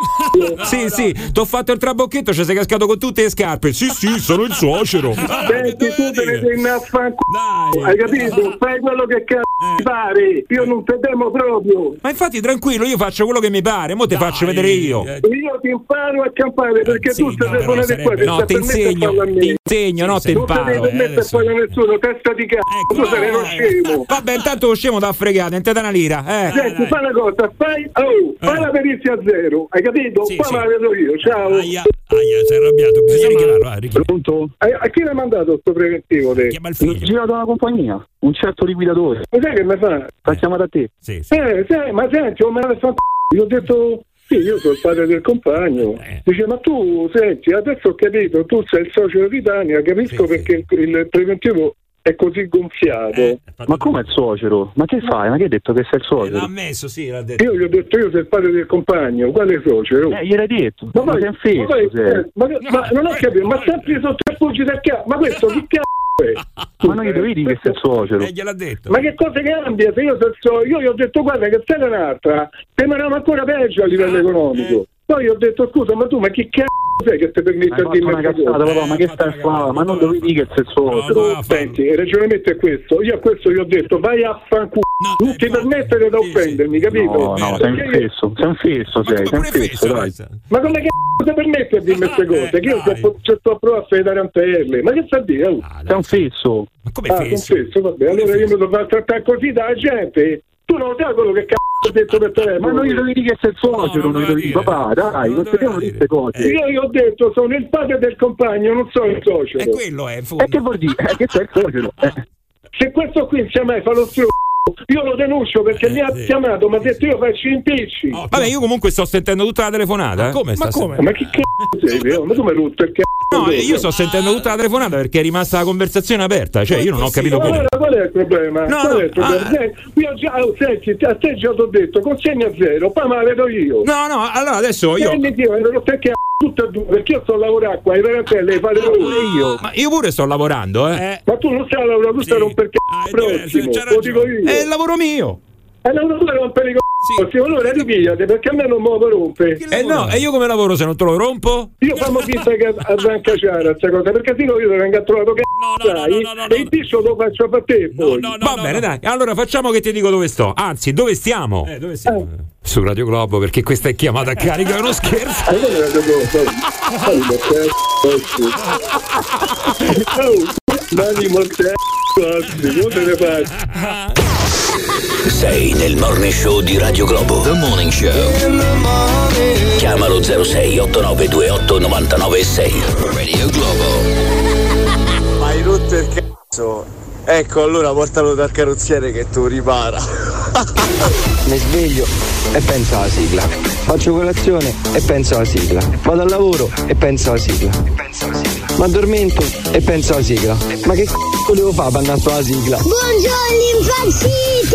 Sì, sì, ti ho fatto il trabocchetto, ci sei cascato con tutte le scarpe. Sì, sì, sono il suocero. Senti, tu te ne sei in affanculo, hai capito? Fai quello che cazzo ti pare. te, io non te temo proprio. Ma infatti tranquillo, io faccio quello che mi pare, mo te Dai, faccio vedere io. Io ti imparo a campare perché sì, tu stai no, telefonate sarebbe... qua che no, ti insegno, ti insegno, no, ti imparo. Non ti devi permettere a fare nessuno, testa di cazzo, ecco, tu sei uno scemo. Vabbè, intanto lo scemo da fregare, non te da una lira. Eh. Senti, fai una cosa, fai, oh, fai la perizia a zero, hai capito? Sì, Poi sì. me la vedo io, ciao. Aia, aia, sei arrabbiato, bisogna richiamarlo. Eh, richiam- Pronto? A, a chi l'ha mandato sto preventivo te? Chiama il figlio. L'ho girato alla compagnia, un certo liquidatore. Ma sai che mi fa? L'ha chiamato a te? Sì, sì. Eh, sai, ma senti, oh, me la fa io ho detto... Sì, io sono il padre del compagno. Eh. Dice, ma tu, senti, adesso ho capito, tu sei il socio di Titania, capisco Sì, perché il, il preventivo è così gonfiato. Eh, ma come il suocero? Ma che fai? Ma che hai detto che sei il suocero? L'ha ammesso, sì, l'ha detto. Io gli ho detto, io sei il padre del compagno, quale suocero? Eh, gliel'hai detto. Ma, poi, ma, poi, eh, ma, ma non ho capito, ma sempre sotto il puggi del cazzo, ma questo che cazzo è? Ma non gli dovevi dire che sei il suocero. Eh, gliel'ha detto. Ma che cosa cambia? Se io sono il suocero, io gli ho detto, guarda che sei un'altra, temeriamo ancora peggio a livello economico. Poi gli ho detto, scusa, ma tu, ma chi cazzo sei che ti permette a dirmi una cazzata, papà, ma che stai a fare? Ma non dovevi dire che sei il suocero. Senti, il ragionamento è questo, io a questo gli ho detto, vai a fanculo, non ti permettere di offendermi, capito? No, no, sei un fesso, sei un fesso, sei, sei un fesso, dai. Ma come che ti permetti a dirmi queste cose? Che io ci sto a provare a fare tarantelle, ma che sta a dire? Oh? Sei un fesso. Ma come ah, fesso? un fesso, vabbè, allora io mi devo far trattare così dalla gente. Tu non sai quello che cazzo ho detto per telefono. Ma non gli devi dire che sei il suocero, non gli devi dire, papà, dai, non sappiamo di queste cose. Io gli ho detto, sono il padre del compagno, non sono il suocero. E quello è, in fondo. E che vuol dire? Eh, che sei il suocero. Eh. Se questo qui insieme a me fa lo str***o, io lo denuncio perché eh, mi ha sì. chiamato, mi ha detto io faccio impicci. Oh, vabbè, io comunque sto sentendo tutta la telefonata. Ma eh? come? Ma, come? Ma che cazzo sei? Io? Ma tu mi hai rotto il cazzo? No, io sto sentendo tutta la telefonata perché è rimasta la conversazione aperta. Cioè, io non ho capito come. Allora, qual è il problema? No, qual no, è il problema? ah, io già, oh, senti, a te già ti ho detto, consegna zero, poi me la vedo io. No, no, allora adesso io. Prendi io, perché tutte e due, perché io sto a lavorare qua, i veratelli le fate pure io. Ma io pure sto lavorando, eh. eh. Ma tu non stai a lavorare, tu stai a rompere il prossimo, lo dico io. È il lavoro mio. È il lavoro tuo a rompere i c***o, sì. Allora ripigliate, perché a me non me lo rompe. Eh no, e io come lavoro se non te lo rompo? Io fammo finta che arrancacciare questa cosa, perché se no io ti vengo a trovare che no, no, sai, no, no, no, e il piscio lo faccio per te poi. No, no, Va no, bene, no. dai, allora facciamo che ti dico dove sto. Anzi, dove stiamo? Eh, dove stiamo? Eh. Su Radio Globo, perché questa è chiamata a carico, è uno scherzo. Sei nel Morning Show di Radio Globo. The Morning Show. Chiamalo zero sei otto nove due otto nove nove sei. Radio Globo. Ma hai rotto il cazzo. Ecco, allora portalo dal carrozziere che tu ripara. Mi sveglio e penso alla sigla. Faccio colazione e penso alla sigla. Vado al lavoro e penso alla sigla. Mi addormento e penso alla sigla. Ma che c***o devo fare per andare alla sigla? Buongiorno impazziti!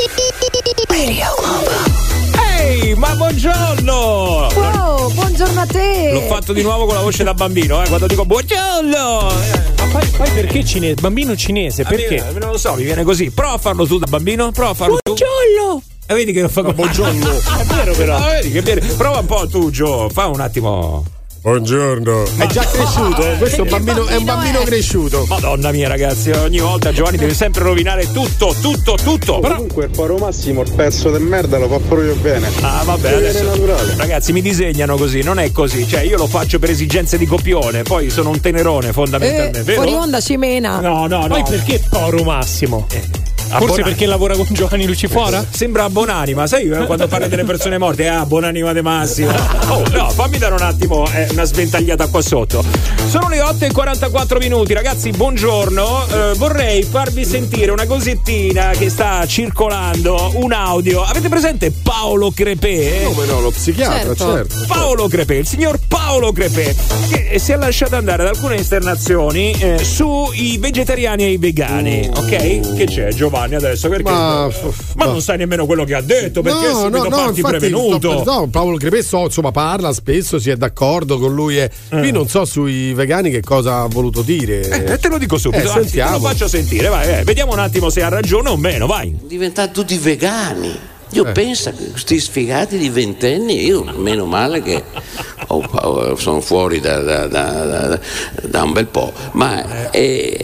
Ehi, ma buongiorno! Oh, buongiorno a te! L'ho fatto di nuovo con la voce da bambino, eh, quando dico buongiorno! Ma poi, poi perché cinese? Bambino cinese, perché? Ah, non lo so, mi viene così. Prova a farlo tu da bambino, prova a farlo tu. Buongiorno! E vedi che lo fa con buongiorno. È vero però. Ah, vedi che viene. Prova un po' tu, Gio, fa un attimo. Buongiorno. È già cresciuto, eh? Questo è un bambino, è un bambino cresciuto. Madonna mia, ragazzi, ogni volta Giovanni deve sempre rovinare tutto, tutto, tutto. Però comunque il paro Massimo, il pezzo del merda lo fa proprio bene. Ah, vabbè, adesso, naturale. Ragazzi, mi disegnano così, non è così. Cioè, io lo faccio per esigenze di copione, poi sono un tenerone fondamentalmente, eh, vero? Fuori onda cimena. No, no, no. Poi perché Poro Massimo? Eh. Forse Bonanima. Perché lavora con Giovanni Lucifora? Sembra Bonanima, sai quando parli delle persone morte? Ah, Bonanima de Massimo. Oh, no, fammi dare un attimo eh, una sventagliata qua sotto. Sono le otto e quarantaquattro minuti, ragazzi, buongiorno. Eh, vorrei farvi sentire una cosettina che sta circolando, un audio. Avete presente Paolo Crepè? Come no, lo psichiatra, certo. certo. Paolo Crepè, il signor Paolo Crepè, che si è lasciato andare ad alcune esternazioni eh, sui vegetariani e i vegani, uh, ok? Che c'è, Giovanni? Adesso perché ma, ma non sai nemmeno quello che ha detto perché no, subito no, parti no, prevenuto sto, no, Paolo Crepè so, insomma parla spesso, si è d'accordo con lui e eh. qui non so sui vegani che cosa ha voluto dire eh, te lo dico subito, eh, anzi, te lo faccio sentire, vai, vai, vediamo un attimo se ha ragione o meno, vai. Diventati tutti vegani. Io eh. penso che questi sfigati di ventenni, io meno male che oh, oh, sono fuori da, da, da, da, da un bel po', ma eh, eh,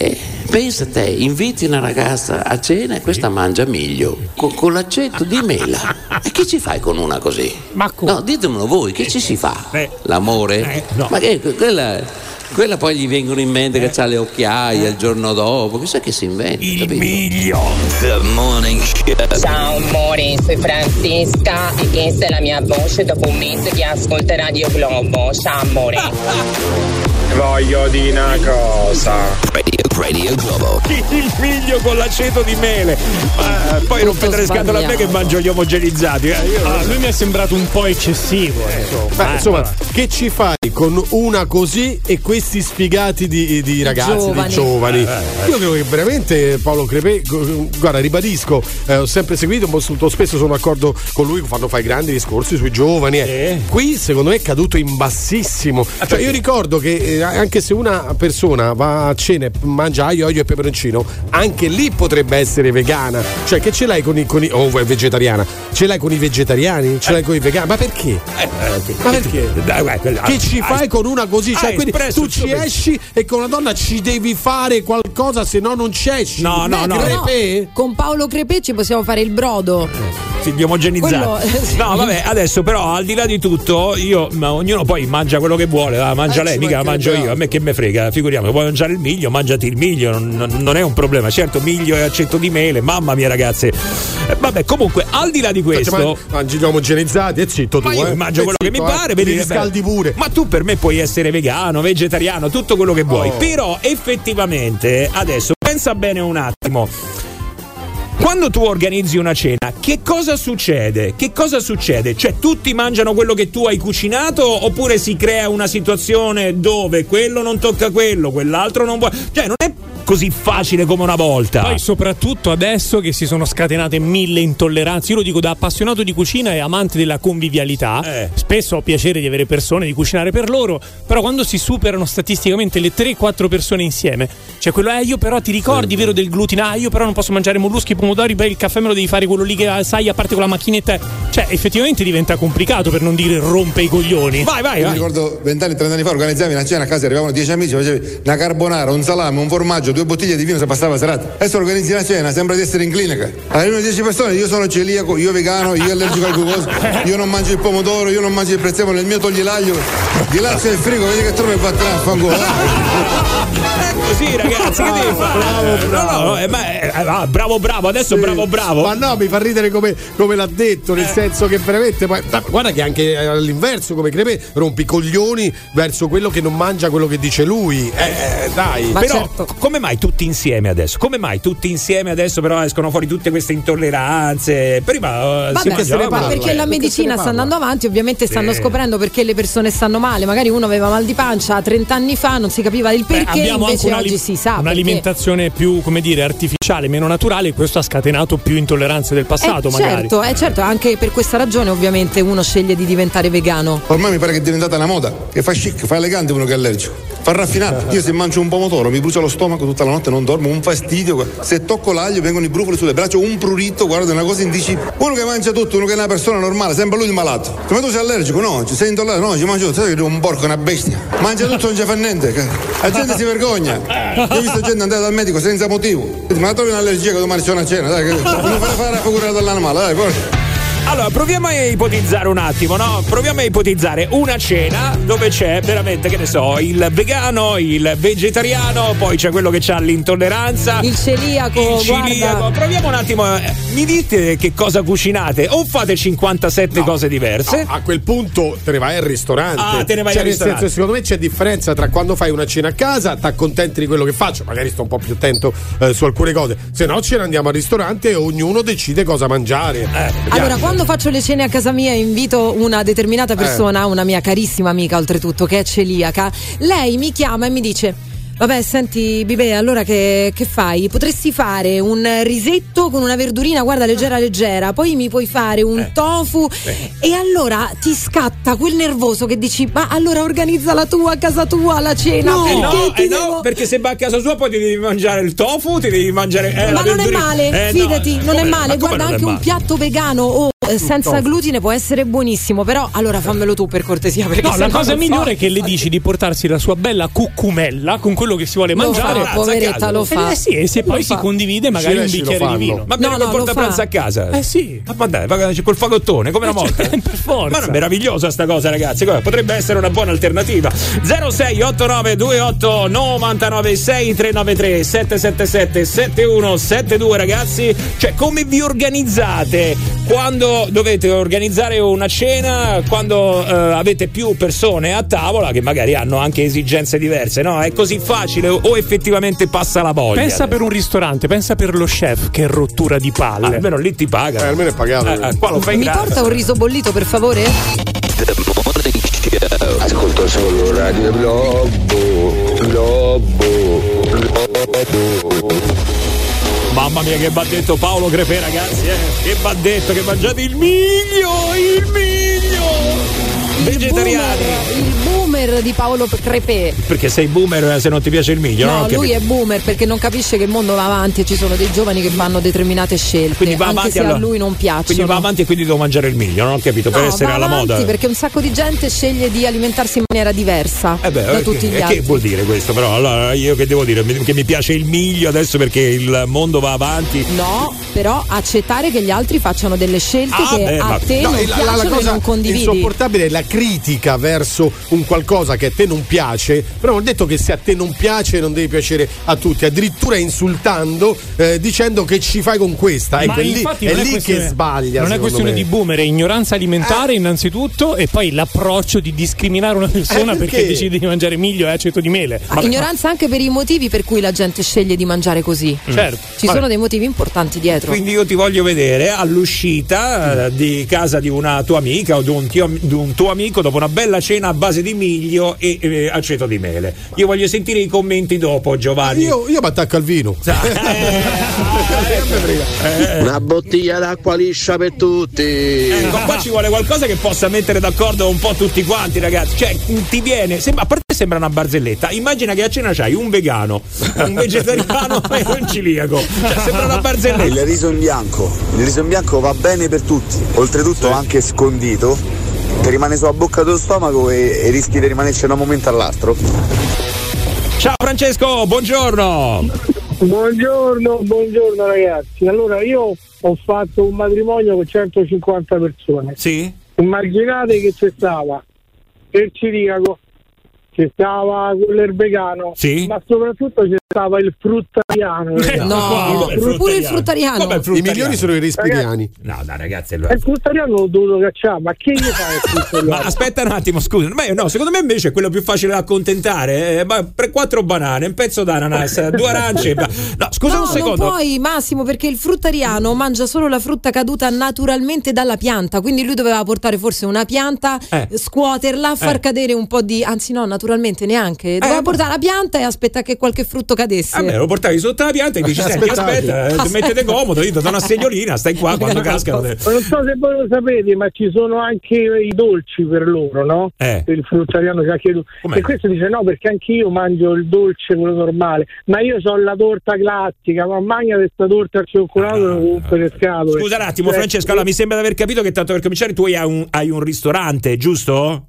pensa te, inviti una ragazza a cena e questa mangia miglio con, con l'accento di mela. E che ci fai con una così? Ma come? No, ditemelo voi, che ci si fa? Eh. L'amore? Eh, no. Ma che quella... Quella poi gli vengono in mente che c'ha le occhiaie il giorno dopo, chissà che si inventa. Il capito? miglio. The Morning Show. Ciao amore, sono Francesca e questa è la mia voce dopo un mese che ascolta Radio Globo. Ciao amore. Voglio di una cosa. Radio, Radio Globo. Il miglio con l'aceto di mele. Eh, poi non rompete le scatole a me che mangio gli omogenizzati. Eh. Io Ah, lui mi è sembrato un po' eccessivo. Eh. Beh, Eh, insomma, allora. che ci fai con una così e questi sfigati di, di ragazzi, giovani. di giovani? Eh, eh. Io credo che veramente Paolo Crepè, guarda, ribadisco, eh, ho sempre seguito, molto spesso sono d'accordo con lui quando fa i grandi discorsi sui giovani. Eh. Eh. Qui secondo me è caduto in bassissimo. Cioè, io ricordo che eh, anche se una persona va a cena e mangia aglio, olio e peperoncino, anche lì potrebbe essere vegana. Cioè, che ce l'hai con i, con i oh, è vegetariana? Ce l'hai con i vegetariani? Ce l'hai con i vegani? Ma perché? Eh, eh, Ma perché? Dai, guarda, quella- Che ci ah, fai con una così? Cioè, hai quindi espresso tu il suo ci pensiero. esci e con una donna ci devi fare qualcosa, se no non ci esci. No, no, Beh, no. Crepè? Con Paolo Crepè ci possiamo fare il brodo. Sì, di omogenizzati. Quello- No, vabbè, adesso però al di là di tutto, io, ma ognuno poi mangia quello che vuole, va, mangia Eh, lei, ci mica la mangio mancherebbe io, a me che me frega, figuriamo, puoi mangiare il miglio, mangiati il miglio, non, non- non è un problema, certo miglio e accetto di mele, mamma mia ragazze. Eh, vabbè, comunque, al di là di questo, Cioè, ma- mangi gli omogenizzati e zitto tu, ma io eh. mangio E quello che mi zitto, pare, eh. vedi Ti che riscaldi bello. pure. Ma tu per me puoi essere vegano, vegetariano, tutto quello che vuoi, Oh. però effettivamente adesso pensa bene un attimo. Quando tu organizzi una cena, che cosa succede? Che cosa succede? Cioè, tutti mangiano quello che tu hai cucinato oppure si crea una situazione dove quello non tocca quello, quell'altro non vuole. Cioè, non è così facile come una volta. Poi soprattutto adesso che si sono scatenate mille intolleranze, io lo dico da appassionato di cucina e amante della convivialità, Eh. spesso ho piacere di avere persone, di cucinare per loro, però quando si superano statisticamente le tre quattro persone insieme, cioè quello è io però ti ricordi, vero, del glutine, ah io però non posso mangiare molluschi, pomodori, beh il caffè me lo devi fare quello lì che sai a parte con la macchinetta, cioè effettivamente diventa complicato, per non dire rompe i coglioni. Vai, vai, Io vai. mi ricordo vent'anni, trent'anni fa organizzavi una cena a casa, arrivavano dieci amici, facevi una carbonara, un salame, un formaggio, due bottiglie di vino, si passava la serata. Adesso organizzi una cena, sembra di essere in clinica. Arrivano dieci persone, io sono celiaco, io vegano, io allergico al glucosio, io non mangio il pomodoro, io non mangio il prezzemolo, nel mio togli l'aglio, di là c'è il frigo, vedi che tu mi batterà a fango. Così ragazzi, che devi fare? Bravo, bravo. No, no, eh, ma, eh, ah, bravo, bravo, adesso Sì. bravo, bravo. Ma no, mi fa ridere come, come l'ha detto, nel senso che veramente. Ma, ma guarda che anche all'inverso, come Crepè, rompi i coglioni verso quello che non mangia quello che dice lui. Eh, dai. Ma però certo. come mai tutti insieme adesso? Come mai tutti insieme adesso però escono fuori tutte queste intolleranze? Prima eh, si Vabbè, mangiava, ne parla, perché eh, la perché se medicina ne sta parla. andando avanti, ovviamente stanno Sì. scoprendo perché le persone stanno male. Magari uno aveva mal di pancia trenta anni fa, non si capiva il Beh, perché, abbiamo anche invece un'ali- oggi si sa. perché- un'alimentazione più, come dire, artificiale, meno naturale, e questo ha scatenato più intolleranze del passato, eh, magari. certo, eh, certo, anche per questa ragione ovviamente uno sceglie di diventare vegano. Ormai mi pare che è diventata una moda, che fa chic, fa elegante uno che è allergico, fa raffinato. Io se mangio un pomodoro mi brucia lo stomaco tutta la notte, non dormo, un fastidio. Se tocco l'aglio vengono i brufoli sulle braccia, un prurito, guarda, è una cosa indicibile. Uno che mangia tutto, uno che è una persona normale, sembra lui il malato. Come tu sei allergico? No, ci sei intollerante? No, ci mangio tutto, sai che un porco, una bestia. Mangia tutto, non ci fa niente. La gente si vergogna. Io ho visto gente andare dal medico senza motivo. Ma trovi un'allergia che domani c'è una cena, dai, che non fare fare la figura dell'animale, dai, porca. Allora, proviamo a ipotizzare un attimo, no? Proviamo a ipotizzare una cena dove c'è veramente, che ne so, il vegano, il vegetariano, poi c'è quello che ha l'intolleranza, Il celiaco, il celiaco. guarda. Proviamo un attimo, eh, mi dite che cosa cucinate o fate cinquantasette No, cose diverse? No, a quel punto te ne vai al ristorante. Ah, te ne vai cioè, al nel ristorante. senso, secondo me c'è differenza tra quando fai una cena a casa, ti accontenti di quello che faccio, magari sto un po' più attento eh, su alcune cose. Se no, ce ne andiamo al ristorante e ognuno decide cosa mangiare. Eh, Allora, quando faccio le cene a casa mia e invito una determinata persona, una mia carissima amica oltretutto, che è celiaca, lei mi chiama e mi dice: vabbè, senti Bibè, allora che, che fai? Potresti fare un risetto con una verdurina, guarda, leggera leggera, poi mi puoi fare un Eh. tofu, Eh. e allora ti scatta quel nervoso che dici: ma allora organizza la tua a casa tua la cena, Eh perché no, ti eh devo... no, perché se vai a casa sua poi ti devi mangiare il tofu, ti devi mangiare. Eh, Ma la non è verdurina. male, Eh, no, fidati, non come- è ma male. come Guarda, non è anche un male? piatto vegano o eh, senza tofu. glutine può essere buonissimo, però allora fammelo tu per cortesia. Perché No, se la no cosa non migliore so. è che le dici di portarsi la sua bella cucumella con quello che si vuole Lo mangiare. fa, poveretta, lo fa. Eh sì, e se Lo poi fa. si condivide magari un Cilesci lo bicchiere di fanno. vino. Ma No, no, no, no, porta lo fa. pranzo a casa. Eh sì. Ma dai, va- col fagottone, come una volta. Per forza. Ma non è meravigliosa sta cosa, ragazzi. Guarda, potrebbe essere una buona alternativa. zero sei otto nove due otto nove nove sei tre nove tre sette sette sette sette uno sette due, ragazzi. Cioè, come vi organizzate quando dovete organizzare una cena, quando eh, avete più persone a tavola che magari hanno anche esigenze diverse, no? È così facile o effettivamente passa la voglia? Pensa per un ristorante, pensa per lo chef, che rottura di palle. Ah, almeno lì ti pagano. Eh, almeno è pagato. Eh, eh, qua lo fai Mi gratis. porta un riso bollito, per favore? Ascolto solo Radio Globo, Globo, Globo. Mamma mia, che va detto Paolo Crepè, ragazzi, eh? Che va detto che mangiate il miglio, il miglio. Vegetariani. Il boomer di Paolo Crepè. Perché sei boomer se non ti piace il miglio, no? No, Che- lui è boomer perché non capisce che il mondo va avanti e ci sono dei giovani che fanno determinate scelte, Quindi va anche avanti se alla- a lui non piacciono. Quindi va avanti e quindi devo mangiare il miglio, non ho capito, per No, essere va alla avanti moda. perché un sacco di gente sceglie di alimentarsi in maniera diversa Eh beh, da eh, tutti che, gli altri. che vuol dire questo? Però allora io che devo dire? Mi- Che mi piace il miglio adesso perché il mondo va avanti. No, però accettare che gli altri facciano delle scelte Ah, che beh, a ma- te No, non e la, la- piacciono la e cosa non condividi. insopportabile è la critica verso un qualcosa che a te non piace, però non è detto che se a te non piace non devi piacere a tutti, addirittura insultando, eh, dicendo che ci fai con questa. Ecco, Ma è lì, infatti è non lì questione- che sbaglia. Non è secondo questione me. di boomer, è ignoranza alimentare innanzitutto e poi l'approccio di discriminare una persona Eh, perché? perché decide di mangiare miglio e aceto di mele. Ma ignoranza anche per i motivi per cui la gente sceglie di mangiare così. Certo. Ci Vabbè. sono dei motivi importanti dietro. Quindi io ti voglio vedere all'uscita eh, di casa di una tua amica o di un, tio- di un tuo amico dopo una bella cena a base di miglio e eh, aceto di mele. Io voglio sentire i commenti dopo, Giovanni. Io, io mi attacco al vino. Una bottiglia d'acqua liscia per tutti. Ecco, qua ci vuole qualcosa che possa mettere d'accordo un po' tutti quanti, ragazzi. Cioè, ti viene, sembra, a parte sembra una barzelletta. Immagina che a cena c'hai un vegano, un vegetariano e un celiaco. Cioè, sembra una barzelletta. Il riso in bianco. Il riso in bianco va bene per tutti. Oltretutto anche scondito. Ti rimane sulla bocca dello stomaco e, e rischi di rimanerci da un momento all'altro. Ciao Francesco, buongiorno. Buongiorno, buongiorno ragazzi. Allora io ho fatto un matrimonio con centocinquanta persone. Sì. Immaginate che c'è stava il celiaco, c'è stava quello il vegano, sì. ma soprattutto c'è stava il fruttariano. No, il pure il fruttariano. Come il I fruttariano? migliori sono i rispiriani. No, dai ragazzi, E il fruttariano l'ho dovuto cacciare, ma che gli fai il fruttariano? ma aspetta un attimo, scusa. Ma io, no, secondo me invece è quello più facile da accontentare. Eh, ma per quattro banane, un pezzo d'ananas, due arance. ma- No, scusa No, un secondo. non puoi, Massimo, perché il fruttariano mangia solo la frutta caduta naturalmente dalla pianta, quindi lui doveva portare forse una pianta, Eh. scuoterla, far Eh. cadere un po' di, anzi no, naturalmente neanche, doveva Eh, portare la pianta e aspettare che qualche frutto cadesse. Vabbè, lo portavi sotto la pianta e dici: senti, Aspettavi. aspetta, eh, ti mettete comodo, io ti do una segnolina, stai qua quando cascano. te- Non so se voi lo sapete, ma ci sono anche i dolci per loro, no? Eh. Per il fruttariano che anche tu. Com'è? E questo dice no, perché anch'io mangio il dolce, quello normale, ma io ho la torta classica, ma magna questa torta al cioccolato e non rompe le scatole. Scusa un attimo, Cioè, Francesco. Allora mi sembra di aver capito che tanto per cominciare tu hai un, hai un ristorante, giusto?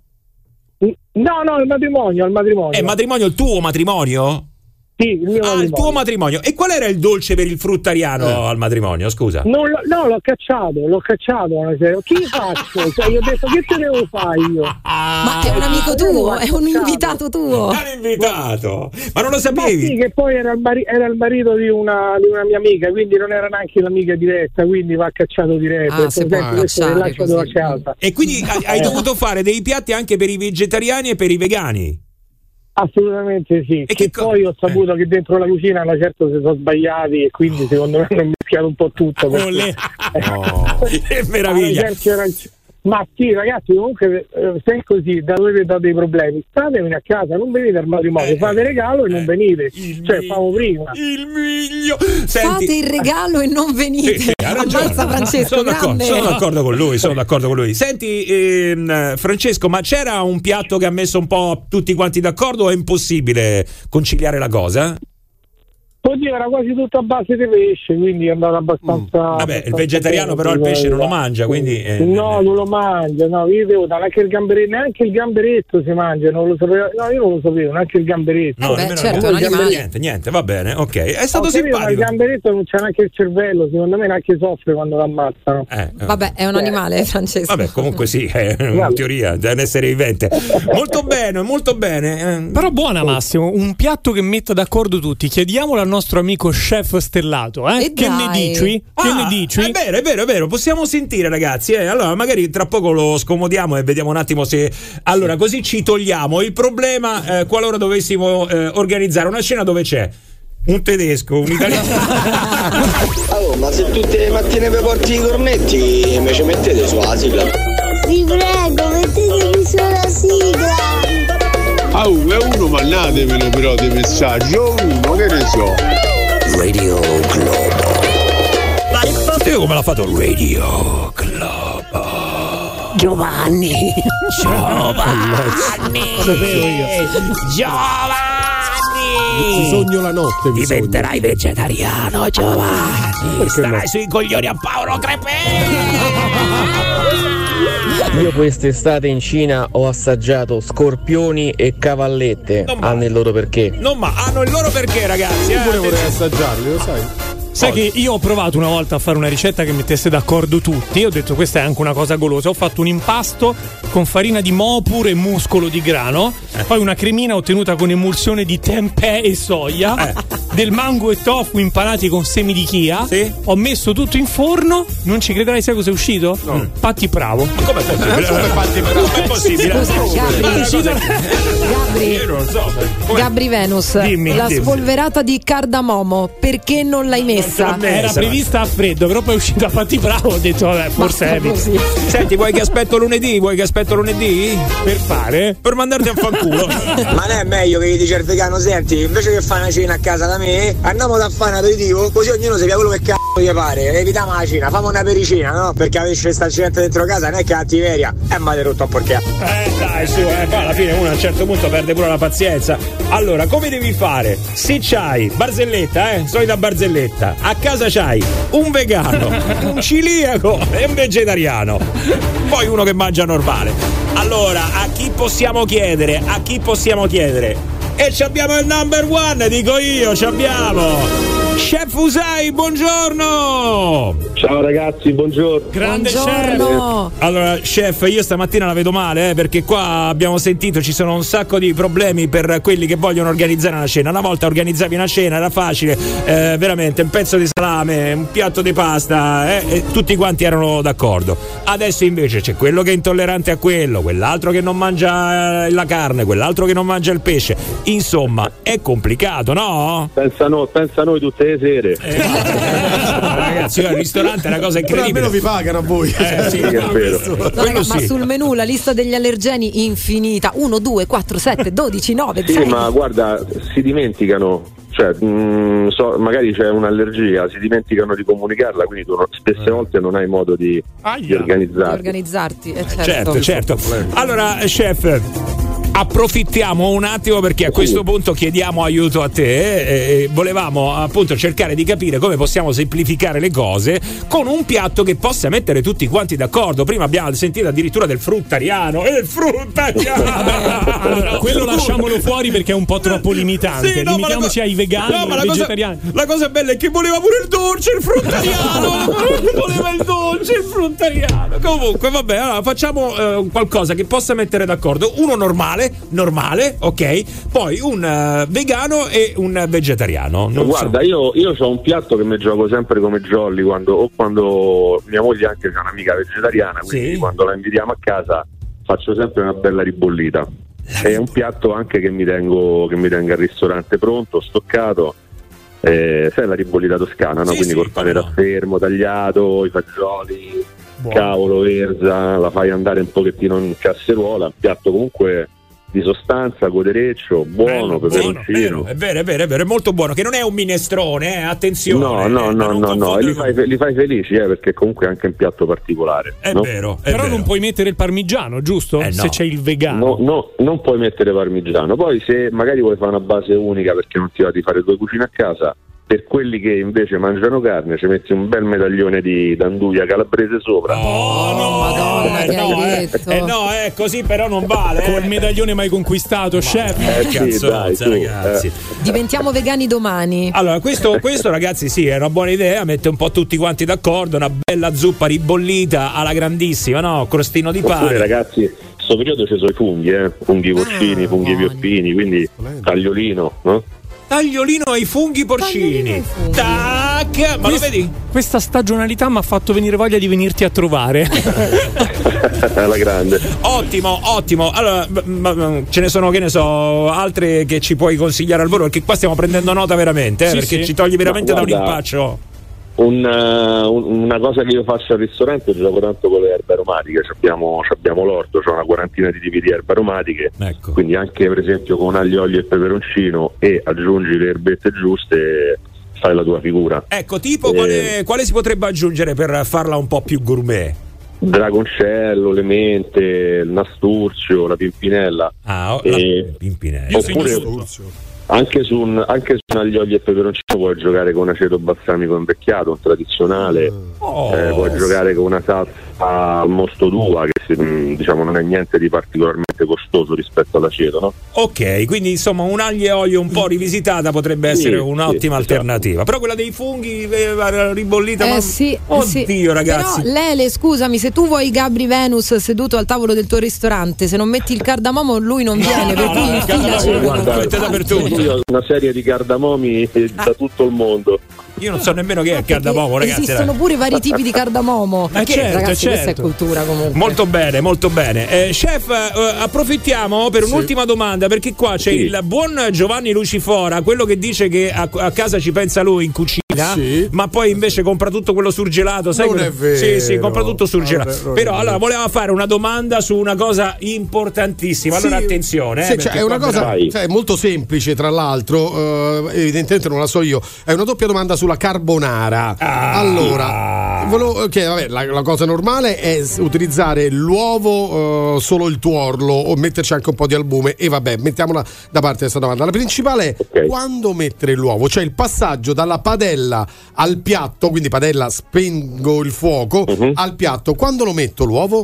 No, no, il matrimonio, il matrimonio. È matrimonio, il tuo matrimonio? Sì, il mio Ah, il matrimonio. tuo matrimonio. E qual era il dolce per il fruttariano al matrimonio? Scusa. Non lo- no, l'ho cacciato, l'ho cacciato una sera. Chi faccio? Cioè, io ho detto che te devo fare io? Ma è un amico tuo, è un invitato tuo. L'hanno invitato, ma non lo Ma sapevi? sì, che poi era il, mari- era il marito di una, di una mia amica, quindi non era neanche l'amica diretta, quindi va cacciato diretto. Ah, si può cacciare lasciato la così. casa. E quindi hai, hai Eh. dovuto fare dei piatti anche per i vegetariani e per i vegani. Assolutamente sì. E che che co- poi ho saputo che dentro la cucina una certa si sono sbagliati e quindi secondo me hanno mischiato un po' tutto. perché- Olè. Che meraviglia. Ah, certo, era- Ma sì, ragazzi, comunque eh, se è così, da dove date dei problemi, statevene a casa, non venite al matrimonio, Eh, fate regalo e eh, non venite. il Cioè, mi- famo prima. Il miglio. Senti, Fate il regalo e non venite. Sì, sì, ha ragione. Ammazza Francesco, sono d'accordo, grande. sono d'accordo con lui, sono d'accordo con lui. Senti, ehm, Francesco, ma c'era un piatto che ha messo un po' tutti quanti d'accordo o è impossibile conciliare la cosa? Oddio, era quasi tutto a base di pesce, quindi è andato abbastanza. Mm. Vabbè, abbastanza il vegetariano però il pesce non lo mangia, quindi. Eh, no, non lo mangia, no, io devo dare anche il gamberetto, neanche il gamberetto si mangia, non lo sapevo. No, io non lo sapevo, neanche il gamberetto. No, nemmeno certo, il gamberetto. Niente, niente, va bene, ok. È stato no, simpatico. Il gamberetto non c'è neanche il cervello, secondo me neanche soffre quando lo ammazzano. Eh, vabbè, è un animale, Francesco. Vabbè, comunque sì, è una teoria, è un essere vivente. Molto bene, molto bene. Però buona, Massimo, un piatto che metta d'accordo tutti. Chiediamolo al nostro amico chef stellato, eh? Che ne dici? Ah, che ne dici? È vero, è vero, è vero. Possiamo sentire, ragazzi. Eh? Allora, magari tra poco lo scomodiamo e vediamo un attimo se. Allora, così ci togliamo il problema eh, qualora dovessimo eh, organizzare una cena dove c'è un tedesco, un italiano. Oh, ma se tutte le mattine vi porti i cornetti, me ci mettete sulla sigla. Vi prego, mettetemi sulla sigla. Ah, oh, è uno, mandatemelo però dei messaggi. Oh, uno, che ne so. Radio Globo. Io come l'ha fatto Radio Globo? Giovanni. Giovanni. Sapevo io. Giovanni. Sogno la notte. Diventerai sogno. vegetariano, Giovanni. Perché starai no? sui coglioni a Paolo Crepè. Io quest'estate in Cina ho assaggiato scorpioni e cavallette. Hanno il loro perché. No, ma hanno il loro perché, ragazzi. Io pure eh, vorrei assaggiarli, lo sai. Sai che io ho provato una volta a fare una ricetta che mettesse d'accordo tutti. Ho detto questa è anche una cosa golosa. Ho fatto un impasto con farina di mopur e muscolo di grano, eh. poi una cremina ottenuta con emulsione di tempeh e soia, eh. del mango e tofu impanati con semi di chia. Sì. Ho messo tutto in forno. Non ci crederai, sai cosa è uscito? No. Patti Bravo. Ma com'è possibile? Come Patti Bravo? È possibile? Scusa, Gabri, Gabri, io non so. Gabri Venus, dimmi, la dimmi. spolverata di cardamomo, perché non l'hai messa? Era prevista a freddo, però poi è uscita a Patti Bravo. Ho detto, vabbè, forse è così. Senti, vuoi che aspetto lunedì? Vuoi che aspetto lunedì? Per fare? Per mandarti a fanculo. Ma non è meglio che gli dice il vegano, senti, invece che fare una cena a casa da me, andiamo da fare un aperitivo, così ognuno si via quello che cazzo gli pare. Evitiamo la cena, famo una pericina, no? Perché avessi sta gente dentro casa, non è cattiveria. E mi avete rotto a porca. Eh dai, su, eh, poi alla fine uno a un certo punto perde pure la pazienza. Allora, come devi fare? Se c'hai barzelletta, eh, solita barzelletta, a casa c'hai un vegano, un ciliaco e un vegetariano, poi uno che mangia normale. Allora, a chi possiamo chiedere? A chi possiamo chiedere? E ci abbiamo il number one, dico io, ci abbiamo Chef Usai, buongiorno! Ciao ragazzi, buongiorno. Grande buongiorno. chef. Allora, chef, io stamattina la vedo male, eh, perché qua abbiamo sentito ci sono un sacco di problemi per quelli che vogliono organizzare una cena. Una volta organizzavi una cena, era facile, eh, veramente, un pezzo di salame, un piatto di pasta, eh, e tutti quanti erano d'accordo. Adesso invece c'è quello che è intollerante a quello, quell'altro che non mangia la carne, quell'altro che non mangia il pesce. Insomma, è complicato, no? Pensa, no, pensa noi tutte le sere. Eh, ragazzi, il ristorante è una cosa incredibile. Però almeno vi pagano a voi. Eh, sì, è vero. No, raga, sì. Ma sul menù la lista degli allergeni infinita. uno, due, quattro, sette, dodici, nove, sì, sei. Ma guarda, si dimenticano. Cioè, mh, so, magari c'è un'allergia, si dimenticano di comunicarla, quindi tu spesse eh. volte non hai modo di, di organizzarti. Di organizzarti, eh, certo, certo. certo. Allora, chef, approfittiamo un attimo perché a questo punto chiediamo aiuto a te e volevamo appunto cercare di capire come possiamo semplificare le cose con un piatto che possa mettere tutti quanti d'accordo. Prima abbiamo sentito addirittura del fruttariano e il fruttariano. Allora, quello lasciamolo fuori perché è un po' troppo limitante. Sì, no, limitiamoci co- ai vegani, no, ai vegetariani. Cosa, la cosa bella è che voleva pure il dolce il fruttariano. Voleva il dolce il fruttariano. Comunque vabbè, allora facciamo eh, qualcosa che possa mettere d'accordo uno normale normale, ok? Poi un uh, vegano e un vegetariano. Non Guarda, so. io, io ho un piatto che mi gioco sempre come jolly quando, o quando mia moglie anche è un'amica vegetariana, quindi sì. Quando la invitiamo a casa faccio sempre una bella ribollita. La è un piatto anche che mi tengo che mi tengo al ristorante pronto, stoccato. Eh, sai la ribollita toscana, no? Sì, quindi sì, col pane raffermo, tagliato, i fagioli, buono. Cavolo, verza, la fai andare un pochettino in casseruola, un piatto comunque di sostanza, godereccio, buono, peperoncino. È vero, è vero, è vero, è molto buono, che non è un minestrone, eh, attenzione. No, no, no, no, no, e li fai, li fai felici, eh, perché comunque è anche un piatto particolare. È no? vero, è Però vero. non puoi mettere il parmigiano, giusto? Eh, no. Se c'è il vegano. No, no, non puoi mettere parmigiano. Poi se magari vuoi fare una base unica perché non ti va di fare due cucine a casa, per quelli che invece mangiano carne ci metti un bel medaglione di d'anduia calabrese sopra. Oh, no, Madonna, eh, che no, hai eh, detto? eh, no, eh, così però non vale. Col eh. medaglione mai conquistato, chef. Eh, sì, cazzozza, dai, tu, ragazzi. eh. Diventiamo vegani domani. Allora, questo, questo ragazzi sì, è una buona idea, mette un po' tutti quanti d'accordo, una bella zuppa ribollita alla grandissima, no? Crostino di Oppure, pane. ragazzi, in questo periodo ci sono i funghi, eh? funghi porcini, Ah, funghi buoni. pioppini, quindi tagliolino, no? Tagliolino ai funghi porcini. Tac! Ma lo Quest- vedi? Questa stagionalità mi ha fatto venire voglia di venirti a trovare. Alla grande. Ottimo, ottimo. Allora, m- m- ce ne sono, che ne so, altre che ci puoi consigliare al volo, perché qua stiamo prendendo nota veramente, eh, Sì, perché sì. ci togli veramente Ma da un guarda, impaccio. Un, uh, un- una cosa che io faccio al ristorante, gioco tanto con le erbe aromatiche, abbiamo, abbiamo l'orto, c'è una quarantina di tipi di erbe aromatiche, Ecco. quindi anche per esempio con aglio, olio e peperoncino e aggiungi le erbette giuste, fai la tua figura. Ecco, tipo Eh, quale, quale si potrebbe aggiungere per farla un po' più gourmet? Dragoncello, le mente, il nasturzio, la pimpinella. Ah, oh, E- la pimpinella. Io segno oppure tutto. anche su un, anche su un aglio, olio e peperoncino puoi giocare con aceto balsamico invecchiato, un tradizionale. Oh, Eh, puoi giocare con una salsa al mosto d'uva che se- mh, diciamo non è niente di particolarmente costoso rispetto all'aceto, no? Ok, quindi insomma un aglio e olio un po' rivisitata potrebbe essere Sì, un'ottima sì, alternativa. Però quella dei funghi eh, ribollita, Eh ma... sì, eh oddio sì. ragazzi. Però Lele, scusami, se tu vuoi Gabri Venus seduto al tavolo del tuo ristorante, se non metti il cardamomo lui non viene, per no, cui no, infilaci no, con guarda, quel mette dappertutto. Io ho una serie di cardamomi eh, da tutto il mondo. Io non so nemmeno che è il cardamomo, ragazzi. Esistono dai. pure vari tipi di cardamomo. Ma certo, ragazzi, questa è certo. cultura comunque. Molto bene, molto bene. Eh, chef, eh, approfittiamo per un'ultima domanda, perché qua c'è Sì. il buon Giovanni Lucifora, quello che dice che a, a casa ci pensa lui in cucina, Sì. ma poi invece compra tutto quello surgelato. Sai Non quello- è vero. Sì, sì, compra tutto surgelato. Vabbè, non è Però vero. allora voleva fare una domanda su una cosa importantissima. Allora Sì, attenzione, eh, sì, cioè, perché è una qua cosa Vai. cioè, molto semplice, tra l'altro, eh, evidentemente non la so io. È una doppia domanda sulla carbonara. Ah. Allora, volevo chiedere, vabbè, la, la cosa normale è s- utilizzare l'uovo, eh, solo il tuorlo, o metterci anche un po' di albume. E vabbè, mettiamola da parte questa domanda. La principale è Ok. quando mettere l'uovo, cioè il passaggio dalla padella al piatto, quindi padella spengo il fuoco, Mhm. al piatto. Quando lo metto l'uovo?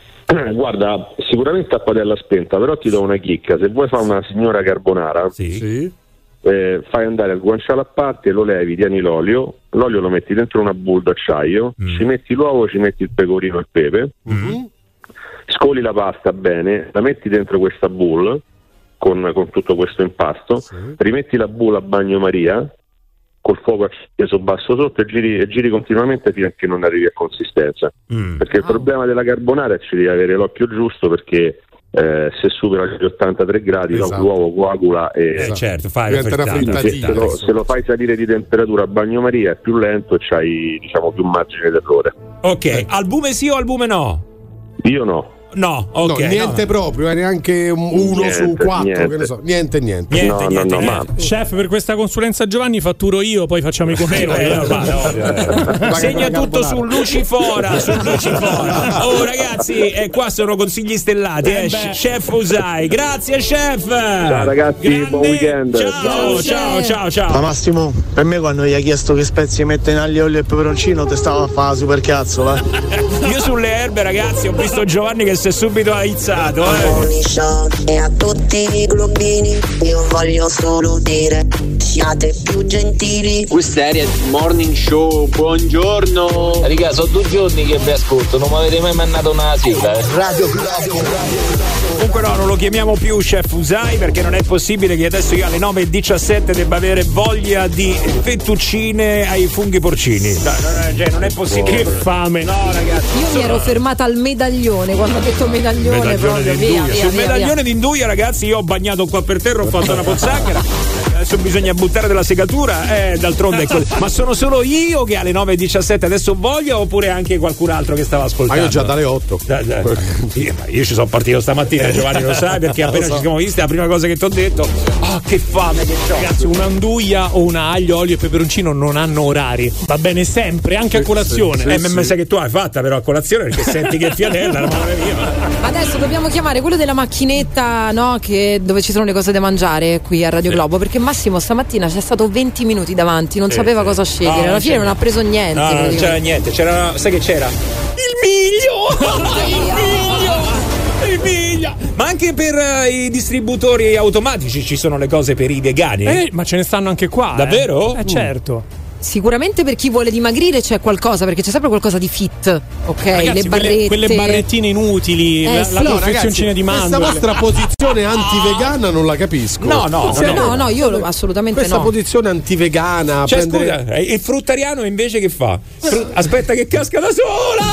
Guarda, sicuramente a padella spenta, però ti do una chicca. Se vuoi fare una signora carbonara, Sì. eh, fai andare il guanciale a parte, lo levi, tieni l'olio, l'olio lo metti dentro una bowl d'acciaio, Mm. ci metti l'uovo, ci metti il pecorino e il pepe, Mm. scoli la pasta bene, la metti dentro questa bowl con, con tutto questo impasto, rimetti la bowl a bagnomaria col fuoco acceso basso sotto e giri, e giri continuamente fino a che non arrivi a consistenza. Mm. Perché il problema della carbonara è che ci devi avere l'occhio giusto, perché eh, se supera gli ottantatré gradi Esatto. l'uovo coagula e Eh, certo, fai Diventa una frittata, frittatina. se, frittata. lo, se lo fai salire di temperatura a bagnomaria è più lento e c'hai, diciamo, più margine d'errore. Ok, albume sì o albume no? Io no. No, ok. No, niente no. proprio, eh, neanche un- uno Niente, su quattro, niente. che ne so, niente, niente. Niente, no, niente, no, no, niente. Chef, per questa consulenza Giovanni fatturo io, poi facciamo i conti. Eh, no, va, no. Segna tutto su Lucifora, su Lucifora. Oh ragazzi, e qua sono consigli stellati, eh. Chef Usai. Grazie chef. Ciao ragazzi, buon weekend. Ciao, ciao, ciao, Ma ciao. Massimo, per me quando gli hai chiesto che spezie mette in aglio, olio e peperoncino, ti stava a fare la super cazzola. Io sulle erbe, ragazzi, ho visto Giovanni che si è subito aizzato, eh. E a tutti i globini io voglio solo dire siate più gentili. Questa è Morning Show, buongiorno. Raga, sono due giorni che vi ascolto, non mi avete mai mandato una sigla. Eh. Radio Globo. Comunque no, non lo chiamiamo più Chef Usai perché non è possibile che adesso io alle nove e diciassette debba avere voglia di fettuccine ai funghi porcini. No, no, no, cioè, non è possibile. Che fame. No, ragazzi. Io mi ero fermata al medaglione quando ha detto medaglione, Medaglione proprio via, d'Induia. via, Sul via, medaglione via. d'Induia, ragazzi, io ho bagnato qua per terra, ho fatto una pozzanghera. Adesso bisogna buttare della segatura, eh, d'altronde è così. Ma sono solo io che alle nove e diciassette adesso voglio, oppure anche qualcun altro che stava Ma ascoltando? io già dalle otto. Da- da- io, io ci sono partito stamattina, Giovanni lo sai, perché appena Lo so. ci siamo visti la prima cosa che ti ho detto, ah, Ma che fame che c'ho. Ragazzi, un'anduia o una aglio, olio e peperoncino non hanno orari. Va bene sempre, anche a colazione. Eh, ma sai che tu hai fatta però a colazione perché senti che fiatella, amore mio. Adesso dobbiamo chiamare quello della macchinetta, no? Che dove ci sono le cose da mangiare qui a Radio Globo. Perché Massimo stamattina c'è stato venti minuti davanti, non Sì, sapeva sì. cosa scegliere. No, Alla fine c'era. non ha preso niente. No, non c'era niente, c'era. Sai che c'era? Il miglio! Il miglio! Il miglio! Ma anche per uh, i distributori automatici ci sono le cose per i vegani. Eh, ma ce ne stanno anche qua. Davvero? Eh, eh certo. Sicuramente per chi vuole dimagrire c'è qualcosa, perché c'è sempre qualcosa di fit, ok? Ragazzi, le barrette, quelle, quelle barrettine inutili, Eh, la, sì. la No, confezioncina di mandorle. Questa vostra posizione antivegana non la capisco. No, no, Siete- no, no, io lo- assolutamente Questa no. posizione antivegana. Cioè, prendere... scusa, il fruttariano invece che fa? Fru- Aspetta che casca da sola!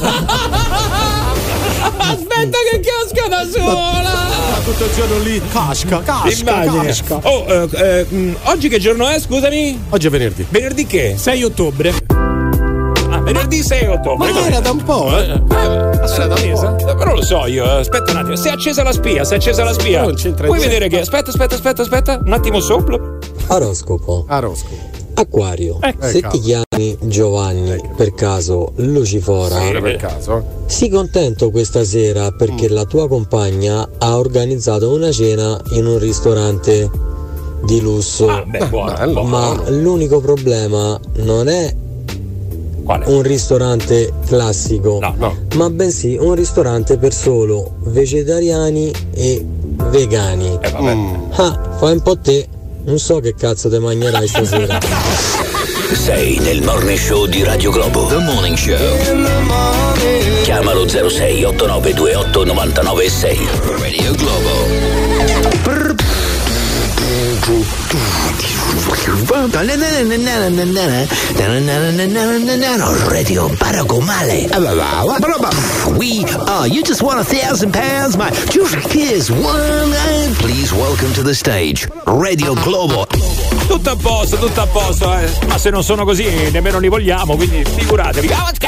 Aspetta che casca da sola! Tutto il giorno lì, casca, casca, Immagini. casca. Oh, eh, eh, mh, oggi che giorno è, scusami? Oggi è venerdì. Venerdì che? sei ottobre. Ah, venerdì sei ottobre. Ma era da un po', eh? Assolutamente. Però lo so io, eh, aspetta un attimo. Si è accesa la spia, si è accesa la spia. Non c'entra Puoi niente. vedere che. Aspetta, aspetta, aspetta, aspetta. Un attimo sopra. Oroscopo. Aroscopo. Acquario. Ecco. Se Ecco. ti chiami Giovanni, per caso Lucifora, Sì, per caso. sii contento questa sera perché Mm. la tua compagna ha organizzato una cena in un ristorante di lusso. Ah, beh, buono. bello. Ma l'unico problema non è Quale? un ristorante classico, No, no. ma bensì un ristorante per solo vegetariani e vegani. Eh, vabbè. Mm. Ah, fai un po' te, non so che cazzo te mangerai stasera. Sei nel Morning Show di Radio Globo. The Morning Show. Chiamalo zero sei otto nove due otto nove nove sei. Radio Globo. Radio Paragomale. We are. You just won a thousand pounds, mate. Just here's one. Please welcome to the stage, Radio Globo. Tutto a posto, tutto a posto, eh. Ma se non sono così nemmeno li vogliamo, quindi figuratevi.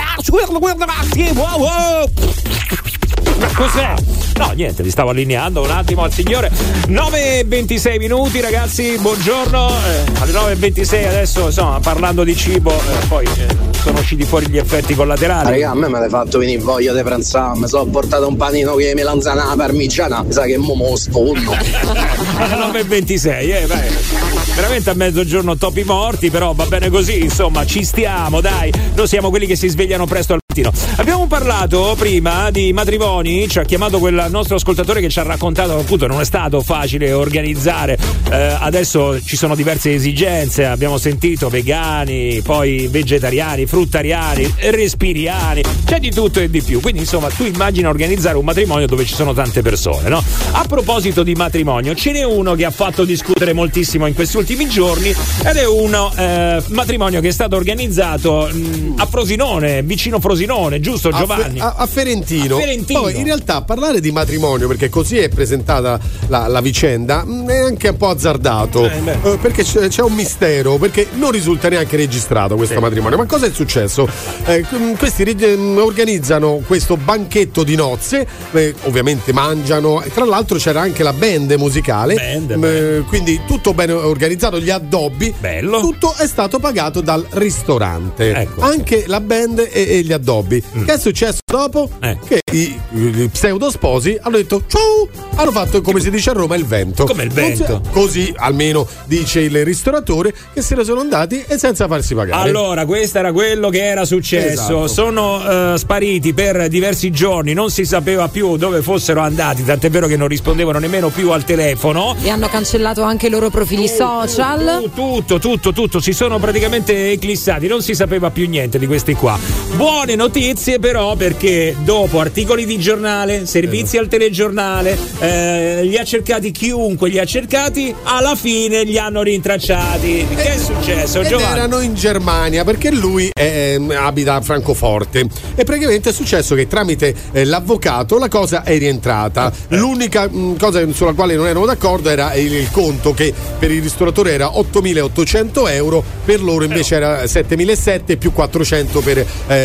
Ma cos'è? No, niente, vi stavo allineando un attimo al signore. nove e ventisei minuti, ragazzi, buongiorno. Eh, alle nove e ventisei adesso, insomma, parlando di cibo, eh, poi eh, sono usciti fuori gli effetti collaterali. Raga, a me mi avete fatto venire voglia di pranzare. Mi sono portato un panino che melanzana parmigiana. Mi sa che mo mo sfondo. Alle nove e ventisei, eh, vai. Veramente a mezzogiorno topi morti, però va bene così, insomma, ci stiamo, dai. Noi siamo quelli che si svegliano presto al mattino. Abbiamo parlato prima di matrimoni, ci ha chiamato quel nostro ascoltatore che ci ha raccontato appunto non è stato facile organizzare, eh, adesso ci sono diverse esigenze, abbiamo sentito vegani, poi vegetariani, fruttariani, respiriani, c'è di tutto e di più, quindi insomma tu immagina organizzare un matrimonio dove ci sono tante persone, no? A proposito di matrimonio, ce n'è uno che ha fatto discutere moltissimo in questi ultimi giorni ed è uno eh, matrimonio che è stato organizzato mh, a Frosinone, vicino Frosinone, giusto Giovanni? A, Fe- a, a Ferentino. A Ferentino. Poi in realtà parlare di matrimonio, perché così è presentata la, la vicenda, mh, è anche un po' azzardato. Eh, beh. eh, perché c'è, c'è un mistero, perché non risulta neanche registrato questo Sì. matrimonio. Ma cosa è successo? Eh, mh, questi ri- mh, organizzano questo banchetto di nozze, eh, ovviamente mangiano, e tra l'altro c'era anche la band musicale. Band, mh, band. Quindi tutto bene organizzato, gli addobbi. Bello. Tutto è stato pagato dal ristorante. Ecco. Anche la band e, e gli addobbi. Che è successo dopo? Eh. Che i, i pseudo sposi hanno detto ciao, hanno fatto come si dice a Roma il vento. Come il Non si- vento? così almeno dice il ristoratore, che se ne sono andati e senza farsi pagare. Allora, questo era quello che era successo. Esatto. Sono eh, spariti per diversi giorni, non si sapeva più dove fossero andati, tant'è vero che non rispondevano nemmeno più al telefono. E hanno cancellato anche i loro profili social. Tutto, tutto, tutto, si sono praticamente eclissati, non si sapeva più niente di questi qua. Buone notizie però, perché dopo articoli di giornale, servizi al telegiornale, eh, li ha cercati chiunque li ha cercati, alla fine li hanno rintracciati. Che è successo, Ed Giovanni? erano in Germania, perché lui è, abita a Francoforte e praticamente è successo che tramite eh, l'avvocato la cosa è rientrata. L'unica mh, cosa sulla quale non erano d'accordo era il, il conto, che per il ristoratore era ottomilaottocento euro, per loro invece era settemilasettecento più quattrocento per, eh, per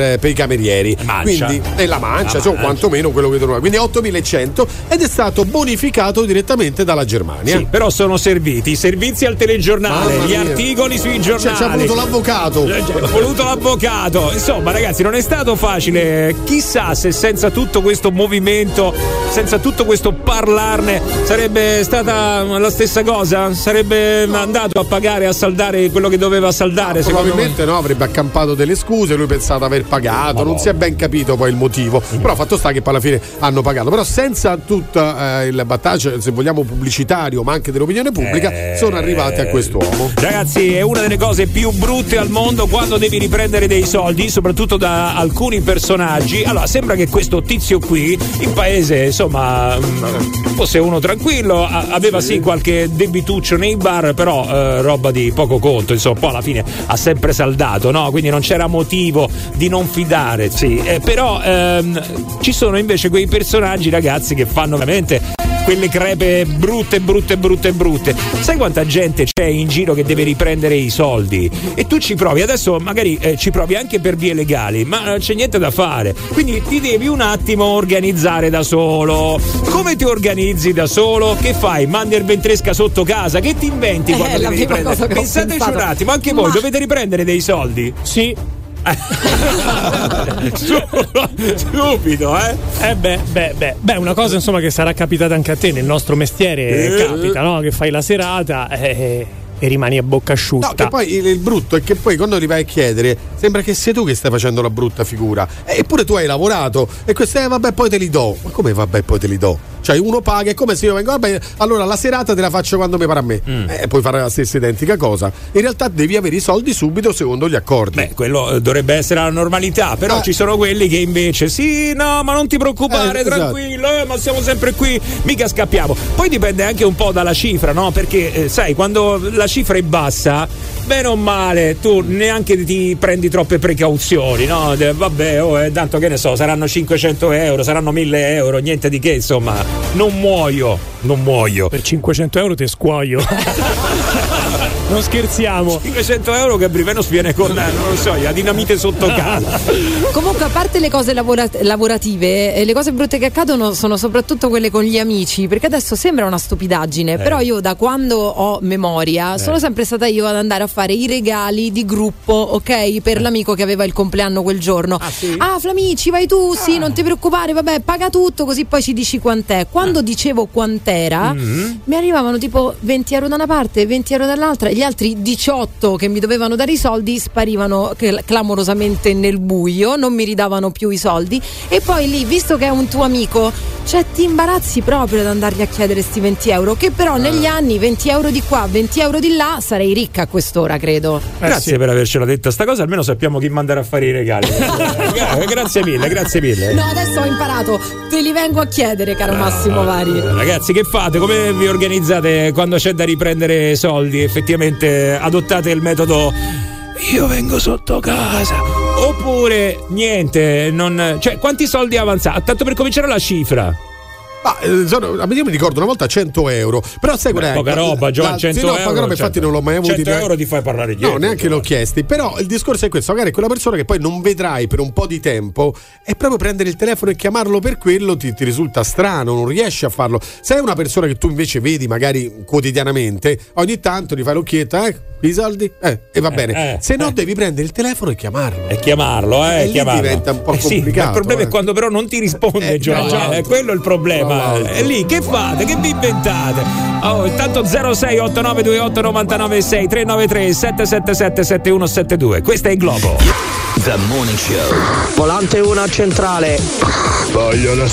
eh, per i camerieri. Mancia. Quindi nella mancia, La cioè mancia. quantomeno quello che doveva. Quindi ottomilacento ed è stato bonificato direttamente dalla Germania. Sì, però sono serviti i servizi al telegiornale, Mamma gli mia. articoli sui giornali. Cioè, ci ha voluto l'avvocato. Ci ha voluto l'avvocato. Insomma, ragazzi, non è stato facile. Chissà se senza tutto questo movimento, senza tutto questo parlarne, sarebbe stata la stessa cosa? Sarebbe andato a pagare, a saldare quello che doveva saldare? No, secondo probabilmente no, avrebbe accampato delle scuse, lui pensava aver pagato, Ma non no. si è ben capito poi il motivo, però fatto sta che poi alla fine hanno pagato, però senza tutto eh, il battaggio, se vogliamo pubblicitario ma anche dell'opinione pubblica, Eh. sono arrivati a quest'uomo. Ragazzi, è una delle cose più brutte al mondo quando devi riprendere dei soldi, soprattutto da alcuni personaggi. Allora, sembra che questo tizio qui in paese, insomma, mh, fosse uno tranquillo, a- aveva sì qualche debituccio nei bar, però eh, roba di poco conto, insomma, poi alla fine ha sempre saldato, no? Quindi non c'era motivo di non fidare, sì. Eh, però ehm, ci sono invece quei personaggi, ragazzi, che fanno veramente quelle crepe brutte, brutte, brutte, brutte. Sai quanta gente c'è in giro che deve riprendere i soldi? E tu ci provi, adesso magari eh, ci provi anche per vie legali, ma non c'è niente da fare. Quindi ti devi un attimo organizzare da solo. Come ti organizzi da solo? Che fai? Mandi il ventresca sotto casa? Che ti inventi Eh, quando è la devi prima riprendere? cosa che ho Pensateci pensato. un attimo, anche voi Ma- dovete riprendere dei soldi? Sì. Stupido, eh? Eh beh, beh, beh, beh, una cosa insomma che sarà capitata anche a te nel nostro mestiere, Eh. capita, no? Che fai la serata eh, e rimani a bocca asciutta. No, che poi il, il brutto è che poi quando li vai a chiedere sembra che sei tu che stai facendo la brutta figura, eh, eppure tu hai lavorato e questo eh, vabbè poi te li do. Ma come vabbè poi te li do? Cioè uno paga, è come se io vengo, vabbè, allora la serata te la faccio quando mi pare a me. Mm. E eh, puoi fare la stessa identica cosa. In realtà devi avere i soldi subito secondo gli accordi. Beh, quello eh, dovrebbe essere la normalità, però Eh. ci sono quelli che invece sì, no, ma non ti preoccupare, Eh, esatto. tranquillo, eh, ma siamo sempre qui, mica scappiamo. Poi dipende anche un po' dalla cifra, no? Perché eh, sai, quando la cifra è bassa, bene o male, tu neanche ti prendi troppe precauzioni, no? De- vabbè, oh, eh, tanto che ne so, saranno cinquecento euro, saranno mille euro, niente di che, insomma, non muoio, non muoio. Per cinquecento euro te scuoio. Non scherziamo. cinquecento euro che Brivenus viene con, eh, non lo so, la dinamite sotto casa. Comunque, a parte le cose lavora- lavorative, eh, le cose brutte che accadono sono soprattutto quelle con gli amici, perché adesso sembra una stupidaggine, Eh. però io da quando ho memoria Eh. sono sempre stata io ad andare a fare i regali di gruppo, ok? Per l'amico che aveva il compleanno quel giorno. Ah, sì? Ah, Flamici, vai tu, sì, non ti preoccupare, vabbè, paga tutto, così poi ci dici quant'è. Quando dicevo quant'era, Mm. mi arrivavano tipo venti euro da una parte, venti euro dall'altra, e gli altri diciotto che mi dovevano dare i soldi sparivano cl- clamorosamente nel buio, non mi ridavano più i soldi. E poi lì, visto che è un tuo amico, cioè ti imbarazzi proprio ad andargli a chiedere sti venti euro, che però negli anni venti euro di qua, venti euro di là, sarei ricca a quest'ora, credo. Grazie per avercela detta sta cosa, almeno sappiamo chi mandare a fare i regali. Gra- grazie mille, grazie mille. No, adesso ho imparato, te li vengo a chiedere, caro Massimo Vari. Ragazzi, che fate? Come vi organizzate quando c'è da riprendere soldi? Effettivamente adottate il metodo io vengo sotto casa, oppure niente, non, cioè quanti soldi ha avanzato? Tanto per cominciare la cifra. Ma eh, sono, io mi ricordo una volta cento euro, però sai qual è? Poca roba, Giovanni, La- cento sì, no, euro, poca roba, infatti cento non l'ho mai avuto. cento euro ti fai parlare dietro. No, neanche l'ho chiesti. Però il discorso è questo: magari quella persona che poi non vedrai per un po' di tempo, è proprio prendere il telefono e chiamarlo per quello ti, ti risulta strano, non riesci a farlo. Se è una persona che tu invece vedi magari quotidianamente, ogni tanto gli fai l'occhietta, eh, i soldi, eh, e va bene. eh, Se no, eh. devi prendere il telefono e chiamarlo. E chiamarlo, eh, E lì chiamarlo. diventa un po' Eh sì, complicato, ma il problema eh. è quando però non ti risponde, Eh, Giovanni. tra l'altro. È quello il problema. Tra l'altro. È lì, che fate? Che vi inventate? Oh, intanto zero sei otto nove due otto nove nove sei tre nove tre sette sette sette sette uno sette due. Questa è il Globo. The Morning Show. Volante uno a centrale. Voglio la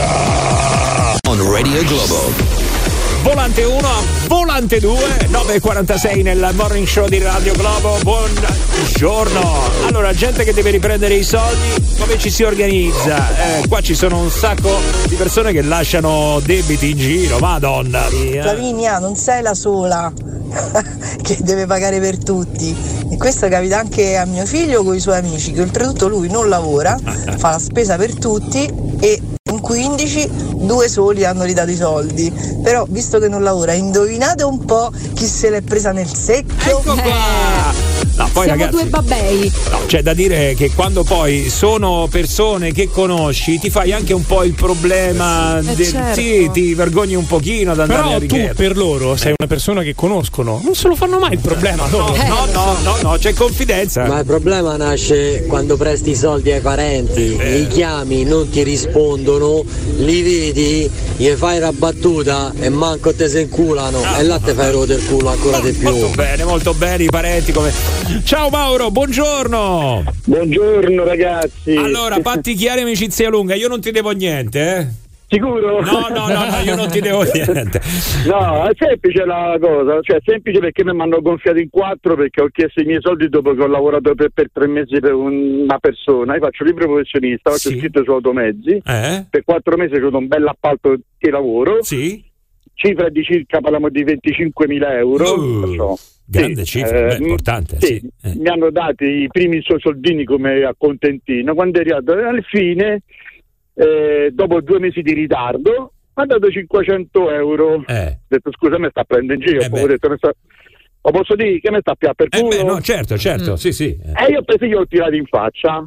sigla. On Radio Globo. Volante uno, Volante due, nove e quarantasei nel Morning Show di Radio Globo. Buongiorno. Allora, gente che deve riprendere i soldi, come ci si organizza? Eh, qua ci sono un sacco di persone che lasciano debiti in giro, madonna mia. Flavinia, non sei la sola che deve pagare per tutti, e questo capita anche a mio figlio con i suoi amici, che oltretutto lui non lavora, fa la spesa per tutti e in quindici, due soli hanno ridato i soldi. Però visto che non lavora, indovinate un po' chi se l'è presa nel secchio? Ecco qua! No, poi Siamo ragazzi, due babbei. no, c'è da dire che quando poi sono persone che conosci ti fai anche un po' il problema Eh, del, certo. sì, ti vergogni un pochino ad andare Però a tu richiedere. per loro sei una persona che conoscono, non se lo fanno mai il problema loro. Eh, No, no, no, no, c'è confidenza. Ma il problema nasce quando presti i soldi ai parenti, li chiami, non ti rispondono, li vedi, gli fai la battuta e manco te se inculano e là te fai rodere il culo ancora di più. Molto bene, molto bene i parenti come. Ciao Mauro, buongiorno. Buongiorno ragazzi. Allora, patti chiari, amicizia lunga, io non ti devo niente, eh? Sicuro? No, no, no, no, io non ti devo niente. No, è semplice la cosa, cioè semplice perché mi hanno gonfiato in quattro perché ho chiesto i miei soldi dopo che ho lavorato per, per tre mesi per una persona. Io faccio libero professionista, faccio Sì. scritto su automezzi, Eh? per quattro mesi ho avuto un bel appalto di lavoro, Sì? cifra di circa, parliamo di venticinquemila euro. Uh, Perciò, grande sì, cifra, beh, eh, importante, sì, sì. Eh. Mi hanno dato i primi so- soldini come a contentino, quando è arrivato alla fine, eh, dopo due mesi di ritardo, mi ha dato cinquecento euro. Eh. Ho detto scusa, mi sta prendendo in giro. Eh beh. ho detto, mi sta... o posso dire che mi sta più per Eh culo? beh, no, certo, certo, sì, sì. Eh. E io ho preso e gli ho tirato in faccia.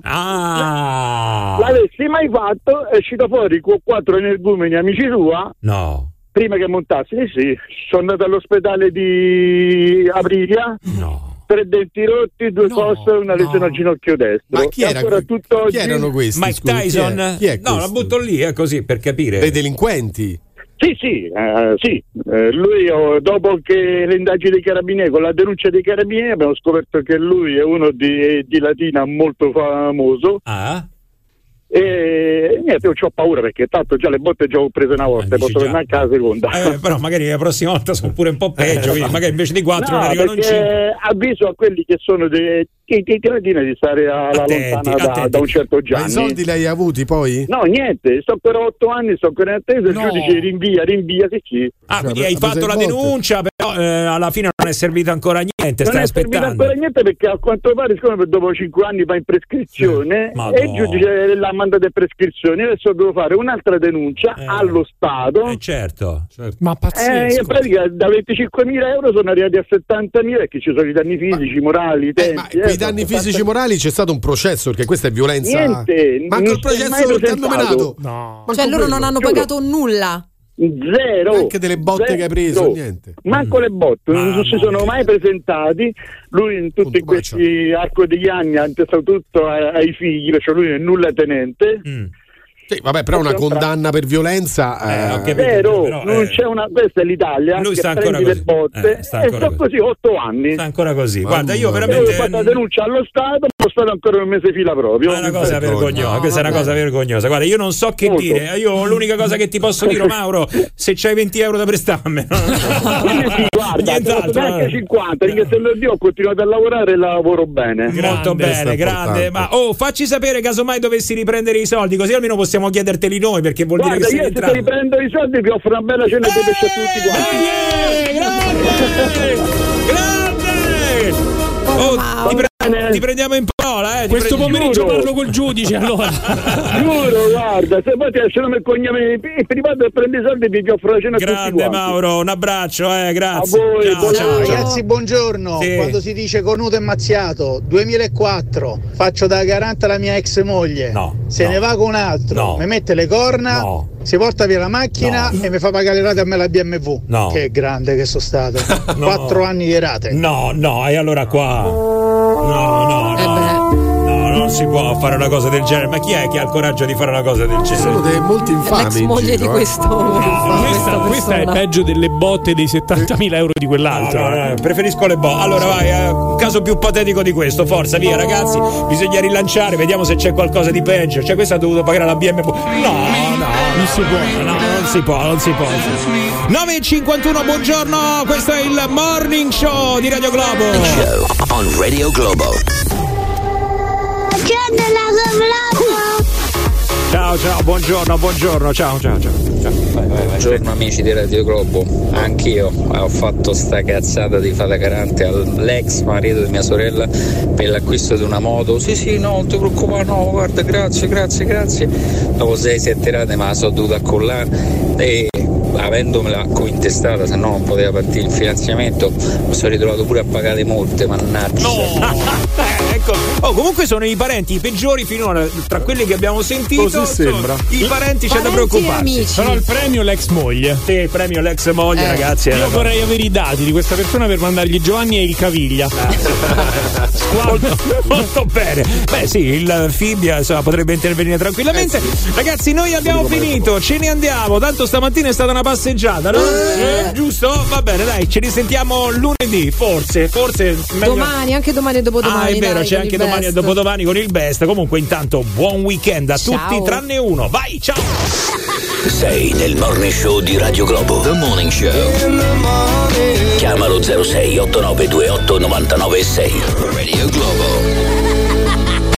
Ah! L'avessi mai fatto, è uscito fuori con quattro energumeni amici sua. No. Prima che montassi, sì, sì, sono andato all'ospedale di Aprilia, no. tre denti rotti, due No, fosse e una lesione no. al ginocchio destro. Ma chi E era ancora que- tutt'oggi- chi erano questi? Mike scusi? Tyson? Chi è, chi è no, la questo? butto lì, è così per capire. Dei delinquenti? Sì, sì, eh, sì. Eh, lui, oh, dopo che le indagini dei carabinieri, con la denuncia dei carabinieri, abbiamo scoperto che lui è uno di, di Latina molto famoso. Ah? E niente, io ho paura perché tanto già le botte già ho preso una volta, Eh, posso dici già. tornare a casa la seconda. Eh, però magari la prossima volta sono pure un po' peggio, quindi magari invece di quattro No, ne arrivano in cinque. perché avviso a quelli che sono dei dei- dei tiratini di stare alla Attenti, lontana da, attenti. da un certo Ma i Gianni. soldi li hai avuti poi? No, niente, sto per otto anni, sto ancora in attesa, il No. giudice rinvia, rinvia, sì sì. Ah, Cioè, quindi hai ha preso fatto il la botte. denuncia, però eh, alla fine non è servito ancora niente, Non stai è servito aspettando. ancora niente perché a quanto pare, siccome dopo cinque anni va in prescrizione, Sì. e il giudice l'ha mandato in prescrizione, adesso devo fare un'altra denuncia Eh. allo Stato. Eh, certo. Ma Eh, pazzesco. in pratica da venticinquemila euro sono arrivati a settantamila perché ci sono i danni fisici, morali, Eh, tempi. ma eh, quei danni sono fisici fatte- morali c'è stato un processo perché questa è violenza. Niente, Manco non il si è mai processo perché hanno presentato. menato. No. Manco Cioè loro quello. non hanno Giuro. pagato nulla. Zero. Anche delle botte Zero. che hai preso, niente. Manco le botte, non Mamma si sono mia. mai presentati. Lui in tutti Punto questi arco degli anni ha intestato tutto ai, ai figli, cioè lui è nulla tenente. Mm. Sì, vabbè, però una condanna per violenza. Eh, ho eh, capito. Zero, però, non eh, c'è una, questa è l'Italia lui che sta ancora prendi così. le botte Eh, sta e ancora sto così. così otto anni. Sta ancora così. Mamma Guarda, io mia. Io ho veramente. fatto la denuncia allo Stato, lo Stato ancora un mese fila proprio. Ma è una cosa Vergogna. vergognosa, No, questa è una vabbè. cosa vergognosa. Guarda, io non so che Molto. dire. Io l'unica cosa che ti posso dire, Mauro, se c'hai venti euro da prestarmi, no? Quindi sì, guarda, Nient'altro, sono anche eh. cinquanta, ringraziando Dio ho continuato a lavorare e lavoro bene. Molto Grande, bene, sta grande. importante. Ma oh, facci sapere casomai dovessi riprendere i soldi, così almeno possiamo chiederteli noi, perché vuol Guarda, dire che io sei se ti entrato. riprendo i soldi vi offro una bella cena di pesce a tutti quanti. Eh, grande! Grande! Oh, ti, pre- ti prendiamo in parola, eh. ti Questo prendi- pomeriggio giuro. parlo col giudice allora. Giuro, guarda, se poi ti lasciano il cognome in privato e prendi i soldi vi offro la cena a tutti Grande quanti. Mauro, un abbraccio, eh, grazie. A voi, ciao, buona- ciao, ciao. Ragazzi, buongiorno. Sì. Quando si dice cornuto e mazziato, duemilaquattro, faccio da garante alla mia ex moglie. No, Se no. ne va con un altro, No. mi mette le corna, No. si porta via la macchina No. e mi fa pagare le rate a me la B M W. No. Che grande che sono stato. No. Quattro anni di rate. No, no, e allora qua. No, no, Eh no. No, non si può fare una cosa del genere. Ma chi è che ha il coraggio di fare una cosa del Ci sono genere? dei molti infami. L'ex in moglie giro, di eh. questo. Questa, questa è peggio delle botte dei settantamila euro di quell'altro. No, no, eh. no, preferisco le botte. Allora vai, eh, un caso più patetico di questo. Forza, via ragazzi, bisogna rilanciare, vediamo se c'è qualcosa di peggio. Cioè questo ha dovuto pagare la B M W. No, no, non si può, no, non si può, non si può. nove e cinquantuno, buongiorno, questo è il Morning Show di Radio Globo. Show on Radio Globo. C'è della Globo. Ciao ciao, ciao, buongiorno, buongiorno, ciao, ciao, ciao. ciao. Vai, vai, vai, Buongiorno vai. amici di Radio Globo, anch'io ho fatto sta cazzata di fare garante all'ex marito di mia sorella per l'acquisto di una moto. Sì sì, no, non ti preoccupare, no, guarda, grazie, grazie, grazie. Dopo sei sette rate me la sono dovuta accollare e avendomela cointestata, se no non poteva partire il finanziamento, mi sono ritrovato pure a pagare le multe, mannaggia. Eh, ecco. Oh, comunque sono i parenti i peggiori finora tra quelli che abbiamo sentito. Così sembra. I parenti c'è da Parenti e preoccuparsi. amici. Però il premio l'ex moglie. Sì, il premio l'ex moglie, Eh. ragazzi. è Io una cosa- vorrei avere i dati di questa persona per mandargli Giovanni e il Caviglia. molto, molto bene. Beh, sì, il Fibbia insomma, potrebbe intervenire tranquillamente. Eh sì. Ragazzi, noi abbiamo finito, ce ne andiamo. Tanto stamattina è stata una passeggiata, no? Eh, giusto? Va bene, dai, ci risentiamo lunedì, forse, forse meglio- Domani, anche domani e dopodomani. Ah, è vero, dai, c'è con anche il domani e best. dopodomani con il best. Comunque, intanto, buon weekend a Ciao. tutti, tranne uno. Vai, ciao! Sei nel Morning Show di Radio Globo. The Morning Show. Chiamalo zero sei otto nove due otto nove nove sei. Radio Globo.